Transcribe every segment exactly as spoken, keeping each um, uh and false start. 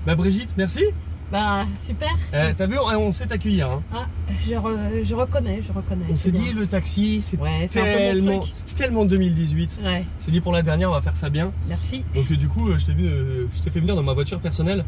Bah Brigitte, merci. Bah super. Euh, T'as vu, on, on sait t'accueillir. Hein. Ah, je, re, je reconnais, je reconnais. On s'est bien. dit le taxi, c'est Ouais, c'est un peu mon tellement, truc. c'est tellement deux mille dix-huit. Ouais, C'est dit pour la dernière, on va faire ça bien. merci. Donc euh, du coup, euh, je t'ai vu, euh, je t'ai fait venir dans ma voiture personnelle.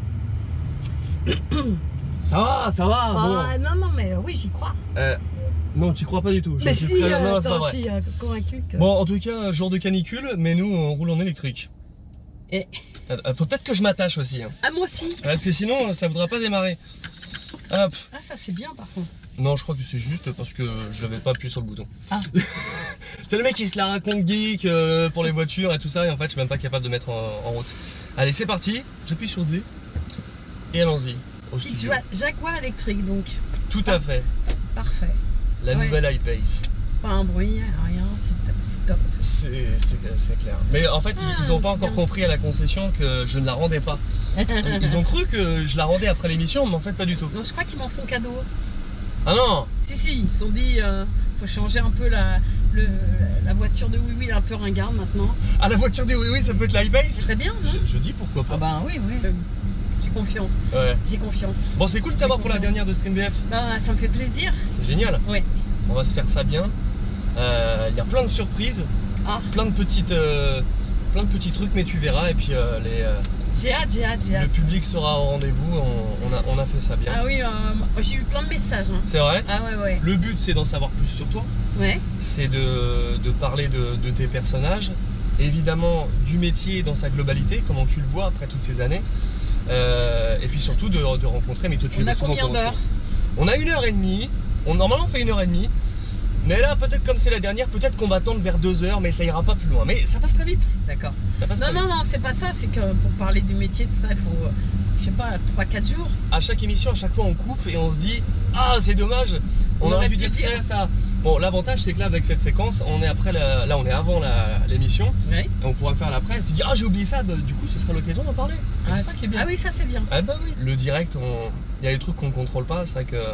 Ça va, ça va. Ah, bon. non, non, mais oui, j'y crois. Euh, non, tu crois pas du tout. Je Mais suis si, très- euh, non, c'est pas attends, vrai. je suis euh, convaincu que... Bon, en tout cas, jour de canicule, mais nous, on roule en électrique. Et... Euh, Faut peut-être que je m'attache aussi. Hein. Ah, moi aussi. Parce que sinon, ça voudra pas démarrer. Hop. Ah, ça c'est bien par contre. Non, je crois que c'est juste parce que je n'avais pas appuyé sur le bouton. Ah. C'est le mec qui se la raconte geek euh, pour les voitures et tout ça, et en fait, je suis même pas capable de mettre en, en route. Allez, c'est parti. J'appuie sur D et allons-y au Si tu studio. vois, Jaguar électrique donc. Tout à fait. Parfait. La Ouais. nouvelle iPace. Pas un bruit, rien, c'est c'est top. C'est c'est- c'est clair. Mais en fait, Ah, ils n'ont pas c'est encore bien. compris à la concession que je ne la rendais pas. Ils ont cru que je la rendais après l'émission, mais en fait, pas du tout. Non, je crois qu'ils m'en font cadeau. Ah non. Si, si, ils se sont dit, euh, faut changer un peu la, le, la voiture de Oui Oui, elle est un peu ringarde maintenant. Ah, la voiture des oui oui, ça peut être C'est l'iPace. très bien, non? je, je dis pourquoi pas. Ah bah oui, oui. euh, J'ai confiance, Ouais. j'ai confiance. Bon, c'est cool de J'ai t'avoir pour la confiance. dernière de StreamVF. Bah, ça me fait plaisir. C'est génial. Ouais. On va se faire ça bien. Euh, Il y a plein de surprises, Ah, plein de petites, euh, plein de petits trucs, mais tu verras. Et puis euh, les, euh, j'ai hâte, j'ai hâte, j'ai le hâte. public sera au rendez-vous. On, on a, on a fait ça bien. Ah oui, euh, j'ai eu plein de messages. Hein. C'est vrai. Ah ouais, ouais. Le but, c'est d'en savoir plus sur toi. Ouais. C'est de, de parler de, de tes personnages, évidemment du métier dans sa globalité, comment tu le vois après toutes ces années, euh, et puis surtout de, de rencontrer, mais toi tu On le a vois souvent combien pour autre d'heures? chose. On a une heure et demie, on, normalement on fait une heure et demie, mais là peut-être comme c'est la dernière, peut-être qu'on va attendre vers deux heures, mais ça ira pas plus loin, mais ça passe très vite. D'accord. Ça passe Non, très non, vite. non, c'est pas ça. C'est que pour parler du métier, tout ça, il faut, euh, je sais pas, trois quatre jours. À chaque émission, à chaque fois on coupe et on se dit ah c'est dommage, on, On aurait aurait dû pu dire ça, dire. ça. Bon, l'avantage c'est que là avec cette séquence, on est après la- là on est avant la- l'émission. Ouais. Et on pourra faire l'après, se dire ah j'ai oublié ça, bah, du coup ce sera l'occasion d'en parler. Et Ah. c'est ça qui est bien. Ah oui, ça c'est bien. Ah bah oui. Le direct, on- il y a des trucs qu'on contrôle pas, c'est vrai que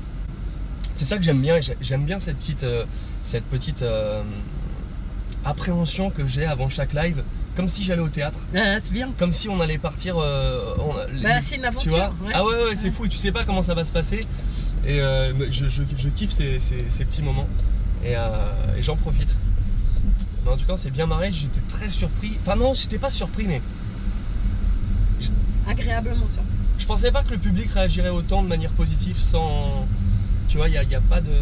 c'est ça que j'aime bien. et j'ai- J'aime bien cette petite, euh, cette petite euh, appréhension que j'ai avant chaque live, comme si j'allais au théâtre, Ah, c'est bien. comme si on allait partir. euh, on- Bah, c'est une aventure. tu vois ouais, ah ouais, c'est- ouais, c'est fou et tu sais pas comment ça va se passer. Et euh, mais je, je- je kiffe ces, ces- ces petits moments et, euh, et j'en profite. Mais en tout cas, c'est bien marré. J'étais très surpris. Enfin non, j'étais pas surpris, mais Agréablement sûr. je pensais pas que le public réagirait autant de manière positive sans. Tu vois, il n'y a, y a pas de.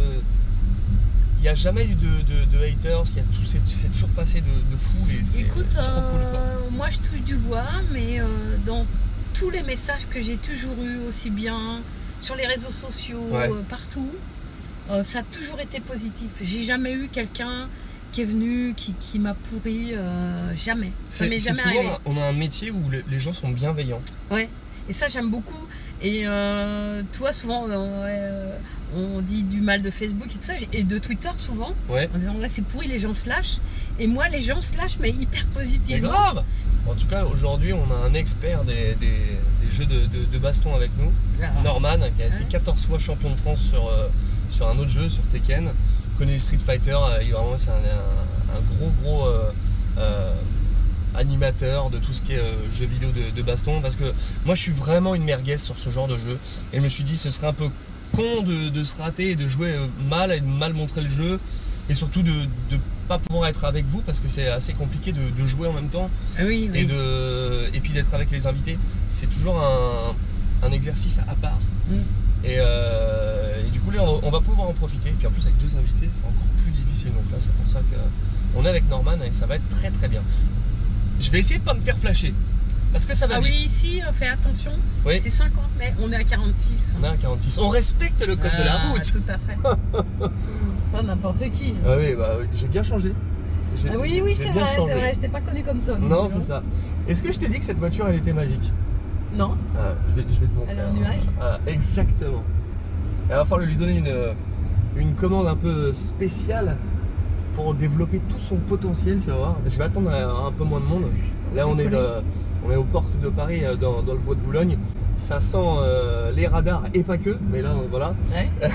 Il n'y a jamais eu de, de, de haters, il y a tout, c'est, c'est toujours passé de, de fou et c'est Écoute, trop cool quoi. euh, moi je touche du bois, mais euh, dans tous les messages que j'ai toujours eus, aussi bien sur les réseaux sociaux, Ouais. euh, partout, euh, ça a toujours été positif. J'ai jamais eu quelqu'un qui est venu, qui, qui m'a pourri, euh, jamais. Ça C'est, m'est c'est jamais souvent, arrivé. on a un métier où les, les gens sont bienveillants. Ouais. Et ça j'aime beaucoup. Et euh, toi souvent euh, on dit du mal de Facebook et tout ça, et de Twitter souvent, Ouais. en disant ouais c'est pourri, les gens se lâchent. Et moi les gens se lâchent mais hyper Mais positivement. grave. En tout cas, aujourd'hui, on a un expert des, des, des jeux de, de, de baston avec nous, Ah. Norman, qui a été Ouais. quatorze fois champion de France sur, euh, sur un autre jeu, sur Tekken. Connaît Street Fighter, euh, il, vraiment, c'est un, un, un gros gros euh, euh, animateur de tout ce qui est euh, jeux vidéo de, de baston. Parce que moi, je suis vraiment une merguez sur ce genre de jeu. Et je me suis dit, ce serait un peu con de, de se rater et de jouer euh, mal et de mal montrer le jeu. Et surtout de ne pas pouvoir être avec vous parce que c'est assez compliqué de, de jouer en même temps. Ah oui, oui. Et, de, et puis d'être avec les invités, c'est toujours un, un exercice à part. Mm. Et, euh, et du coup, là, on, on va pouvoir en profiter. Et puis en plus, avec deux invités, c'est encore plus difficile. Donc là, c'est pour ça qu'on est avec Norman et ça va être très très bien. Je vais essayer de pas me faire flasher parce que ça va Ah vite. oui, ici, on fait attention. Oui. C'est cinquante, mais on est à quarante-six. On est à quarante-six. On respecte le code de la Ah, route. Tout à fait. Pas n'importe qui. Ah oui, bah, oui, j'ai bien changé. J'ai- Ah oui, j'ai- oui, j'ai c'est bien vrai, changé. c'est vrai. Je t'ai pas connu comme ça. Non, c'est ça. Est-ce que je t'ai dit que cette voiture, elle était magique? Non. Ah, je, vais, je vais te montrer. Elle est en hein. nuage. Ah, exactement. Il va falloir lui donner une, une commande un peu spéciale pour développer tout son potentiel, tu vas voir. Je vais attendre un, un peu moins de monde. Là, on est, de, on est aux portes de Paris, dans, dans le bois de Boulogne. Ça sent euh, les radars et pas que, mais là, voilà. Ouais.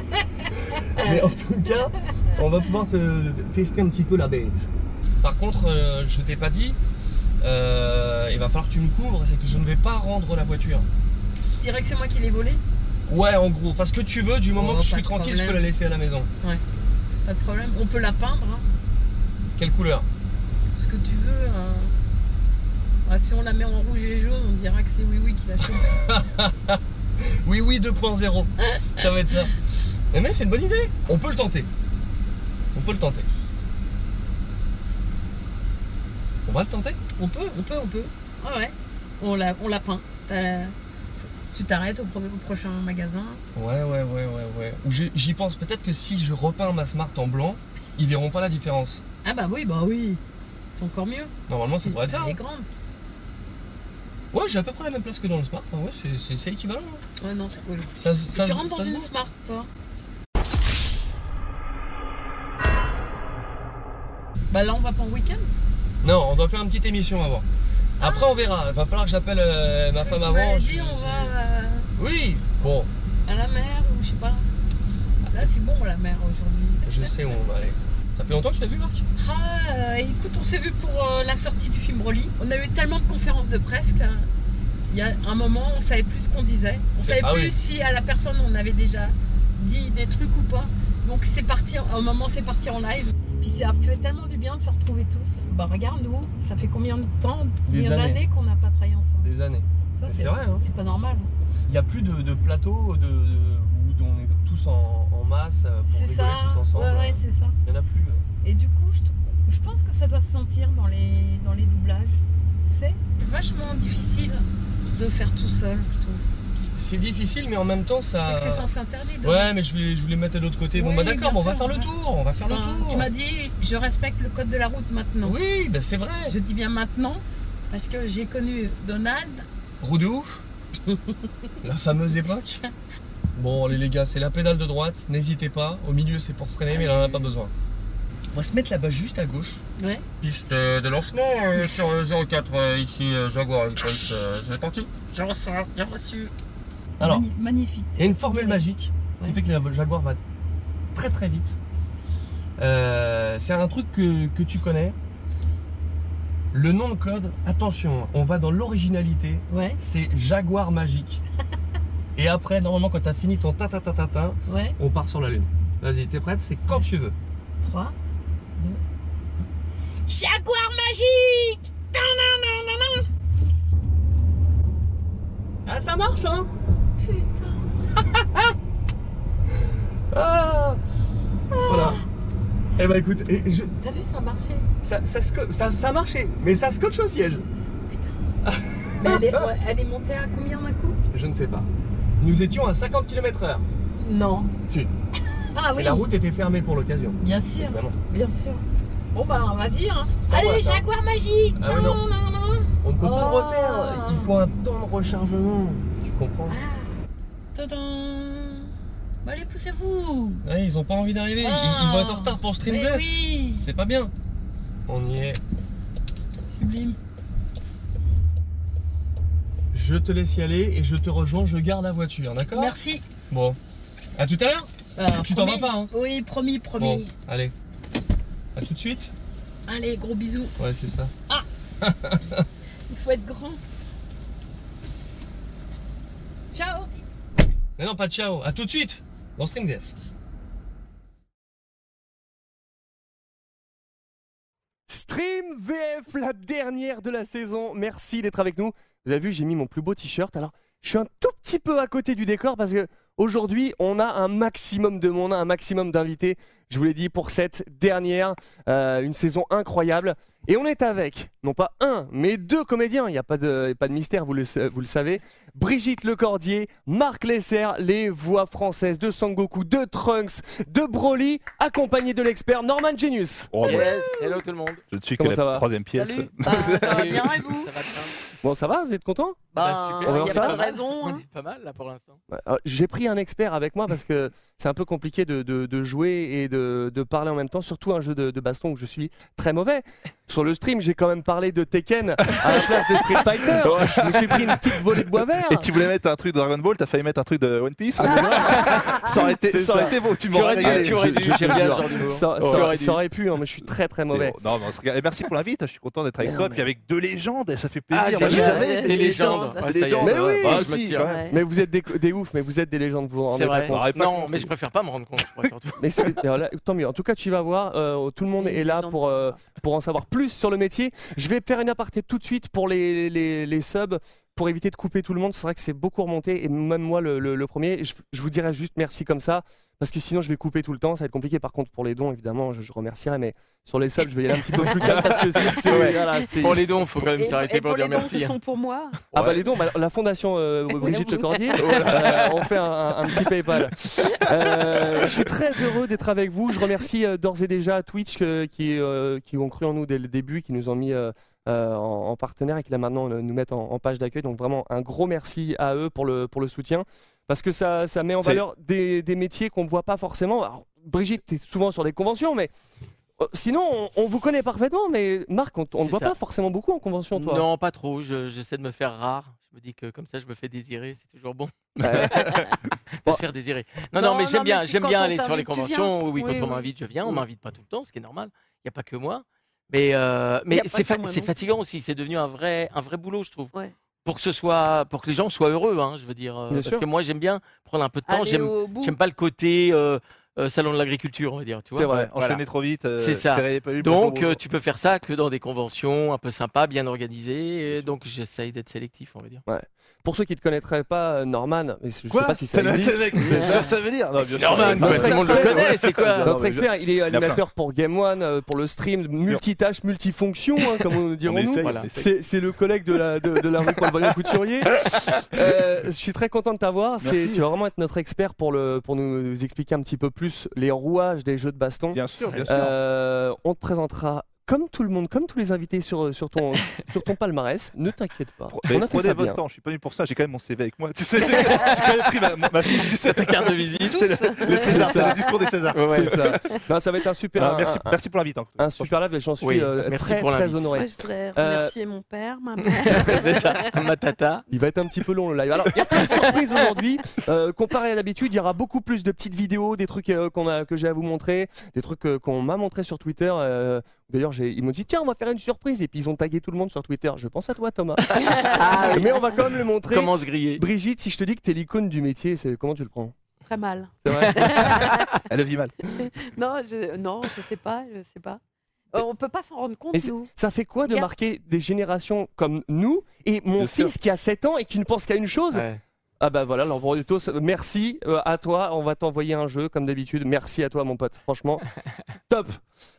Mais en tout cas, on va pouvoir te- tester un petit peu la bête. Par contre, euh, je t'ai pas dit, euh, il va falloir que tu me couvres, c'est que je ne vais pas rendre la voiture. Tu dirais que c'est moi qui l'ai volée? Ouais, en gros, enfin ce que tu veux, du moment Oh, que je pas suis de tranquille, problème. je peux la laisser à la maison. Ouais, pas de problème. On peut la peindre, hein. Quelle couleur? Ce que tu veux. euh. Ouais, si on la met en rouge et jaune, on dira que c'est Oui Oui qui l'a fait. Oui, oui, deux point zéro. Ça va être ça. Mais, mais c'est une bonne idée. On peut le tenter. On peut le tenter. On va le tenter? On peut, on peut, on peut. Ah ouais, on la, on la peint. T'as- Tu t'arrêtes au, pro- au prochain magasin. Ouais, ouais, ouais, ouais, ouais. Ou j'ai- j'y pense peut-être que si je repeins ma Smart en blanc, ils verront pas la différence. Ah bah oui, bah oui. C'est encore mieux. Normalement, ça pourrait être ça. Elle est hein. grande. Ouais, j'ai à peu près la même place que dans le Smart. hein. Ouais, c'est- c'est c'est équivalent. hein. Ouais, non, c'est cool. Ça, ça, tu ça- rentres dans ça se une voit. Smart, toi? Bah là, on va pas en week-end. Non, on doit faire une petite émission avant. Après, on verra. Il va falloir que j'appelle euh, ma Parce que femme tu avant. m'avais je- dit, on je- va euh, Oui, bon, à la mer ou je sais pas. Là, c'est bon, la mer aujourd'hui. je sais où on va aller. Ça fait longtemps que tu l'as vu, Marc? Ah, euh, écoute, on s'est vu pour euh, la sortie du film Broly. On a eu tellement de conférences de presse qu'il y a un moment, on savait plus ce qu'on disait. On C'est- savait ah plus oui. si à la personne on avait déjà dit des trucs ou pas. Donc c'est parti, au moment c'est parti en live. Puis ça fait tellement du bien de se retrouver tous. Bah regarde nous, ça fait combien de temps, Des combien années. d'années qu'on n'a pas travaillé ensemble. Des années. Ça, Mais c'est vrai, hein. C'est pas normal. Il n'y a plus de, de plateau de, de- où on est tous en, en masse euh, pour C'est rigoler ça. tous ensemble. Ouais, ouais, c'est ça. Il n'y en a plus. euh. Et du coup, je, t- je pense que ça doit se sentir dans les, dans les doublages. Tu sais, c'est vachement difficile de faire tout seul, je trouve. C'est c'est difficile, mais en même temps, ça. Tu sais que c'est censé interdit. de- Ouais, mais je voulais, je voulais mettre de l'autre côté. bon, Oui, bah d'accord, bien on va sûr, faire le ouais. tour. On va faire le Enfin, tour. tu m'as dit, je respecte le code de la route maintenant. Oui, bah c'est vrai. Je dis bien maintenant, parce que j'ai connu Donald. Roue de ouf. La fameuse époque. Bon, allez les gars, c'est la pédale de droite. N'hésitez pas. Au milieu, c'est pour freiner, mais il n'en a pas besoin. On va se mettre là-bas juste à gauche. Ouais. Piste de, de lancement euh, sur le zéro quatre, euh, ici, euh, Jaguar X-Trace. euh, c'est parti. Je reçois, bien reçu. Alors, Magni- magnifique. il y a une formule magique qui Ouais. fait que la Jaguar va très très vite. Euh, c'est un truc que, que tu connais. Le nom de code, attention, on va dans l'originalité, Ouais, c'est Jaguar magique. Et après, normalement, quand tu as fini ton ta ta ta ta ta, ouais. on part sur la lune. Vas-y, t'es prête? C'est quand tu veux. trois, deux. Jaguar magique! Tananana. Ah, ça marche, hein? Putain. Ah, voilà. Eh ben écoute, et je- T'as vu, ça a marché. ça, ça, sco- ça, ça marchait, mais ça scotche au siège. Mais elle est, ouais, elle est montée à combien d'un coup? Je ne sais pas. Nous étions à cinquante kilomètres heure. Non. Si. Ah oui. Et la route était fermée pour l'occasion. Bien sûr, Évidemment. bien sûr. Bon bah vas-y, hein. Ça Allez, boite, hein. Jaguar magique. Ah ouais, non. non, non. On ne peut pas Oh. refaire. Il faut un temps de rechargement. Tu comprends? Ah. Tadam. Bah, allez, poussez-vous. Ouais, ils ont pas envie d'arriver. Ils- Ah. Ils, vont être en retard pour Stream Mais Bluff. oui. C'est pas bien. On y est. Sublime. Je te laisse y aller et je te rejoins. Je garde la voiture, d'accord? Merci. Bon. À tout à l'heure. Euh, Tu t'en promis. vas pas, hein? Oui, promis, Bon, promis. allez. À tout de suite. Allez, gros bisous. Ouais, c'est ça. Il faut être grand. Ciao. Mais non, pas de ciao. À tout de suite dans Stream V F. Stream V F, la dernière de la saison. Merci d'être avec nous. Vous avez vu, j'ai mis mon plus beau t-shirt. Alors, je suis un tout petit peu à côté du décor parce que aujourd'hui, on a un maximum de monde, un maximum d'invités. Je vous l'ai dit pour cette dernière, euh, une saison incroyable. Et on est avec, non pas un, mais deux comédiens. Il n'y a pas de, pas de mystère, vous le, vous le savez. Brigitte Lecordier, Marc Lesser, les voix françaises de Sangoku, de Trunks, de Broly, accompagnés de l'expert Norman Genius. Oh, Yes. ouais. Hello tout le monde. Je ne suis Comment que ça la va troisième pièce. Salut. Bah, ça va bien et vous? Ça va bien. Bon, ça va, vous êtes contents? Bah, super. on va il n'y a voir ça. pas de Pas mal. raison. On hein. est pas mal là pour l'instant. Ouais, alors, j'ai pris un expert avec moi parce que c'est un peu compliqué de, de- de jouer et de, de parler en même temps, surtout un jeu de, de baston où je suis très mauvais. Sur le stream, j'ai quand même parlé de Tekken à la place de Street Fighter. Je me suis pris une petite volée de bois vert. Et tu voulais mettre un truc de Dragon Ball, t'as failli mettre un truc de One Piece. ça aurait été, ça aurait été beau, tu m'aurais régalé. Tu aurais dû, j'aime bien ce genre d'humour. Ça, Oh, ça, aurait ça aurait pu, hein, mais je suis très très mauvais. Et, non, non, et merci pour l'invite, je suis content d'être avec Mais toi. non, Puis avec deux légendes, ça fait Ah, plaisir. c'est Moi, j'ai bien. jamais Ouais, fait Des des légendes. légendes. Ouais, Des ça y est. légendes. Mais oui, Ah, si, je me tire. quand même. Ouais. Mais vous êtes des, des oufs, mais vous êtes des légendes, vous vous rendez C'est pas vrai. compte. On aurait pas Non, compris. mais je préfère pas me rendre compte, je crois, surtout. Mais c'est- mais voilà, tant mieux. En tout cas, tu vas voir, euh, tout le monde Les est là légendes. pour, euh, pour en savoir plus sur le métier. Je vais faire une aparté tout de suite pour les, les, les subs, pour éviter de couper tout le monde. C'est vrai que c'est beaucoup remonté, et même moi, le, le, le premier, je, je vous dirais juste merci comme ça, parce que sinon je vais couper tout le temps, ça va être compliqué. Par contre, pour les dons, évidemment, je, je remercierai, mais sur les subs, je vais y aller un petit peu plus calme, parce que c'est... c'est- Ouais. voilà, c'est- Pour les dons, faut quand même Et, s'arrêter et pour pour dire les dons merci. qui hein. sont pour moi, Ah bah les dons, bah, la fondation euh, Brigitte Lecordier, euh, on fait un, un- un petit Paypal. Euh, je suis très heureux d'être avec vous. Je remercie euh, d'ores et déjà Twitch euh, qui, euh, qui ont cru en nous dès le début, qui nous ont mis euh, euh, en, en partenaire et qui là maintenant euh, nous mettent en, en page d'accueil. Donc vraiment un gros merci à eux pour le, pour le soutien. Parce que ça, ça met en C'est- valeur des, des métiers qu'on ne voit pas forcément. Alors, Brigitte, tu es souvent sur les conventions, mais euh, sinon, on, on vous connaît parfaitement. Mais Marc, on ne C'est voit ça. pas forcément beaucoup en convention, toi. Non, pas trop. Je- J'essaie de me faire rare. Je me dis que comme ça, je me fais désirer. C'est toujours bon Ouais. de se faire désirer. Non, non, Non, mais non, j'aime mais bien, si j'aime quand bien on aller sur les t'invite, tu conventions. viens. Oui, Oui, quand on oui. m'invite, je viens. On Mm. m'invite pas tout le temps, ce qui est normal. Il n'y a pas que moi. Mais, euh, mais Y a pas c'est que fa- moi c'est non fatigant aussi. C'est devenu un vrai, un vrai boulot, je trouve. Ouais. Pour que ce soit, pour que les gens soient heureux, hein, je veux dire. euh, Bien parce sûr. que moi, j'aime bien prendre un peu de temps. aller J'aime, au bout. j'aime pas le côté euh, euh, salon de l'agriculture, on va dire. Tu vois. C'est vrai. Ouais, Voilà. enchaîner trop vite. euh, C'est ça. serrer les pelules, Donc, bonjour, euh, tu peux faire ça que dans des conventions un peu sympas, bien organisées. Et donc, j'essaye d'être sélectif, on va dire. Pour ceux qui ne te connaîtraient pas, euh, Norman, mais je ne Quoi sais pas si ça C'est le- existe. c'est le mec, bien sûr, ça veut dire. Non, bien sûr. Norman, Notre tout le monde le expert. connaît, c'est quoi Non, Notre mais expert, il est a animateur pour Game One, euh, pour le stream, multitâche, multifonction, hein, comme on On dirons-nous. essaye, Voilà. on essaye. C'est c'est le collègue de la, de, de la rue Paul Valéry Couturier. Euh, je suis très content de t'avoir. C'est- Merci. Tu vas vraiment être notre expert pour, le, pour nous expliquer un petit peu plus les rouages des jeux de baston. Bien sûr, bien sûr. Euh, on te présentera comme tout le monde, comme tous les invités sur, sur, ton, sur ton palmarès. Ne t'inquiète pas. Mais On a fait prenez ça votre bien. temps, je suis pas venu pour ça, j'ai quand même mon C V avec moi. Tu sais, j'ai j'ai quand même pris ma, ma- ma fiche, tu sais. Ta carte de visite. C'est le, le César, C'est ça. c'est le discours des Césars. Ouais, ouais. C'est ça. Non, ça va être un super, Ah, un- merci, un- merci pour l'invite. hein. un super live et j'en suis Oui, euh, merci très, pour très l'invite. honoré. Ouais, je voudrais Euh, remercier mon père, ma mère. C'est ça, ma tata. Il va être un petit peu long le live. Alors, il y a plein de surprises aujourd'hui. Euh, comparé à d'habitude, il y aura beaucoup plus de petites vidéos, des trucs euh, qu'on a, que j'ai à vous montrer, des trucs euh, qu'on m'a montré sur Twitter. euh, D'ailleurs, j'ai- ils m'ont dit tiens, on va faire une surprise. Et puis ils ont tagué tout le monde sur Twitter. Je pense à toi, Thomas. Mais on va quand même le montrer. Comment se griller. Brigitte, si je te dis que t'es l'icône du métier, c'est comment tu le prends? Très mal. C'est vrai. Elle le vit mal. Non, je, non, je sais pas, je sais pas. Euh, on peut pas s'en rendre compte, Et c'est- nous. Ça fait quoi de Regarde. marquer des générations comme nous et mon Bien fils sûr. qui a sept ans et qui ne pense qu'à une chose? Ouais. Ah bah voilà, alors Brutus, merci euh, à toi, on va t'envoyer un jeu comme d'habitude, merci à toi mon pote, franchement, top.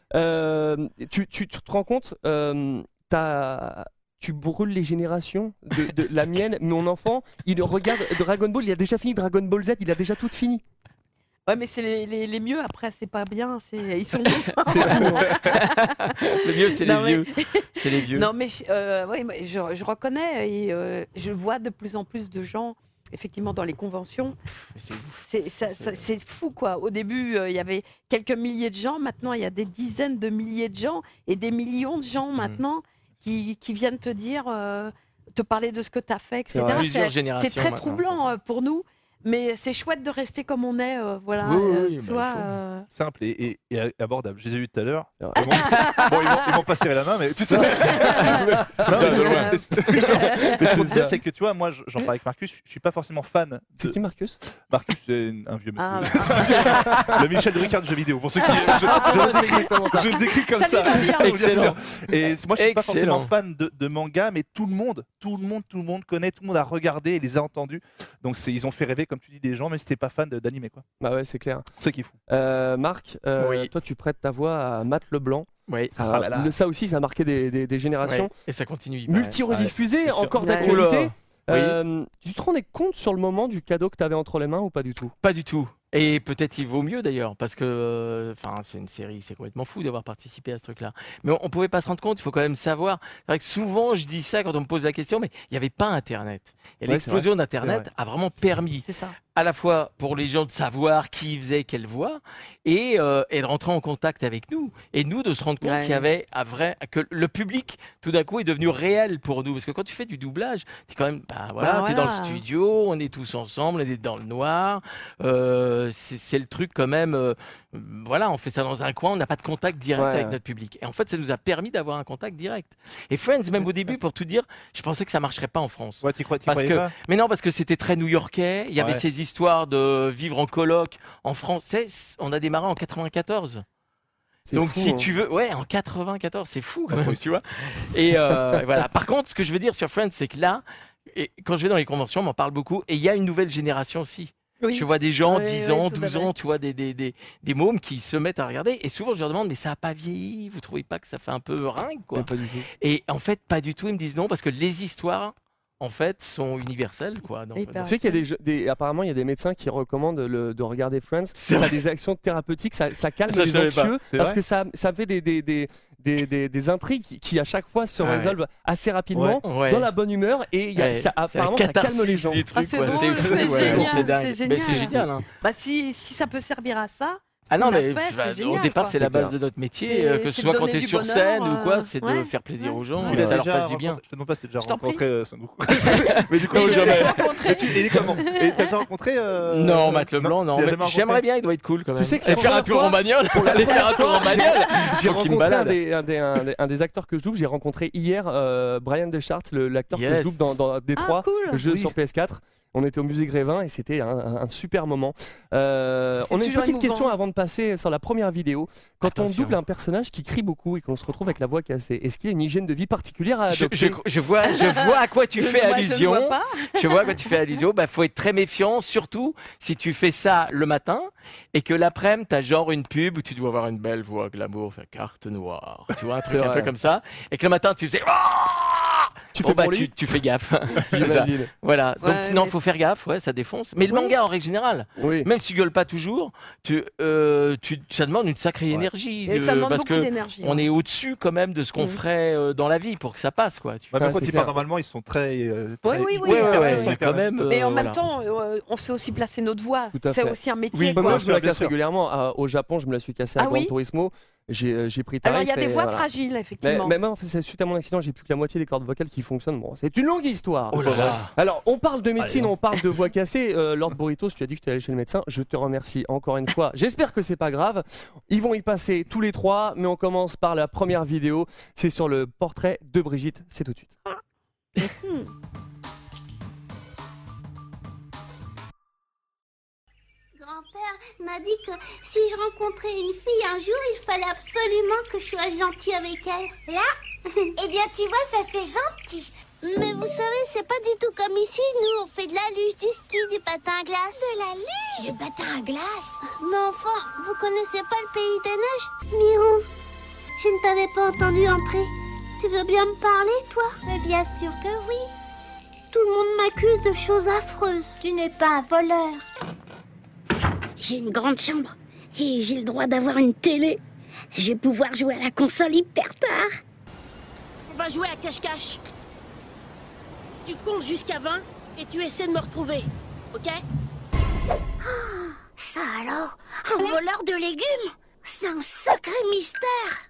Euh, tu, tu- tu te rends compte, euh, t'as- tu brûles les générations de, de la mienne, mon enfant, il regarde Dragon Ball, il a déjà fini Dragon Ball Z, il a déjà tout fini. Ouais, mais c'est les, les, les mieux après, c'est pas bien. C'est ils sont. C'est fou, hein. Le mieux, c'est les Non, mais- vieux. C'est les vieux. Non, mais je- euh, ouais, moi, je, je reconnais et euh, je vois de plus en plus de gens, effectivement, dans les conventions. Mais c'est ouf. C'est ça- C'est- ça- c'est fou, quoi. Au début, euh, il y avait quelques milliers de gens. Maintenant, il y a des dizaines de milliers de gens et des millions de gens maintenant qui, qui viennent te dire, euh, te parler de ce que tu as fait, et cetera. vrai. Plusieurs C'est- générations. C'est très maintenant, troublant euh, pour nous. Mais c'est chouette de rester comme on est, euh, voilà. Oui, oui, euh, oui, tu bah, vois, il faut. euh, Simple et, et- et abordable. Je les ai vus tout à l'heure. C'est vrai. Ils m'ont- Bon, ils m'ont- ils m'ont pas serré la main, mais tu sais. Non, mais Ça, c'est- de loin. mais c'est- mais ce qu'on C'est disait, ça. c'est que tu vois, moi, j'en parlais avec Marcus, je suis pas forcément fan. C'est De... qui Marcus? Marcus, c'est un vieux mec. Ah, C'est un vieux- Le Michel Ricard de jeux vidéo, pour ceux qui. Je, je, le décris, je le décris comme Ça ça. lui va bien. Bien sûr. Excellent. Et moi, je suis pas Excellent. forcément fan de, de manga, mais tout le monde, tout le monde, tout le monde connaît, tout le monde a regardé et les a entendus. Donc, c'est- ils ont fait rêver, comme tu dis, des gens, mais c'était pas fan de- d'animé, quoi. Bah ouais, c'est clair. C'est ça qui est fou. Euh, Marc, euh, Oui. toi tu prêtes ta voix à Matt Leblanc. Oui. Ça, Ah là là. le- ça aussi, ça a marqué des, des- des générations. Ouais. Et ça continue. il paraît. Multi-rediffusé, Ouais, c'est sûr. encore Ouais. d'actualité. Oula. Euh, Tu te rendais compte sur le moment du cadeau que tu avais entre les mains ou pas du tout? Pas du tout. Et peut-être il vaut mieux d'ailleurs, parce que euh, enfin, c'est une série, c'est complètement fou d'avoir participé à ce truc-là. Mais on, on pouvait pas se rendre compte, il faut quand même savoir. C'est vrai que souvent je dis ça quand on me pose la question, mais il n'y avait pas Internet. Et Ouais, l'explosion c'est d'Internet vrai. a vraiment permis c'est ça. à la fois pour les gens de savoir qui faisait quelle voix et, euh, et de rentrer en contact avec nous. Et nous, de se rendre compte Ouais. qu'il y avait un vrai, que le public, tout d'un coup, est devenu réel pour nous. Parce que quand tu fais du doublage, tu es quand même, bah, voilà, Bah, t'es dans le voilà. studio, on est tous ensemble, on est dans le noir. Euh, c'est c'est le truc quand même. euh, voilà, on fait ça dans un coin, on n'a pas de contact direct Ouais, avec ouais. notre public. Et en fait, ça nous a permis d'avoir un contact direct. Et Friends, même au début, pour tout dire, je pensais que ça marcherait pas en France. Ouais, t'y crois, t'y Parce croyais que- pas Mais non, parce que c'était très new-yorkais. Il y avait Ouais. ces histoires de vivre en coloc en français. On a démarré en quatre-vingt-quatorze. C'est Donc fou, si hein. tu veux, ouais, en quatre-vingt-quatorze, c'est fou quand même, tu vois. Et euh, voilà. Par contre, ce que je veux dire sur Friends, c'est que là, et quand je vais dans les conventions, on m'en parle beaucoup. Et il y a une nouvelle génération aussi. Oui. Je vois des gens, Oui, dix oui, ans, tout à douze fait. ans, tu vois, des, des, des, des mômes qui se mettent à regarder. Et souvent, je leur demande, mais ça n'a pas vieilli? Vous trouvez pas que ça fait un peu ringue, quoi? Mais pas du tout. Et en fait, pas du tout. Ils me disent non, parce que les histoires, en fait, sont universelles, quoi. Donc, Et donc, bah, Tu sais qu'il y a des, jeux- des- apparemment il y a des médecins qui recommandent le- de regarder Friends. C'est Ça a des actions thérapeutiques, ça, ça calme Ça, je les savais pas. anxieux C'est parce vrai que ça, ça fait des, des, des, des, des- des intrigues qui, qui, à chaque fois se Ouais. résolvent assez rapidement, Ouais. dans la bonne humeur et il y a, Ouais, ça, c'est la apparemment ça calme catharsis les gens. du truc, Ah, c'est quoi. drôle, fou, c'est ouais. génial, C'est dingue. c'est Mais c'est génial. génial. Hein. Bah, si, si ça peut servir à ça. ce Ah non, qu'on a mais fait, bah, c'est au génial, départ, quoi. c'est la C'est base clair. de notre métier, C'est- euh, que c'est ce de soit quand donner tu es du sur bonheur, scène ou quoi, euh, c'est de ouais, faire plaisir ouais. aux gens Tu Tu et l'as que ça leur déjà fasse du bien. rencontré- Je te demande pas si t'as déjà Je t'en prie. rencontré euh, Son Goku. Mais du coup, Mais euh, je jamais. l'ai rencontré. Et tu- il est comment Et t'as déjà rencontré euh, Non, Matt Leblanc, non. tu l'as mais jamais rencontré J'aimerais bien, il doit être cool quand même. Tu sais que Et la faire un première tour en fois- bagnole, aller faire un tour en bagnole. J'ai Faut qu'il me rencontré un balade. des, un, des, un des- un des acteurs que je double, j'ai rencontré hier euh, Brian Deschartres, le- l'acteur que Yes. je double dans, dans Détroit, Ah, cool. le jeu Oui. sur P S quatre. On était au musée Grévin et c'était un, un- un super moment. Euh, C'est on a une toujours petite émouvant. question avant de passer sur la première vidéo. Quand Attention. on double un personnage qui crie beaucoup et qu'on se retrouve avec la voix cassée, est-ce qu'il y a une hygiène de vie particulière à Je, adopter? je, je vois, je vois à quoi tu fais Moi, je ne allusion. vois pas. Je vois à quoi tu fais allusion. Bah, faut être très méfiant, surtout si tu fais ça le matin et que l'après-midi, t'as genre une pub où tu dois avoir une belle voix glamour, faire carte noire. Tu vois, un truc C'est un peu vrai. comme ça. Et que le matin, tu faisais. Tu Bon, fais bah, pour tu, lui tu fais gaffe. C'est ça. J'imagine. Voilà. Donc, Ouais, non, mais- faut faire gaffe. Ouais, ça défonce. Mais le Oui. manga, en règle générale, Oui. même si tu gueules pas toujours, tu, euh, tu, ça demande une sacrée énergie. Et de- ça demande parce beaucoup que d'énergie. on hein. est au-dessus quand même de ce qu'on Mhm. ferait euh, dans la vie pour que ça passe, quoi. Tu Bah, Ah, même quand c'est ils clair. parlent normalement, ils sont très. euh, Oui, très- oui, hyper- oui. Ouais, ouais, hyper- ouais, hyper- mais quand même. Mais en euh, même voilà. temps, euh, on sait aussi placer notre voix. Tout à C'est fait. aussi un métier. Oui, Moi, quoi. moi, je me la bien casse sûr. régulièrement. À- au Japon, je me la suis cassée à Ah Gran oui Turismo. J'ai euh, j'ai pris Alors, tarif. il y a des et voix voilà. fragiles, Mais, effectivement. mais moi, en fait, c'est suite à mon accident, j'ai plus que la moitié des cordes vocales qui fonctionnent. Bon, c'est une longue histoire. Oh là là. Alors, on parle de médecine, Allez, on parle de voix cassée. Euh, Lord Burritos, tu as dit que tu allais chez le médecin. Je te remercie encore une fois. J'espère que c'est pas grave. Ils vont y passer tous les trois, mais on commence par la première vidéo. C'est sur le portrait de Brigitte. C'est tout de suite. Hmm. Grand-père m'a dit que si je rencontrais une fille un jour, il fallait absolument que je sois gentil avec elle. Là Eh bien, tu vois, ça c'est gentil. Mais vous savez, c'est pas du tout comme ici. Nous, on fait de la luge, du ski, du patin à glace. De la luge Du patin à glace Mais enfin, vous connaissez pas le pays des neiges Mirou, je ne t'avais pas entendu entrer. Tu veux bien me parler, toi Mais bien sûr que oui. Tout le monde m'accuse de choses affreuses. Tu n'es pas un voleur. J'ai une grande chambre et j'ai le droit d'avoir une télé. Je vais pouvoir jouer à la console hyper tard. On va jouer à cache-cache. Tu comptes jusqu'à vingt et tu essaies de me retrouver, ok? Ça alors, un voleur de légumes? C'est un sacré mystère.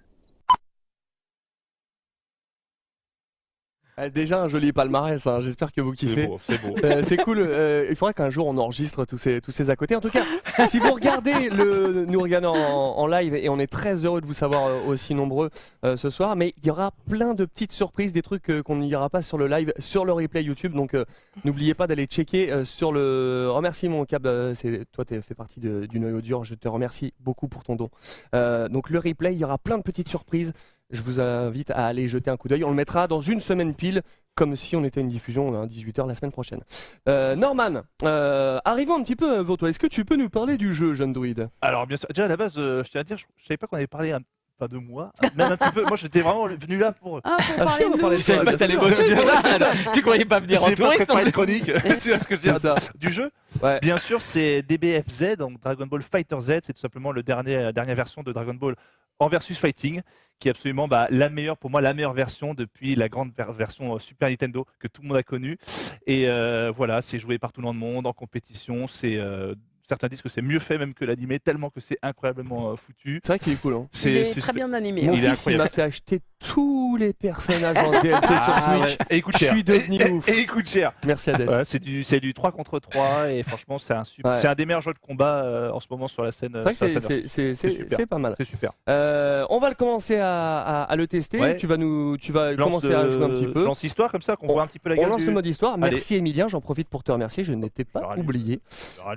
Euh, Déjà un joli palmarès, hein. J'espère que vous C'est kiffez. beau, c'est beau. Euh, c'est cool. euh, il faudrait qu'un jour on enregistre tous ces, tous ces à côté. En tout cas, si vous regardez le, nous regardez en, en live et on est très heureux de vous savoir euh, aussi nombreux euh, ce soir, mais il y aura plein de petites surprises, des trucs euh, qu'on n'ira pas sur le live, sur le replay YouTube. Donc euh, n'oubliez pas d'aller checker euh, sur le. Remercie mon câble. euh, c'est toi, tu fais partie de- du noyau dur. Je te remercie beaucoup pour ton don. Euh, donc le replay, il y aura plein de petites surprises. Je vous invite à aller jeter un coup d'œil. On le mettra dans une semaine pile, comme si on était une diffusion à dix-huit heures la semaine prochaine. Euh, Norman, euh, arrivons un petit peu euh, pour toi. Est-ce que tu peux nous parler du jeu, jeune druide? Alors, bien sûr, déjà à la base, euh, je tiens à dire, je, je savais pas qu'on avait parlé un pas de moi, même un petit peu. Moi, j'étais vraiment venu là pour. Ah, pour Ah, parler si, on de va nous. parler Tu savais pas que t'allais bosser, c'est ça, c'est ça. Tu croyais pas venir en J'ai pas touriste préparé non de chronique. Tu vois ce que je veux C'est dire ça. du jeu. Ouais. Bien sûr, c'est D B F Z, donc Dragon Ball Fighter Z. C'est tout simplement le dernier, la dernière version de Dragon Ball en versus fighting, qui est absolument bah, la meilleure, pour moi, la meilleure version depuis la grande ver- version euh, Super Nintendo que tout le monde a connue. Et euh, voilà, c'est joué par tout le monde en compétition. C'est euh, certains disent que c'est mieux fait même que l'animé, tellement que c'est incroyablement euh, foutu. C'est vrai qu'il est cool. Hein. Il C'est est c'est très super- bien animé. Mon Il est fils, il incroyable. m'a fait acheter tous les personnages en D L C sur Ah, Switch. ouais. Et il coûte Je cher. suis devenu et, et- ouf. et il coûte cher. Merci Hades. Voilà, c'est du, c'est du trois contre trois et franchement, c'est un, super- Ouais. c'est un des meilleurs jeux de combat euh, en ce moment sur la scène. C'est vrai que sur la c'est- scène c'est- c'est C'est c'est- super. c'est pas mal. C'est super. Euh, on va le commencer à, à- à le tester. Ouais. Tu vas nous, tu vas Je lance, commencer à euh, jouer un petit je peu. lance l'histoire comme ça, qu'on On- voit un petit peu la On gueule lance du... le mode histoire. Allez. Merci Emilien, j'en profite pour te remercier. Je n'étais pas rallume. oublié. Alors,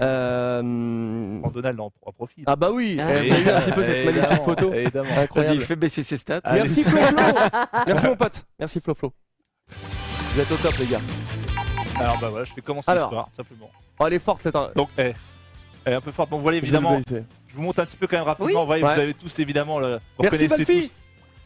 Euh, en Donald en, en profite. Ah bah oui, Ah. eh, t'as vu un petit peu cette Évidemment, magnifique photo. Évidemment. Vas-y, Incroyable. fais baisser ses stats. Allez. Merci Flo Flo. Merci mon pote. Merci Flo Flo. Vous êtes au top les gars. Alors bah voilà, je vais commencer Alors. l'histoire, simplement. Oh, elle est forte cette. Donc, eh, elle est un peu forte. Bon, vous voyez Je évidemment, vais le baisser. je vous montre un petit peu quand même rapidement. Oui. Vous voyez, Ouais. vous avez tous évidemment, le, vous Merci reconnaissez Valfi. tous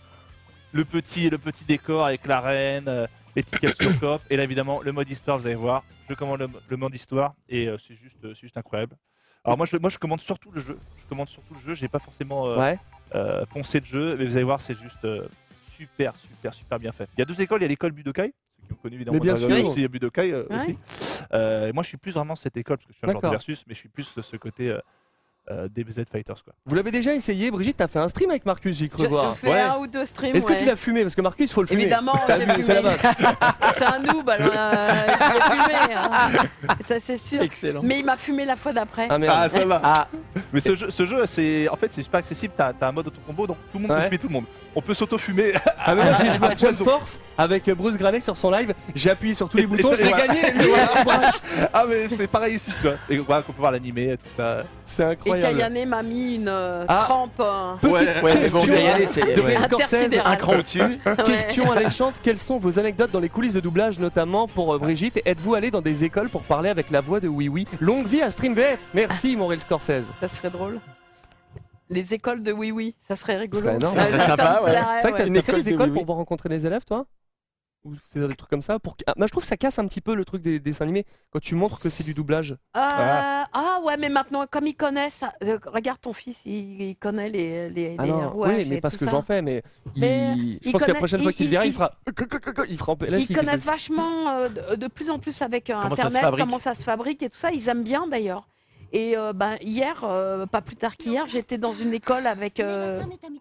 le petit, le petit décor avec la reine, euh, les petites captures coop, et là évidemment le mode histoire. Vous allez voir, je commande le, le mode histoire et euh, c'est juste, euh, c'est juste incroyable. Alors moi je, moi je commande surtout le jeu. Je commande surtout le jeu. J'ai pas forcément euh, Ouais. euh, poncé de jeu, mais vous allez voir, c'est juste euh, super, super, super bien fait. Il y a deux écoles. Il y a l'école Budokai, ceux qui ont connu évidemment Mais bien Dragon sûr. Ball aussi, il y a Budokai euh, Ouais. aussi. Euh, moi je suis plus vraiment cette école parce que je suis un genre de D'accord. versus, mais je suis plus de ce côté euh, euh, D B Z Fighters quoi. Vous l'avez déjà essayé, Brigitte, t'as fait un stream avec Marcus, j'ai cru Je voir. fais Ouais. un ou deux streams. Est-ce que ouais. tu l'as fumé? Parce que Marcus, il faut le fumer. Évidemment, T'as j'ai vu, c'est la fumé. base. C'est un noob, alors euh, je l'ai fumé. hein. Ça c'est sûr. Excellent. Mais il m'a fumé la fois d'après. Ah merde. Ah ça va. Ah, Mais ce jeu, ce jeu c'est en fait c'est super accessible. T'as as un mode auto-combo donc tout le monde Ouais. peut fumer tout le monde. On peut s'auto-fumer. Ah mais moi j'ai joué à Jump foison. Force avec Bruce Granet sur son live, j'ai appuyé sur tous les Et- boutons, et- je l'ai voilà. gagné. lui, voilà. Ah mais c'est pareil ici tu vois. Et voilà qu'on peut voir l'animé et tout ça. C'est Et incroyable. Kayane m'a mis une euh, Ah. trempe. euh, Petite Ouais. ouais, mais bon, question, Kayane, c'est de ouais. Ray Scorsese. Intersidéral. un cran au-dessus. ouais. Question alléchante, quelles sont vos anecdotes dans les coulisses de doublage, notamment pour euh, Brigitte? Êtes-vous allé dans des écoles pour parler avec la voix de Oui Oui? Longue vie à Stream V F. Merci mon Ray Scorsese. Ça serait drôle. Les écoles de Oui Oui, ça serait rigolo. Ce serait énorme. Ça- Ça serait ça sympa, me ouais. plairait, C'est vrai que ouais. Une t'as fait école des de écoles Oui Oui. pour voir rencontrer les élèves, toi? Ou faire des trucs comme ça pour... Ah, moi je trouve que ça casse un petit peu le truc des dessins animés quand tu montres que c'est du doublage. Euh, ah ouais, mais maintenant, comme ils connaissent, euh, regarde ton fils, il, il connaît les, les, Ah les non, rouages oui, mais et parce tout que ça. j'en fais, mais, il- Mais je il pense que la connaît- prochaine fois qu'il il- le verra, il, il- fera. Il fera. Là, Ils s'il- connaissent vachement euh, de, de plus en plus avec euh, Comment ça se Internet, fabrique. comment ça se fabrique et tout ça. Ils aiment bien d'ailleurs. Et euh, ben, hier, euh, pas plus tard qu'hier, j'étais dans une école avec. euh,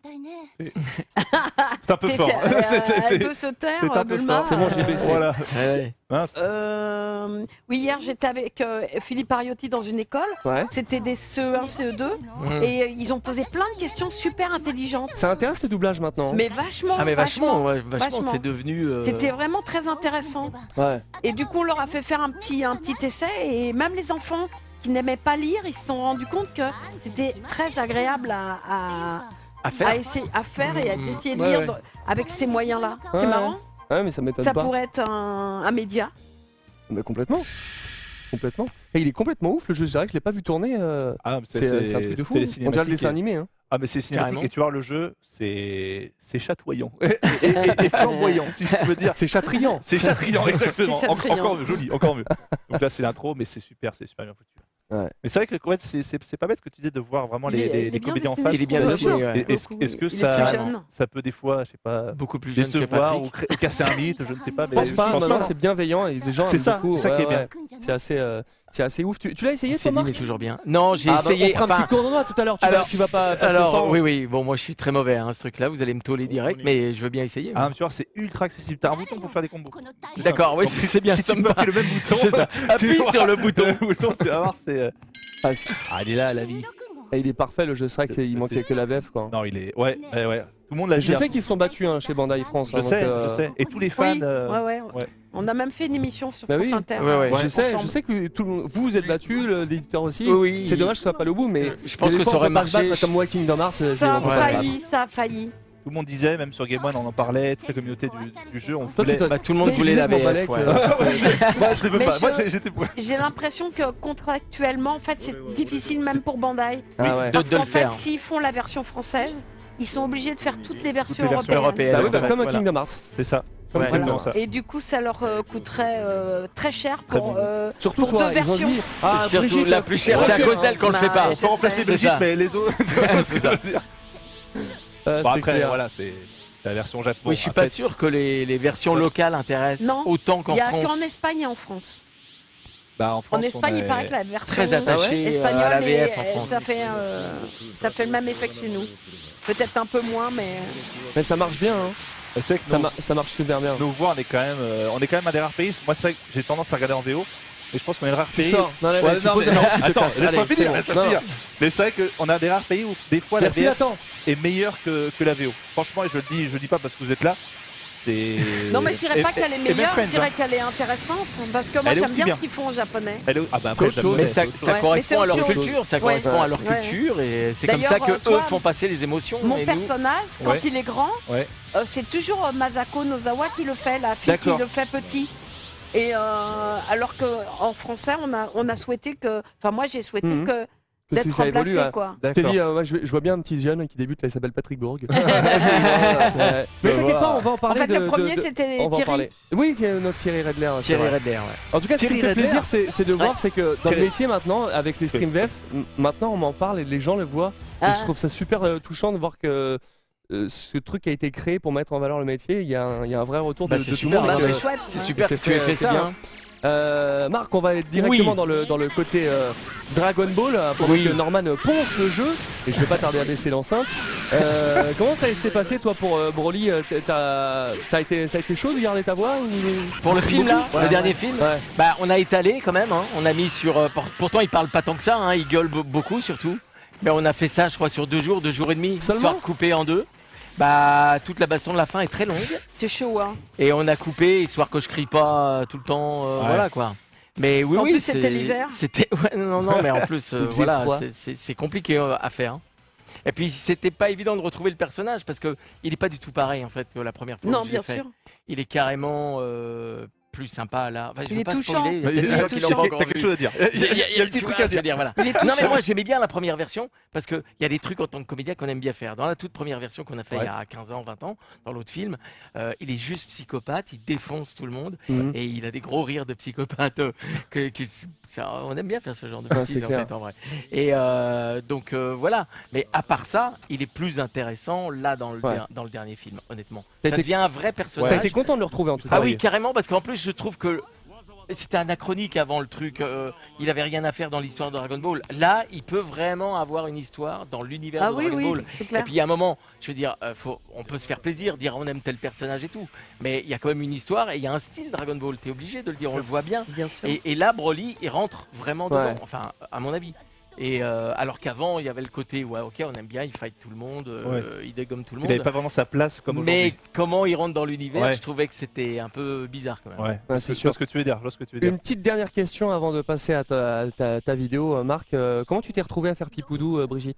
C'est un peu t'es- fort. euh, C'est- c'est- elle c'est- peut se taire, c'est un peu Bulma. fort. C'est bon, j'ai baissé. Voilà. Ouais. Mince. Euh, oui, hier, j'étais avec euh, Philippe Ariotti dans une école. Ouais. C'était des C E un, C E deux. Mmh. Et euh, ils ont posé plein de questions super intelligentes. Ça intéresse le doublage maintenant. Mais vachement. Ah mais vachement, ouais, vachement, vachement. c'est devenu. euh, C'était vraiment très intéressant. Ouais. Et du coup, on leur a fait faire un petit, un petit essai. Et même les enfants qui n'aimaient pas lire, ils se sont rendus compte que c'était très agréable à, à, à faire. à essayer, à faire et à Mhm. essayer de Ouais, lire ouais. dans- avec ces moyens-là. Ouais, C'est marrant. Ouais, mais ça m'étonne Ça pas. pourrait être un, un média. Mais complètement. Complètement. Et il est complètement ouf le jeu, je dirais que je l'ai pas vu tourner. euh, Ah, mais C'est c'est un truc de fou. c'est les On dirait le cinématiques dessin et- animé. Hein. Ah mais c'est cinématique Carrément. et tu vois le jeu c'est c'est chatoyant et, et- et- et flamboyant si je peux dire. C'est chatriant. C'est chatriant exactement. C'est En- chatriant. Encore joli, encore mieux. Donc là c'est l'intro mais c'est super, c'est super bien foutu. Ouais. Mais c'est vrai que ouais, c'est c'est- c'est pas bête ce que tu disais de voir vraiment Il les, est- les- il est les bien comédiens en dessiné, face. Il est bien Bien dessiné, sûr. ouais. Et Est-ce Beaucoup. est-ce que Il est ça, plus jeune. ça peut des fois, je sais pas, Beaucoup plus jeune que décevoir ou Patrick. cré- casser un mythe, je ne sais pas. Je Mais pense pas, pense non, non, pas. c'est bienveillant et les gens C'est aiment ça, beaucoup. c'est ça qui est Ouais, bien. ouais. C'est assez, euh, c'est assez ouf. Tu, tu l'as essayé toi, Céline Marc? est toujours bien. Non, j'ai Ah, bah, essayé. on fera un enfin, petit cours de noix tout à l'heure. Tu, vas- alors- tu vas pas passer alors sans. oui, oui. Bon, moi je suis très mauvais hein, ce truc-là. Vous allez me tauler direct, mais je veux bien essayer. Ah, mais tu vois, c'est ultra accessible. T'as un bouton pour faire des combos. D'accord, oui, Donc, c'est bien. Si ça tu me peux va. appuyer le même bouton, C'est ça. tu Appuie vois, sur le bouton. le bouton, tu vas voir, c'est. euh, Ah, c'est- Ah, il est là, la vie. Et il est parfait le jeu, c'est vrai qu'il C'est- manquait c'est- que la V F quoi. Non, il est. Ouais, ouais, ouais. Tout le monde l'a Je dit. sais hein. qu'ils se sont battus hein, chez Bandai France. Je hein, donc, sais, euh, je sais. Et tous les fans. Oui, euh, ouais, ouais. ouais. On a même fait une émission sur Bah France oui. Inter. Ouais, ouais. Je sais, je ensemble. sais que tout le monde, vous vous êtes battus, le- l'éditeur aussi. Oui, oui. C'est dommage que ce soit pas le bout, mais Je pense des que fois, ça on aurait peut pas se marché. battre Comme moi, Kingdom Hearts, c'est Ça a on peut pas se battre. failli, ça a failli. Tout le monde disait, même sur Game One, on en parlait, toute la communauté du, du jeu, on Toi, tu voulait. t'as- Bah, tout le monde Mais voulait disais, la je m'en V F. balais ouais. que- Ouais, j'ai- Moi, je les veux Mais pas. je- Moi, j'ai- j'étais pour. J'ai l'impression que contractuellement, en fait, c'est difficile même pour Bandai. Ah ouais. De- Parce de le qu'en fait, faire. s'ils font la version française, ils sont obligés de faire toutes les versions les versions européennes. européennes. Bah oui, bah, en fait, comme un voilà. Kingdom Hearts. C'est ça. Comme Ouais. exactement Voilà. ça. Et du coup, ça leur euh, coûterait euh, très cher Très pour, bon. euh, Surtout pour toi, deux ils ont versions. dit. Ah, Et surtout, Brigitte, la plus chère, trop c'est à cher, cause d'elle qu'on le fait pas. Bah, On peut remplacer C'est Brigitte, ça. mais les autres. c'est ce que ça veut dire. Euh, Bon, c'est après, clair. voilà, c'est la version Japon. Oui, je suis Après, pas sûr que les, les versions Ouais. locales intéressent Non. autant Il qu'en n'y a France. qu'en Espagne et en France. Bah, en France, En Espagne, on il est- paraît que la version Très attaché espagnole, à la V F est- en France. ça, fait, euh, ça fait le même effet que chez nous. Peut-être un peu moins, mais Mais ça marche bien, hein. C'est vrai que ça, nos- ma- ça marche super bien. nos voix, on est quand même, euh, on est quand même un des rares pays. Moi, c'est vrai que j'ai tendance à regarder en V O, et je pense qu'on est le rare Tu pays. sors. Non, non, Ouais, tu non, poses mais- un ordre, tu te attends, casses. laisse-moi Allez, finir, c'est laisse-moi bon. finir. Mais c'est vrai qu'on a des rares pays où des fois Merci, la V F attends. est meilleure que, que la V O. Franchement, et je le dis, je le dis pas parce que vous êtes là. C'est. non, mais je dirais Et- pas et- qu'elle est et même meilleure, Friends, je dirais hein. qu'elle est intéressante parce que moi Elle est j'aime aussi bien, bien. ce qu'ils font en japonais. Elle est- Ah bah C'est après, autre chose. Mais j'aime- ça, c'est autre ça chose. Ouais, correspond mais à leur c'est autre chose. culture, ça Ouais. correspond à leur Ouais. culture et c'est comme D'ailleurs, ça que euh, eux toi, font passer les émotions. Mon et nous- personnage, quand Ouais. il est grand, Ouais. euh, c'est toujours euh, Masako Nozawa qui le fait, la fille qui D'accord. le fait petit. Et euh, alors qu'en français, on a, on a souhaité que. Enfin, moi j'ai souhaité Mhm. que Que si d'être ça remplacé, évolue, hein. quoi. Je t'ai dit, euh, moi, je, je vois bien un petit jeune qui débute, là, il s'appelle Patrick Bourg. Ouais. Bah, Mais t'inquiète voilà. pas, on va en En parler fait, de. le premier de- de- c'était on va en Thierry. parler. Oui, c'est notre Thierry Redler. c'est Thierry vrai. Redler, ouais. En tout cas, ce qui Thierry me fait Redler. plaisir, c'est c'est de voir, Ouais. c'est que dans le Thierry- métier maintenant, avec les stream V F, m- maintenant on m'en parle et les gens le voient. Et Ah. je trouve ça super euh, touchant de voir que euh, ce truc a été créé pour mettre en valeur le métier. Il y a un, il y a un vrai retour Bah, de, c'est de tout le super, monde. Bah, hein, c'est de- chouette. C'est ouais. super que C'est tu aies fait- fait c'est ça. bien. hein. Euh, Marc, on va être directement Oui. dans, le, dans le côté euh, Dragon Ball euh, pendant Oui. que Norman euh, ponce le jeu et je vais pas tarder à baisser l'enceinte. Euh, comment ça s'est passé toi pour euh, Broly euh, t'as- ça, a été, ça a été chaud de garder ta voix ou... Pour le film là, Ouais, le dernier ouais. film, Ouais. bah on a étalé quand même. hein. On a mis sur. euh, pour- pourtant il parle pas tant que ça. hein, Il gueule be- beaucoup surtout. Mais on a fait ça, je crois, sur deux jours, deux jours et demi, Seulement histoire de couper en deux. Bah toute la baston de la fin est très longue C'est chaud, hein. et on a coupé histoire que je crie pas euh, tout le temps. euh, Ouais. Voilà quoi. Mais oui, En oui, plus, c'était c'est- l'hiver. C'était ouais, non, non, mais en plus, euh, Il faisait voilà, froid. c'est- c'est c'est compliqué euh, à faire. hein. Et puis c'était pas évident de retrouver le personnage parce que il est pas du tout pareil en fait que la première fois. Non, que je l'ai bien fait. sûr. Il est carrément euh, plus sympa là. Enfin, je Il veux est pas touchant. spoiler, il y a Il peut-être est des gens qui l'ont touchant. pas T'as encore quelque vu. chose à dire. Il y a, il y a- Il y a un petit tu truc vois, à je veux dire. voilà. Il est Non mais touchant. moi j'aimais bien la première version parce qu'il y a des trucs en tant que comédien qu'on aime bien faire. Dans la toute première version qu'on a fait il y a quinze ans, vingt ans, dans l'autre film, euh, il est juste psychopathe, il défonce tout le monde Mhm. et il a des gros rires de psychopathe. euh, que, que- ça, on aime bien faire ce genre de Ouais, bêtises c'est en clair. fait en vrai. Et euh, donc euh, voilà. Mais à part ça, il est plus intéressant là dans le, Ouais. der- dans le dernier film, honnêtement. T'as Ça été- devient un vrai personnage. T'as été content de le retrouver en tout cas. Ah oui, carrément, parce qu'en plus, je trouve que c'était anachronique avant le truc. euh, il avait rien à faire dans l'histoire de Dragon Ball. Là, il peut vraiment avoir une histoire dans l'univers Ah de oui, Dragon oui, Ball. c'est Et clair. puis, il y a un moment, je veux dire, euh, faut, on peut se faire plaisir, dire on aime tel personnage et tout. Mais il y a quand même une histoire et il y a un style Dragon Ball. T'es obligé de le dire, on le voit bien. Bien sûr. Et, et là, Broly, il rentre vraiment dedans. Ouais. Enfin, à mon avis. Et euh, alors qu'avant, il y avait le côté, ouais, ok, on aime bien, il fight tout le monde, euh, il dégomme tout le Il monde. n'avait pas vraiment sa place comme Mais aujourd'hui. comment il rentre dans l'univers, Ouais. je trouvais que c'était un peu bizarre quand même. Ouais, Ouais, je c'est vois sûr. ce que tu veux dire. Je vois ce que tu veux dire. Une petite dernière question avant de passer à ta, à ta- ta vidéo, euh, Marc. Euh, comment tu t'es retrouvé à faire Pipoudou, euh, Brigitte?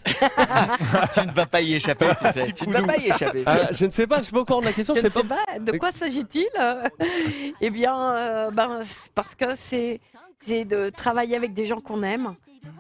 Tu ne vas pas y échapper, tu sais. Tu ne vas pas y échapper. Ah, je ne sais pas, je sais pas encore de la question. Je Je ne sais sais pas. pas, de quoi s'agit-il Eh bien, euh, ben, c'est parce que c'est c'est de travailler avec des gens qu'on aime.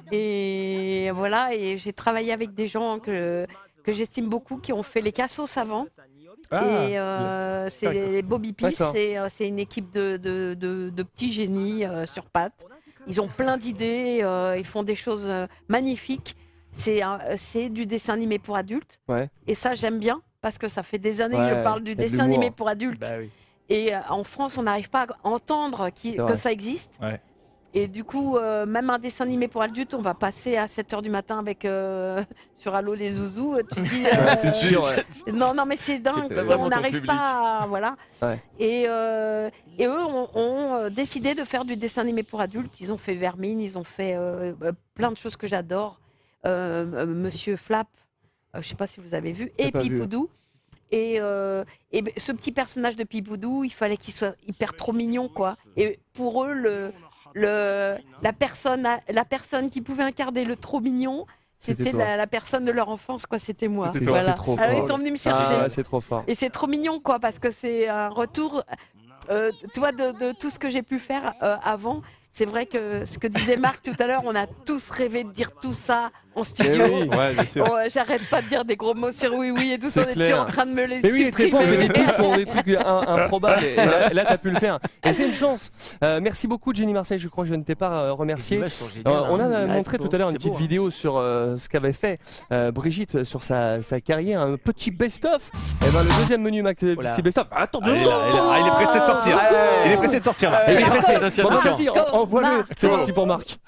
Et voilà, et j'ai travaillé avec des gens que, que j'estime beaucoup, qui ont fait les cassos avant. Ah, et euh, c'est D'accord. les Bobby P, D'accord. c'est euh, c'est une équipe de, de, de- de petits génies euh, sur pattes. Ils ont plein d'idées, euh, ils font des choses euh, magnifiques. C'est un- c'est du dessin animé pour adultes. Ouais. Et ça, j'aime bien, parce que ça fait des années que Ouais, je parle du il y a de dessin l'humour. animé pour adultes. Bah oui. Et euh, en France, on n'arrive pas à entendre qui- C'est que vrai. ça existe. Ouais. Et du coup, euh, même un dessin animé pour adultes, on va passer à sept heures du matin avec euh, sur Allo les Zouzous. Tu dis, euh, Ouais, c'est sûr. ouais. Non, non, mais c'est dingue. pas vraiment On ton n'arrive public. pas à... Voilà. Ouais. Et, euh, et eux ont, ont, euh, décidé de faire du dessin animé pour adultes. Ils ont fait Vermine, ils ont fait euh, euh, plein de choses que j'adore. Euh, euh, Monsieur Flap, euh, je ne sais pas si vous avez vu, J'ai et pas vu. Pipoudou. Et, euh, et ben, ce petit personnage de Pipoudou, il fallait qu'il soit hyper trop mignon, quoi. Et pour eux, le, le, la, personne, à- la personne qui pouvait incarner le trop mignon, C'était c'était toi. la, la personne de leur enfance, quoi. C'était moi. C'est- Voilà. c'est trop Alors, fort. ils sont venus me chercher. Ah, ouais, c'est trop fort. Et c'est trop mignon, quoi, parce que c'est un retour, euh, tu vois, de, de tout ce que j'ai pu faire euh, avant. C'est vrai que ce que disait Marc tout à l'heure, on a tous rêvé de dire tout ça en studio. Eh oui. Ouais, bien sûr. Bon, euh, j'arrête pas de dire des gros mots sur oui oui et tout ça. C'est On est clair. toujours en train de me les Mais oui, les supprimer. trépas, on venait tous sur des trucs un- improbables. Et là, là t'as pu le faire. Et c'est une chance. Euh, merci beaucoup, Jenny Marseille. Je crois que je ne t'ai pas euh, Les remercié. images sont géniales, Euh, on a hein. euh, Ouais, montré c'est tout beau, à l'heure une c'est petite beau, hein. vidéo sur euh, ce qu'avait fait euh, Brigitte sur sa, sa carrière, un petit best-of. Et ben le deuxième menu Max Voilà. c'est best-of. Attends, Ah, deux il, est là, il est là. Ah, il est pressé de sortir. Ouais. Il est pressé de sortir là. Il est Ouais. pressé. Attention, Bon, bah, attention. vas-y, en- envoie-le. Marc. C'est parti pour Marc.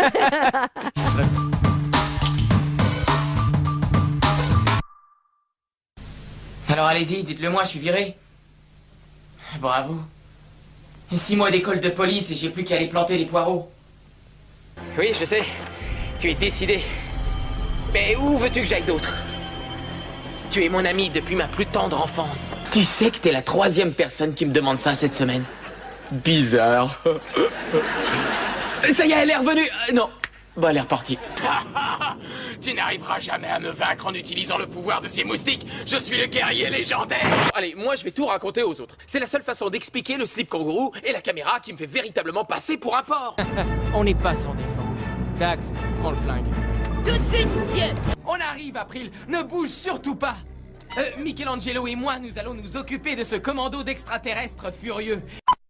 Alors allez-y, dites-le moi, je suis viré. Bravo. Six mois d'école de police et j'ai plus qu'à aller planter les poireaux. Oui, je sais. Tu es décidé. Mais où veux-tu que j'aille d'autre? Tu es mon ami depuis ma plus tendre enfance. Tu sais que t'es la troisième personne qui me demande ça cette semaine. Bizarre. Ça y est, elle est revenue. Euh, non. Bah, elle est repartie. Tu n'arriveras jamais à me vaincre en utilisant le pouvoir de ces moustiques. Je suis le guerrier légendaire. Allez, moi je vais tout raconter aux autres. C'est la seule façon d'expliquer le slip kangourou et la caméra qui me fait véritablement passer pour un porc. On n'est pas sans défense. Dax, prends le flingue. Tout de suite, monsieur. On arrive, April. Ne bouge surtout pas. Euh, Michelangelo et moi, nous allons nous occuper de ce commando d'extraterrestres furieux.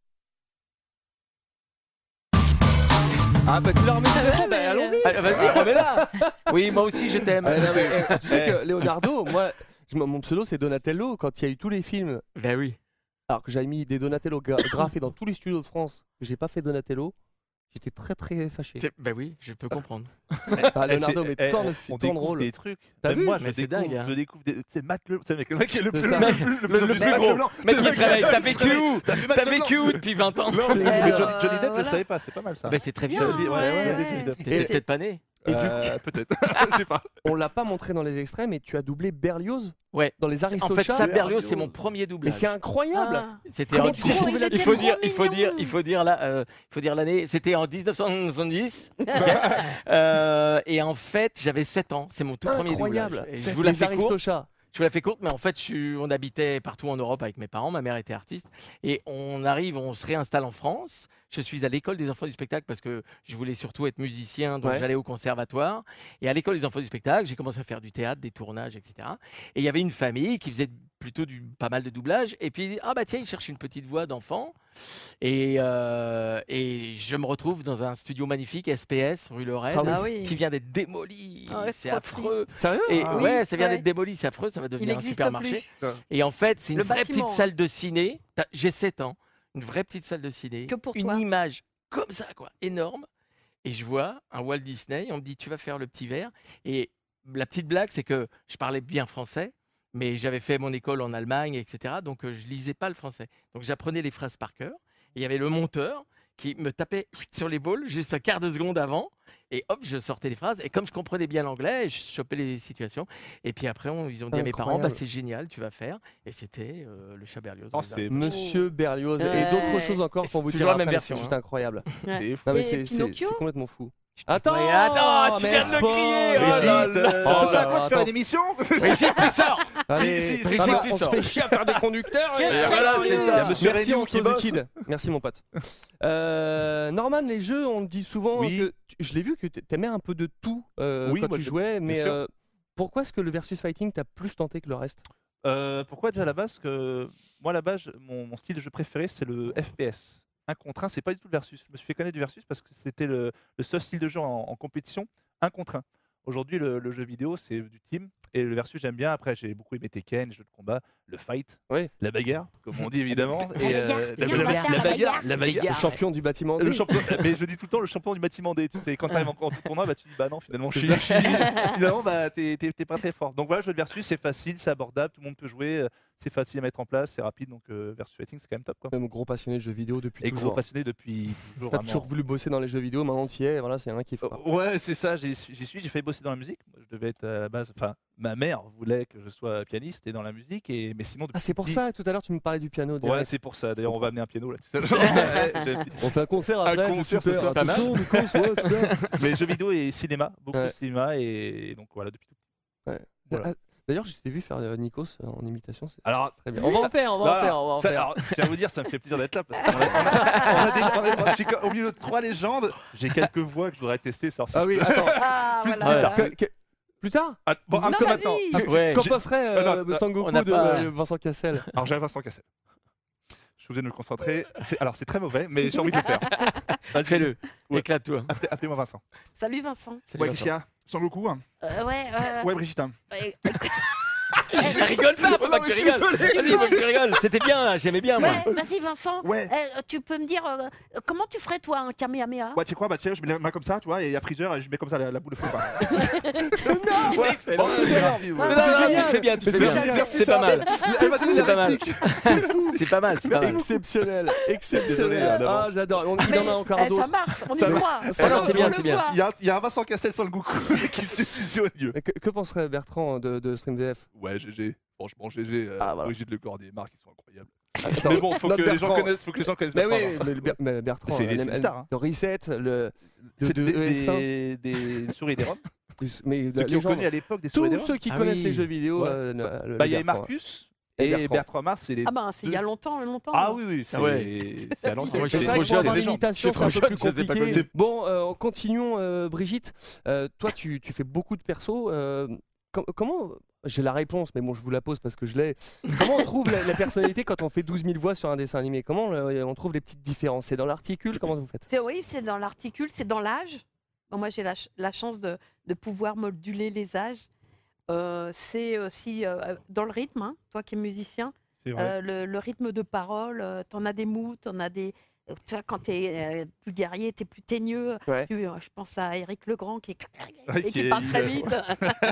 Ah bah tu l'as remis. Ouais, Bah, mais- allons-y. Ah, Vas-y, remets-la. Oui, moi aussi, je t'aime. Ah, non, mais, eh, tu sais que Leonardo, moi, je- mon pseudo c'est Donatello. Quand il y a eu tous les films, Ben oui. alors que j'avais mis des Donatello gra- graffés dans tous les studios de France, que j'ai pas fait Donatello, j'étais très très fâché. C'est- Ben oui, je peux comprendre. Ah, Eh, Leonardo, c'est- mais eh, tant on- de, on tant de découvre rôles. des trucs. T'as Même vu moi, je Mais c'est découvre, dingue, hein. je découvre des. C'est Matt le. C'est le mec le mec qui est le C'est plus ça. le Le- plus- le- le plus plus gros. blanc. Mec C'est qui le se réveille, t'as qui se vécu réveille. où T'as vu Matt T'as Leblanc vécu où depuis vingt ans Non, c'est- Euh, Johnny, Johnny Depp, je le voilà. savais pas, c'est pas mal ça. Ben c'est très Bien, vieux. ouais, ouais, ouais, ouais, ouais. Depp. T'étais peut-être pas né. Et du Euh, Peut-être. Je sais pas. On l'a pas montré dans les extraits, mais tu as doublé Berlioz Ouais. dans les En Aristochats. fait, ça, Berlioz, c'est mon premier Mais doublage. c'est incroyable. Ah. C'était Comment en tu trouves il la- était il faut trop dire, il faut mignon. dire, il faut dire là, euh, il faut dire l'année. C'était en mille neuf cent soixante-dix. ok. Euh, et en fait, j'avais sept ans. C'est mon tout premier Incroyable. doublage. Et C'est je vous la les fais courte. Aristochats. Je vous la fais courte, mais en fait, je suis- on habitait partout en Europe avec mes parents. Ma mère était artiste. Et on arrive, on se réinstalle en France. Je suis à l'école des enfants du spectacle parce que je voulais surtout être musicien, donc Ouais. j'allais au conservatoire. Et à l'école des enfants du spectacle, j'ai commencé à faire du théâtre, des tournages, et cetera. Et il y avait une famille qui faisait plutôt du, pas mal de doublage. Et puis, ah bah tiens, ils cherchent une petite voix d'enfant. Et, euh, et je me retrouve dans un studio magnifique, S P S, rue Lorraine, Ah oui. Ah oui. qui vient d'être démoli. Ah ouais, c'est trop affreux. Sérieux Et Ah oui, ouais, ça vient ouais. d'être démoli, c'est affreux, ça va Il devenir un n'existe supermarché. plus. Et en fait, c'est une Le vraie bâtiment, petite hein. salle de ciné. T'as- J'ai sept ans, une vraie petite salle de ciné. Que pour une toi. image comme ça, quoi, énorme. Et je vois un Walt Disney, on me dit tu vas faire le petit verre. Et la petite blague, c'est que je parlais bien français, mais j'avais fait mon école en Allemagne, et cetera. Donc euh, je lisais pas le français. Donc j'apprenais les phrases par cœur. Et il y avait le monteur qui me tapait sur l'épaule juste un quart de seconde avant. Et hop, je sortais les phrases. Et comme je comprenais bien l'anglais, je chopais les situations. Et puis après, on- ils ont dit à mes parents, bah, Incroyable. c'est génial, tu vas faire. Et c'était euh, le chat Berlioz. Oh, dans les c'est- Monsieur Berlioz et Ouais. d'autres choses encore Et qu'on vous c'est dira toujours la même après, mais version, c'est juste hein. incroyable. C'est fou. Non, mais Et c'est c'est- Pinocchio c'est complètement fou. Attends, Attends, attends, tu mais viens de le spoil. crier. Oh Brigitte, là euh, Oh ça sert à là quoi de là, faire attends. une émission Brigitte, tu sors. Allez, si, si, Brigitte, si, on tu se sors. fait chier à faire des conducteurs. Je et- fais voilà, plus. c'est ça. Il y a Monsieur Merci Réunion on qui The bosse. Kid. Merci mon pote. Euh, Norman, les jeux, on dit souvent Oui. que tu- je l'ai vu que tu aimais un peu de tout euh, Oui, quand moi, tu je- jouais, mais bien sûr. euh, pourquoi est-ce que le versus fighting t'a plus tenté que le reste? Euh, pourquoi déjà à la base que moi à la base je- mon, mon style de jeu préféré c'est le F P S. Un contre un, c'est pas du tout le versus. Je me suis fait connaître du versus parce que c'était le, le seul style de jeu en, en compétition, un contre un. Aujourd'hui le, le jeu vidéo c'est du team et le versus j'aime bien. Après j'ai beaucoup aimé Tekken, les jeux de combat, le fight, Oui. la bagarre comme on dit évidemment. La et, bagarre, la, viens, on va la- faire la la bagarre, bagarre. la bagarre. Le champion du bâtiment. Le D. champion, mais je dis tout le temps le champion du bâtiment D. Tu sais, quand tu arrives en, en tournoi, bah, tu dis bah non, finalement, je C'est suis, je suis- finalement, bah, t'es, t'es- t'es pas très fort. Donc voilà, le jeu de versus, c'est facile, c'est abordable, tout le monde peut jouer, euh, c'est facile à mettre en place, c'est rapide. Donc euh, versus fighting, c'est quand même top. Quoi. Même gros passionné de jeux vidéo depuis Et gros toujours. passionné depuis toujours. T'as vraiment. toujours voulu bosser dans les jeux vidéo, maintenant tu y es, voilà, c'est un kiff. Euh, quoi. Ouais, c'est ça, j'y suis, j'y suis, j'ai failli bosser dans la musique. Moi, je devais être à la base, enfin, ma mère voulait que je sois pianiste et dans la musique, et, mais sinon. Ah, depuis c'est pour petit- ça, tout à l'heure tu me parlais du piano. Ouais, direct. c'est pour ça. D'ailleurs, on va amener un piano là. tu sais. Ouais, j'ai un petit- On fait un concert Un après, concert, c'est ce super. soir, pas mal. Attention, Nico, ouais, super. Mais jeux vidéo et cinéma, beaucoup Ouais. de cinéma, et donc voilà, depuis tout petit. Ouais. Voilà. Ah, D'ailleurs, je t'ai vu faire euh, Nikos euh, en imitation. C'est Alors, très bien. On va en faire, on va en non, faire, on va en ça, faire. alors, je tiens à vous dire, ça me fait plaisir d'être là parce qu'on a, on a- on a des- on a- je suis co- au milieu de trois légendes. J'ai quelques voix que je voudrais tester. Savoir si Ah je oui, peux- attends. Ah, Plus voilà. plus tard. Que- que- Plus tard Ah, bon, un Non, peu vas-y. maintenant. Ah, Que- ouais. Qu'en j'ai- penserait Euh, non, euh, non, Sangoku on n'a de pas- euh, Vincent Cassel? Alors j'ai Vincent Cassel. Je suis obligé de me concentrer. C'est- Alors c'est très mauvais, mais j'ai envie de le faire. Vas-y. Fais-le, Ouais. éclate-toi. Appelez- Appelez-moi Vincent. Salut Vincent. Salut, Ouais, Vincent. Christian. Sangoku. hein. Euh, ouais, euh, Ouais, Brigitte. hein. ouais, Ah, rigole pas, faut Oh pas non, que mais tu je suis rigoles. désolé. Vas-y, faut que tu rigoles. C'était bien, là, j'aimais bien, moi. ouais, vas-y Vincent. Ouais. Euh, tu peux me dire euh, comment tu ferais toi un Kamehameha? Ouais, tu sais quoi, bah tiens, je mets la main comme ça, tu vois, et il y a Freezer, et je mets comme ça la, la boule de feu. quoi. C'est Ouais. excellent. Bon, c'est rapide, ouais. Non, non, c'est non, tu génial. le fais bien, tu le fais Merci, bien. merci, C'est ça pas mal. Elle m'a donné C'est la pas mal. réplique. C'est pas mal, c'est pas mal. Exceptionnel, Désolé, exceptionnel. là, d'avance. Ah, j'adore. On- Il y en a encore Eh, ça d'autres. marche, on y Ça va. croit. Ça va, On c'est bien, le c'est bien. voit. Il y, a, il y a un Vincent Cassel Sangoku qui se fusionne mieux. Mais Que, que penserait Bertrand de, de StreamVF? Ouais, G G. Franchement, G G. Euh, Ah, voilà. Brigitte Lecordier, Marc, ils sont incroyables. Attends, Mais bon, faut notre que, les gens Bertrand- connaissent, faut que les gens connaissent Mais Bertrand, oui, hein. mais, le Ber- mais Bertrand, C'est- elle- c'est une elle- star, hein. le reset, le, de, C'est de des, E S un, des, des souris et des roms. mais Ceux qui les ont gens- connu à l'époque des souris et des tous roms. ceux qui Ah connaissent oui. les jeux vidéo, Ouais. euh, ne- le- Bah, il y le avait Bertrand. Marcus Et et Bertrand. Bertrand Mars, c'est les. Ah ben c'est il y a longtemps, longtemps. Ah oui, oui, c'est Ah ouais. c'est à l'ancienne. Moi, je C'est suis vrai trop que jeune. pour avoir des gens. l'imitation, Je suis c'est un trop peu plus jeune, je les ai pas compliqué. connus. Bon, euh, continuons, euh, Brigitte. Euh, toi, tu, tu fais beaucoup de persos. euh, com- comment J'ai la réponse, mais bon, je vous la pose parce que je l'ai. Comment on trouve la, la personnalité quand on fait douze mille voix sur un dessin animé? Comment euh, on trouve les petites différences? C'est dans l'articule? Comment vous faites? C'est oui, c'est dans l'articule, c'est dans l'âge. Bon, moi j'ai la, ch- la chance de, de pouvoir moduler les âges. Euh, c'est aussi euh, dans le rythme, hein, toi qui es musicien, C'est vrai. euh, le, le rythme de parole, euh, t'en as des mous, t'en as des. euh, Tu vois, quand t'es euh, plus guerrier, t'es plus teigneux. Ouais. Tu- euh, je pense à Éric Legrand qui, est, Ouais, et qui qui est- parle très il- vite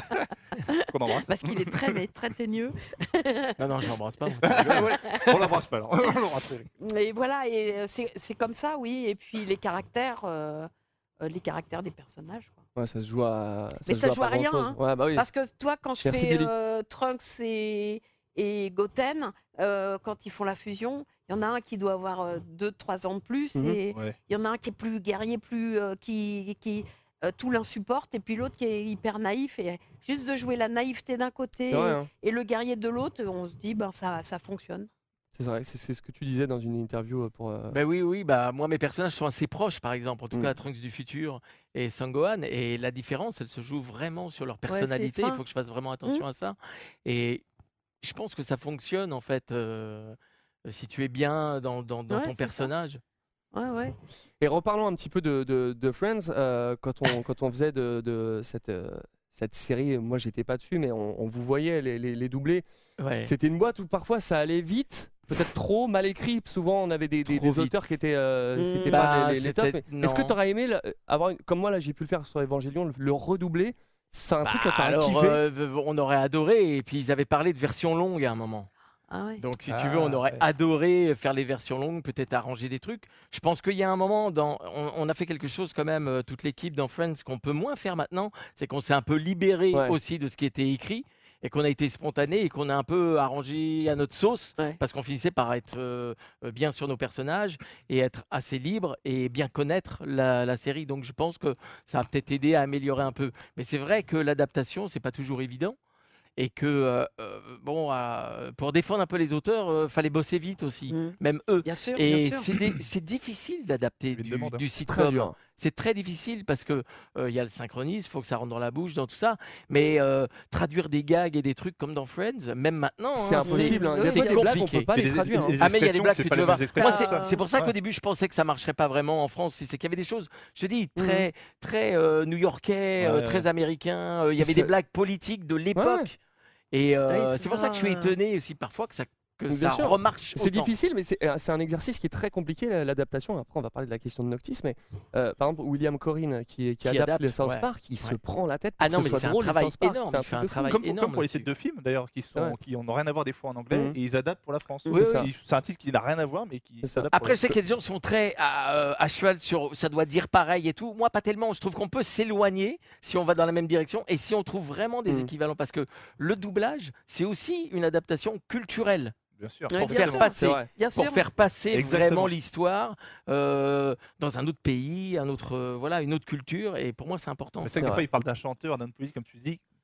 Qu'on embrasse. parce qu'il est très, mais très teigneux. Non, non, je l'embrasse pas. Ouais, on l'embrasse pas alors. On l'embrasse, Eric. Et voilà, et euh, c'est c'est comme ça, oui. Et puis les caractères, euh, euh, les caractères des personnages. Quoi. Ouais, ça se joue à. Mais se ça joue joue à pas rien, grand-chose. hein. Ouais, bah oui. Parce que toi, quand je Merci, fais Billy. euh, Trunks et, et Goten, euh, quand ils font la fusion, il y en a un qui doit avoir deux trois ans de plus, Mhm. et Ouais. il y en a un qui est plus guerrier, plus euh, qui, qui euh, tout l'insupporte, et puis l'autre qui est hyper naïf. Et juste de jouer la naïveté d'un côté C'est vrai, hein. et le guerrier de l'autre, on se dit ben ça, ça fonctionne. C'est vrai, c'est c'est ce que tu disais dans une interview euh, pour. euh, Bah oui, oui, bah moi mes personnages sont assez proches, par exemple, en tout Mm. cas Trunks du futur et Sangohan, et la différence, elle se joue vraiment sur leur c'est personnalité. Il fin. faut que je fasse vraiment attention à ça. Et je pense que ça fonctionne en fait, euh, si tu es bien dans, dans, dans Ouais, ton c'est ça. personnage. Ouais, ouais. Et reparlons un petit peu de, de, de Friends. euh, quand, on, quand on faisait de, de cette, euh, cette série, moi j'étais pas dessus, mais on, on vous voyait les, les, les doublés. Ouais. C'était une boîte où parfois ça allait vite, peut-être trop mal écrit. Souvent on avait des, des, Trop des vite. auteurs qui étaient, euh, Mm. c'était Bah, pas les, les c'était- tops. mais Est-ce que non. tu aurais aimé le- avoir une- comme moi là j'ai pu le faire sur Evangelion, le, le redoubler? C'est un truc que Bah, t'as alors, kiffé. euh, on aurait adoré, et puis ils avaient parlé de version longue à un moment. Ah ouais. Donc, si tu Ah, veux, on aurait ouais. adoré faire les versions longues, peut-être arranger des trucs. Je pense qu'il y a un moment, dans, on, on a fait quelque chose quand même, euh, toute l'équipe dans Friends, qu'on peut moins faire maintenant, c'est qu'on s'est un peu libéré Ouais. aussi de ce qui était écrit et qu'on a été spontané et qu'on a un peu arrangé à notre sauce Ouais. parce qu'on finissait par être euh, euh, bien sur nos personnages et être assez libre et bien connaître la, la série. Donc, je pense que ça a peut-être aidé à améliorer un peu. Mais c'est vrai que l'adaptation, c'est pas toujours évident. Et que, euh, euh, bon, euh, pour défendre un peu les auteurs, euh, fallait bosser vite aussi, Mm. même eux. Bien sûr, Et bien sûr. c'est dé- c'est difficile d'adapter Une du, demande, hein. du C'est très sitcom. dur. C'est très difficile parce que euh, il y a le synchronisme, il faut que ça rentre dans la bouche, dans tout ça. Mais euh, traduire des gags et des trucs comme dans Friends, même maintenant, C'est hein, impossible. hein. c'est- Des fois, c'est des blagues, on compliqué. peut pas Mais les les- traduire. hein. les- Ah mais il y a des expressions, blagues c'est que pas tu les peux mêmes voir. expressions. Moi, c'est Ah. c'est pour ça Ouais. qu'au début je pensais que ça marcherait pas vraiment en France. C'est qu'il y avait des choses, je te dis, très très euh, new-yorkais, euh, Ouais, très ouais. américains. euh, Il y avait C'est- des blagues politiques de l'époque. Et euh, Oui, c'est c'est pour ça que je suis ça. étonné aussi parfois que ça que Bien ça sûr. remarche. C'est autant. difficile, mais c'est euh, c'est un exercice qui est très compliqué, la- l'adaptation. Après, on va parler de la question de Noctis, mais euh, par exemple, William Corrin, qui, qui, adapte, adapte, les South ouais. Park, il se Ouais. prend la tête pour Ah non, que mais ce soit c'est un drôle, les travail South Park. énorme, C'est un il fait truc un de fou. travail Comme, énorme comme pour les là-dessus. titres de films d'ailleurs qui sont Ouais. qui n'ont rien à voir des fois en anglais Mhm. et ils adaptent pour la France. Oui, C'est oui. c'est un titre qui n'a rien à voir mais qui C'est ça. s'adapte. pour Après, la- je sais qu'il y a des gens qui sont très à, euh, à cheval sur ça doit dire pareil et tout. Moi, pas tellement. Je trouve qu'on peut s'éloigner si on va dans la même direction et si on trouve vraiment des Mhm. équivalents. Parce que le doublage, c'est aussi une adaptation culturelle Bien sûr. Ouais, pour bien faire sûr. C'est passer. vrai. Bien Pour sûr. faire passer Exactement. vraiment l'histoire euh, dans un autre pays, un autre, euh, voilà, une autre culture. Et pour moi, c'est important. Mais c'est C'est que des vrai. fois ils parlent d'un chanteur, d'un politique comme tu dis.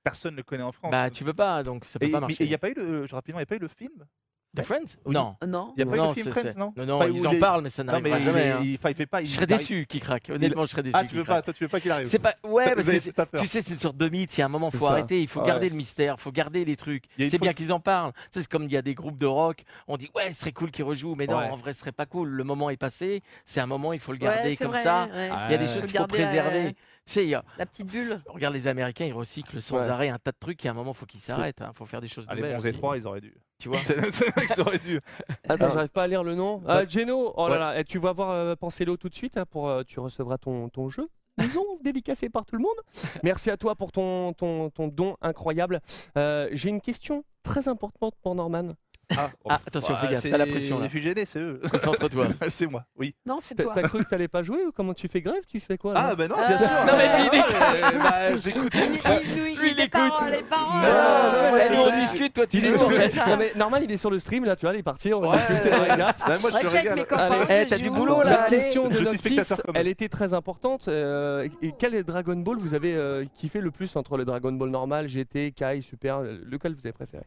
personne ne le connaît en France. Bah, tu peux pas, donc ça peut Et pas il marcher. n'y a pas eu le, je- rapidement, il n'y a pas eu le film The Friends Oui. Non. Non. Il n'y a pas non, eu le film c'est- Friends, c'est- non Non, non, Pas où ils en les- parlent, mais ça Non, mais n'arrivera il, jamais. est- hein. il, enfin, il fait pas. Je il serais arrive- déçu qu'il craque. Honnêtement, je serais déçu. Ah, tu qu'il veux craque. pas, toi, tu veux pas qu'il arrive. C'est pas. Ouais, parce Vous que avez- c'est- t'as peur. tu sais, c'est une sorte de mythe. Il y a un moment, C'est faut ça. arrêter. Il faut Ouais. garder le mystère. Il faut garder les trucs. Il y a une C'est fois- bien qu'ils en parlent. Tu sais, c'est comme il y a des groupes de rock. On dit ouais, ce serait cool qu'ils rejouent, mais non, Ouais. en vrai, ce serait pas cool. Le moment est passé. C'est un moment, il faut le Ouais, garder c'est comme vrai, ça. ouais. Il y a des Ouais. choses Faut qu'il faut garder la- préserver. Tu sais, il y a- La petite bulle. regarde les Américains, ils recyclent sans Ouais. arrêt un tas de trucs. Et à un moment, il faut qu'ils s'arrêtent. Il faut faire des choses Ah, les nouvelles. bons aussi. étroits, ils auraient dû. Tu vois. C'est c'est vrai qu'ils auraient dû. Attends, Ah. j'arrive pas à lire le nom. Euh, Ouais. Geno, oh là Ouais. là, eh, tu vas voir euh, Pensez-le tout de suite. Hein, pour, euh, tu recevras ton, ton jeu. Disons, dédicacé par tout le monde. Merci à toi pour ton, ton, ton don incroyable. Euh, J'ai une question très importante pour Norman. Ah, Ah, attention, fais gaffe, t'as la pression, là. Les fugénés, c'est eux. Concentre-toi. C'est moi, oui. Non, c'est T'as toi. t'as cru que t'allais pas jouer ou comment tu fais grève? Tu fais quoi là Ah, bah non, Euh, bien sûr. Non, mais lui, il est- Ah, ouais, bah, j'écoute. Il, il, lui, Lui, il les écoute. paroles, les paroles. Non, euh, ouais, Eh, nous, on discute, toi, tu Il est dis sur en fait. non, mais Norman, il est sur le stream là, tu vois, il est parti. On Ouais, discute, c'est vrai, là. Bah, moi, je ouais, te je suis avec régale. mes copains, Allez, eh, je t'as du joue. boulot, là. La allez. question de Je suis Noctis, spectateur quand même. elle était très importante. euh, et quel est Dragon Ball vous avez euh, kiffé le plus entre le Dragon Ball normal, G T, Kai, Super, euh, lequel vous avez préféré?